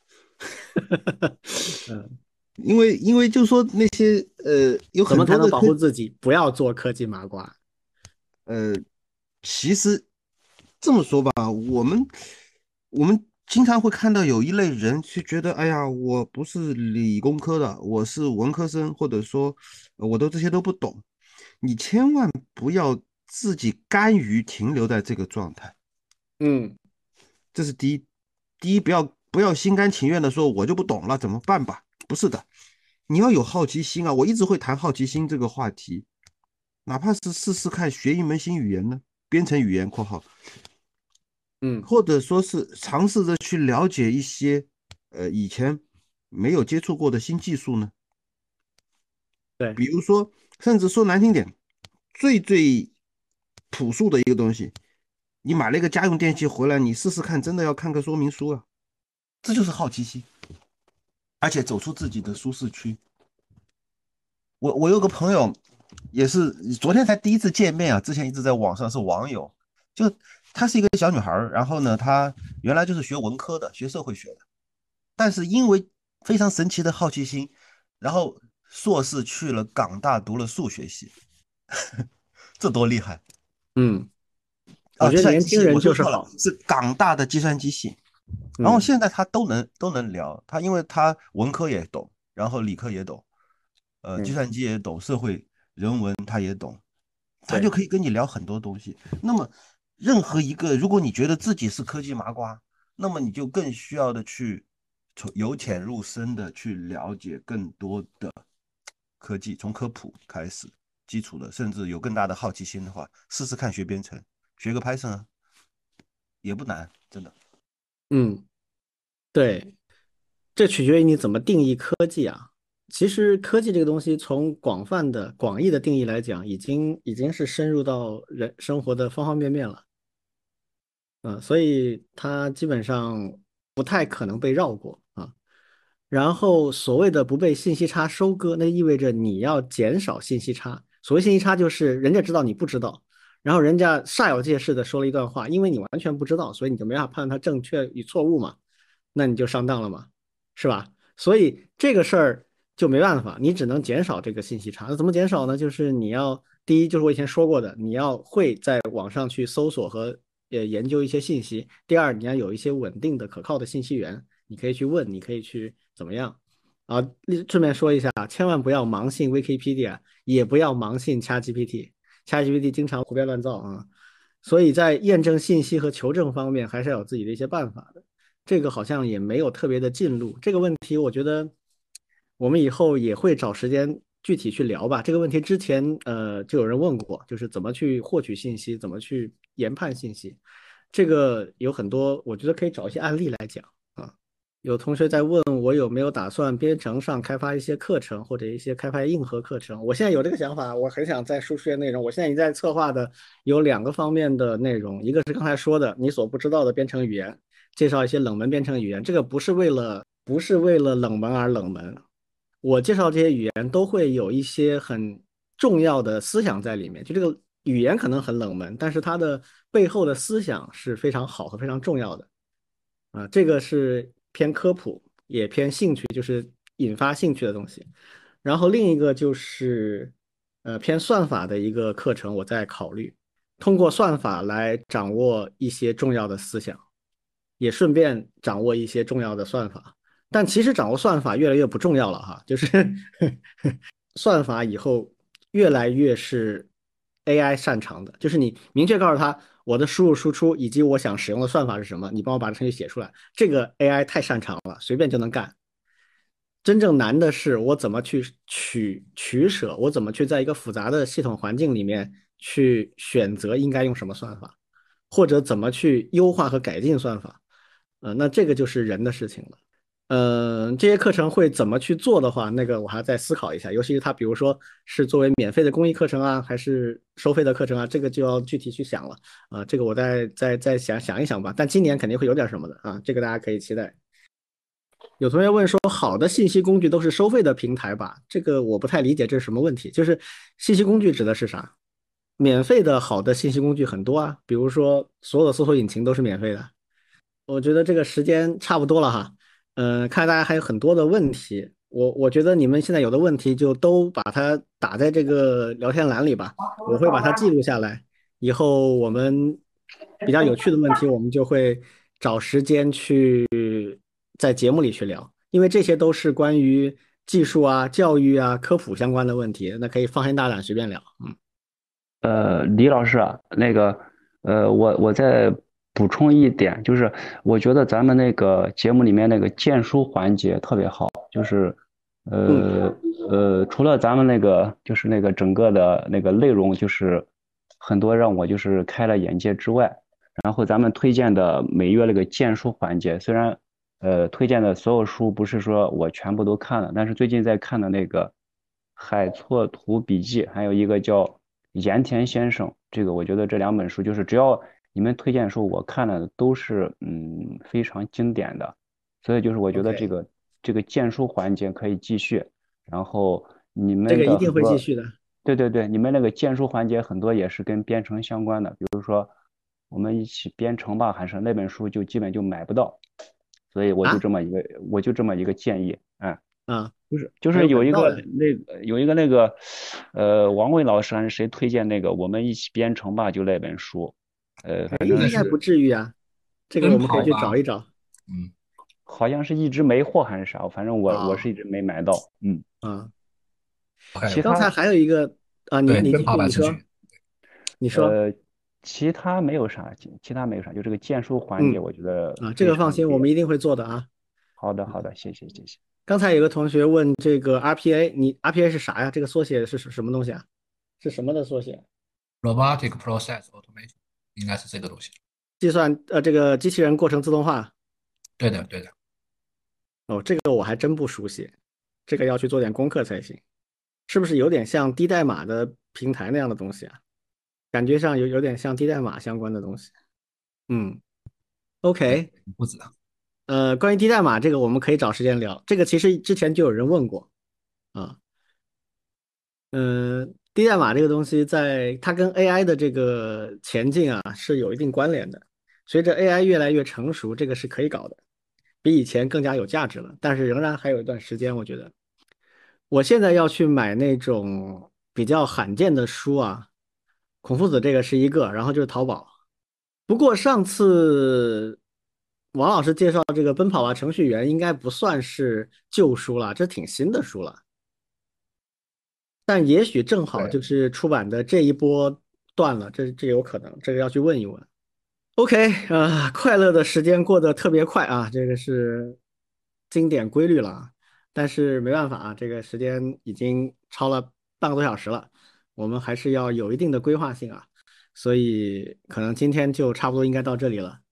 嗯， 因为因为就说那些呃有怎么才能保很多的科护自己，不要做科技麻瓜？ 呃，其实这么说吧，我们我们经常会看到有一类人去觉得，哎呀，我不是理工科的，我是文科生，或者说呃我都这些都不懂。你千万不要自己甘于停留在这个状态， 嗯这是第一。第一，不要不要心甘情愿的说我就不懂了，怎么办吧？不是的，你要有好奇心啊！我一直会谈好奇心这个话题，哪怕是试试看学一门新语言呢，编程语言（括号）， 嗯， 或者说是尝试着去了解一些呃以前没有接触过的新技术呢。 对， 比如说，甚至说难听点，最最朴素的一个东西，你买了一个家用电器回来，你试试看，真的要看个说明书啊，这就是好奇心，而且走出自己的舒适区。我我有个朋友，也是昨天才第一次见面啊，之前一直在网上是网友。就她是一个小女孩，然后呢，她原来就是学文科的，学社会学的，但是因为非常神奇的好奇心，然后硕士去了港大读了数学系，这多厉害嗯，我啊！ 觉得计算机系，我年轻人说错了， 就是好。 是港大的计算机系。然后嗯， 现在他都能都能聊，他因为他文科也懂，然后理科也懂，呃，计嗯， 算机也懂，社会人文他也懂，他就对。 可以跟你聊很多东西。那么，任何一个，如果你觉得自己是科技麻瓜，那么你就更需要的去从由浅入深的去了解更多的科技，从科普开始，基础的，甚至有更大的好奇心的话，试试看学编程，学个 Python 啊，也不难，真的。 嗯，对，这取决于你怎么定义科技啊。其实科技这个东西，从广泛的、广义的定义来讲，已经已经是深入到人生活的方方面面了。嗯，所以它基本上不太可能被绕过啊。然后所谓的不被信息差收割，那意味着你要减少信息差。所谓信息差，就是人家知道你不知道，然后人家煞有介事的说了一段话，因为你完全不知道，所以你就没法判断它正确与错误嘛，那你就上当了嘛，是吧？所以这个事儿就没办法，你只能减少这个信息差。那怎么减少呢？就是你要第一，就是我以前说过的，你要会在网上去搜索和呃研究一些信息；第二，你要有一些稳定的、可靠的信息源，你可以去问，你可以去怎么样啊？顺便说一下，千万不要盲信 Wikipedia，也不要盲信 ChatGPT，ChatGPT 经常胡编乱造啊。所以在验证信息和求证方面，还是要有自己的一些办法的。这个好像也没有特别的进入。这个问题，我觉得我们以后也会找时间具体去聊吧。这个问题之前呃就有人问过，就是怎么去获取信息，怎么去研判信息。这个有很多，我觉得可以找一些案例来讲啊。 有同学在问我有没有打算编程上开发一些课程或者一些开发硬核课程。我现在有这个想法，我很想再输出些内容。我现在已经在策划的有两个方面的内容，一个是刚才说的你所不知道的编程语言，介绍一些冷门编程语言。这个不是为了不是为了冷门而冷门，我介绍这些语言都会有一些很重要的思想在里面。就这个语言可能很冷门，但是它的背后的思想是非常好和非常重要的。啊，这个是偏科普，也偏兴趣，就是引发兴趣的东西。然后另一个就是呃偏算法的一个课程，我在考虑通过算法来掌握一些重要的思想，也顺便掌握一些重要的算法。但其实掌握算法越来越不重要了哈，就是算法以后越来越是 A I 擅长的，就是你明确告诉他我的输入输出以及我想使用的算法是什么，你帮我把这程序写出来，这个 A I 太擅长了，随便就能干。真正难的是我怎么去取取舍，我怎么去在一个复杂的系统环境里面去选择应该用什么算法，或者怎么去优化和改进算法。呃，那这个就是人的事情了。嗯、呃这些课程会怎么去做的话，那个我还在思考一下，尤其是它，比如说是作为免费的公益课程啊，还是收费的课程啊，这个就要具体去想了啊、这个我再再再想想一想吧。但今年肯定会有点什么的啊，这个大家可以期待。有同学问说，好的信息工具都是收费的平台吧？这个我不太理解，这是什么问题？就是信息工具指的是啥？免费的好的信息工具很多啊，比如说所有的搜索引擎都是免费的。我觉得这个时间差不多了哈，嗯、看来大家还有很多的问题，我我觉得你们现在有的问题就都把它打在这个聊天栏里吧，我会把它记录下来，以后我们比较有趣的问题，我们就会找时间去在节目里去聊，因为这些都是关于技术啊、教育啊、科普相关的问题，那可以放心大胆随便聊，嗯。 呃，李老师啊，那个，呃，我我再补充一点，就是我觉得咱们那个节目里面那个荐书环节特别好，就是， 嗯， 呃呃，除了咱们那个就是那个整个的那个内容，就是很多让我就是开了眼界之外，然后咱们推荐的每月那个荐书环节，虽然呃推荐的所有书不是说我全部都看了，但是最近在看的那个《海错图笔记》，还有一个叫盐田先生，这个我觉得这两本书就是只要你们推荐的书，我看了都是嗯非常经典的，所以就是我觉得这 OK， 个这个荐书环节可以继续，然后你们这个一定的很多。 会继续的。 对对对，你们那个荐书环节很多也是跟编程相关的，比如说我们一起编程吧，还是那本书就基本就买不到，所以我就啊这么一个，我就这么一个建议，哎， 啊， 就是就还有是有一个买不到的那个有一个那个，呃，王卫老师还是谁推荐那个我们一起编程吧，就那本书，呃， 哎， 反正是应该不至于啊，这个我奔们可以去跑吧， 找一找嗯， 好像是一直没货还是啥，反正我我啊是一直没买到，嗯， 啊。 还有其他刚才还有一个啊，你对奔你继续，你说跑吧程序， 你说， 呃其他没有啥，其其他没有啥，就这个荐书环节， 嗯我觉得啊，这非个放心，我常给。 们一定会做的啊。 好的，好的，谢谢，谢谢。 刚才有个同学问这个 R P A，你 R P A 是啥呀？这个缩写是什什么东西啊？是什么的缩写？ robotic process automation 应该是这个东西。 计算呃，这个机器人过程自动化对的，对的。 哦，这个我还真不熟悉，这个要去做点功课才行。是不是有点像低代码的平台那样的东西啊？感觉上有有点像低代码相关的东西。嗯对， ，OK， 不止。 呃，关于低代码这个，我们可以找时间聊。这个其实之前就有人问过啊。嗯，低代码这个东西在它跟 A I 的这个前进啊是有一定关联的。随着 A I 越来越成熟，这个是可以搞的，比以前更加有价值了。但是仍然还有一段时间，我觉得。我现在要去买那种比较罕见的书啊，孔夫子这个是一个，然后就是淘宝。不过上次王老师介绍这个《奔跑吧程序员》应该不算是旧书了，这挺新的书了。但也许正好对， 就是出版的这一波断了，这这有可能，这个要去问一问。OK，啊、快乐的时间过得特别快啊，这个是经典规律了啊。但是没办法啊，这个时间已经超了半个多小时了，我们还是要有一定的规划性啊。所以可能今天就差不多应该到这里了。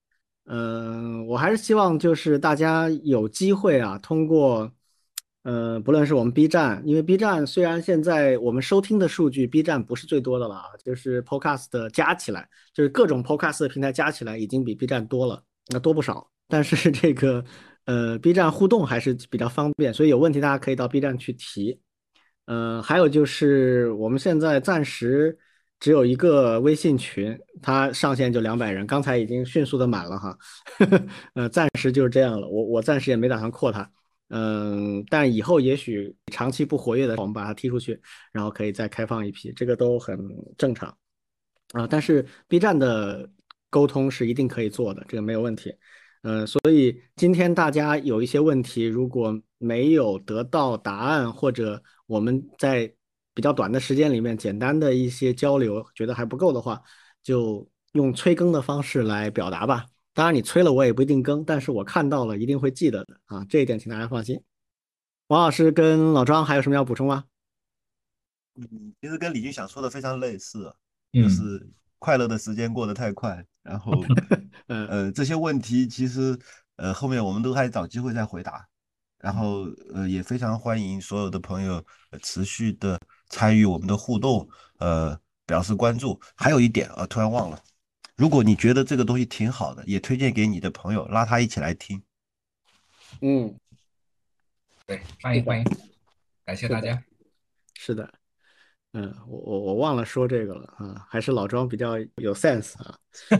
嗯、我还是希望就是大家有机会啊，通过呃，不论是我们 B 站，因为 B 站虽然现在我们收听的数据，B 站不是最多的了啊，就是 Podcast 加起来，就是各种 Podcast 的平台加起来已经比 B 站多了，那多不少。但是这个呃，B 站互动还是比较方便，所以有问题大家可以到 B 站去提。嗯、呃还有就是我们现在暂时只有一个微信群，它上线就两百人，刚才已经迅速的满了哈。呃，暂时就是这样了，我我暂时也没打算扩它。嗯，但以后也许长期不活跃的，我们把它踢出去，然后可以再开放一批，这个都很正常啊。但是 B 站的沟通是一定可以做的，这个没有问题。嗯，所以今天大家有一些问题，如果没有得到答案，或者我们在比较短的时间里面简单的一些交流，觉得还不够的话，就用催更的方式来表达吧。当然，你催了我也不一定更，但是我看到了一定会记得的啊，这一点请大家放心。王老师跟老庄还有什么要补充吗？ 嗯，其实跟李军想说的非常类似啊，就嗯是快乐的时间过得太快，然后， 嗯呃，这些问题其实，呃，后面我们都还找机会再回答，然后，呃，也非常欢迎所有的朋友呃持续的参与我们的互动，呃，表示关注。还有一点啊，突然忘了，如果你觉得这个东西挺好的，也推荐给你的朋友，拉他一起来听。 嗯， 对，欢是的， 迎欢迎，感谢是的， 大家。 是的。嗯，我我我忘了说这个了啊，还是老庄比较有 sense 啊。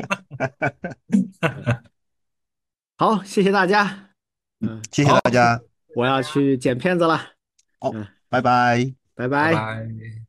嗯，好，谢谢大家。嗯， 谢谢大好，谢谢家， 我要大家， 去剪片子了。 好， 嗯， 拜拜。 拜拜拜。 拜。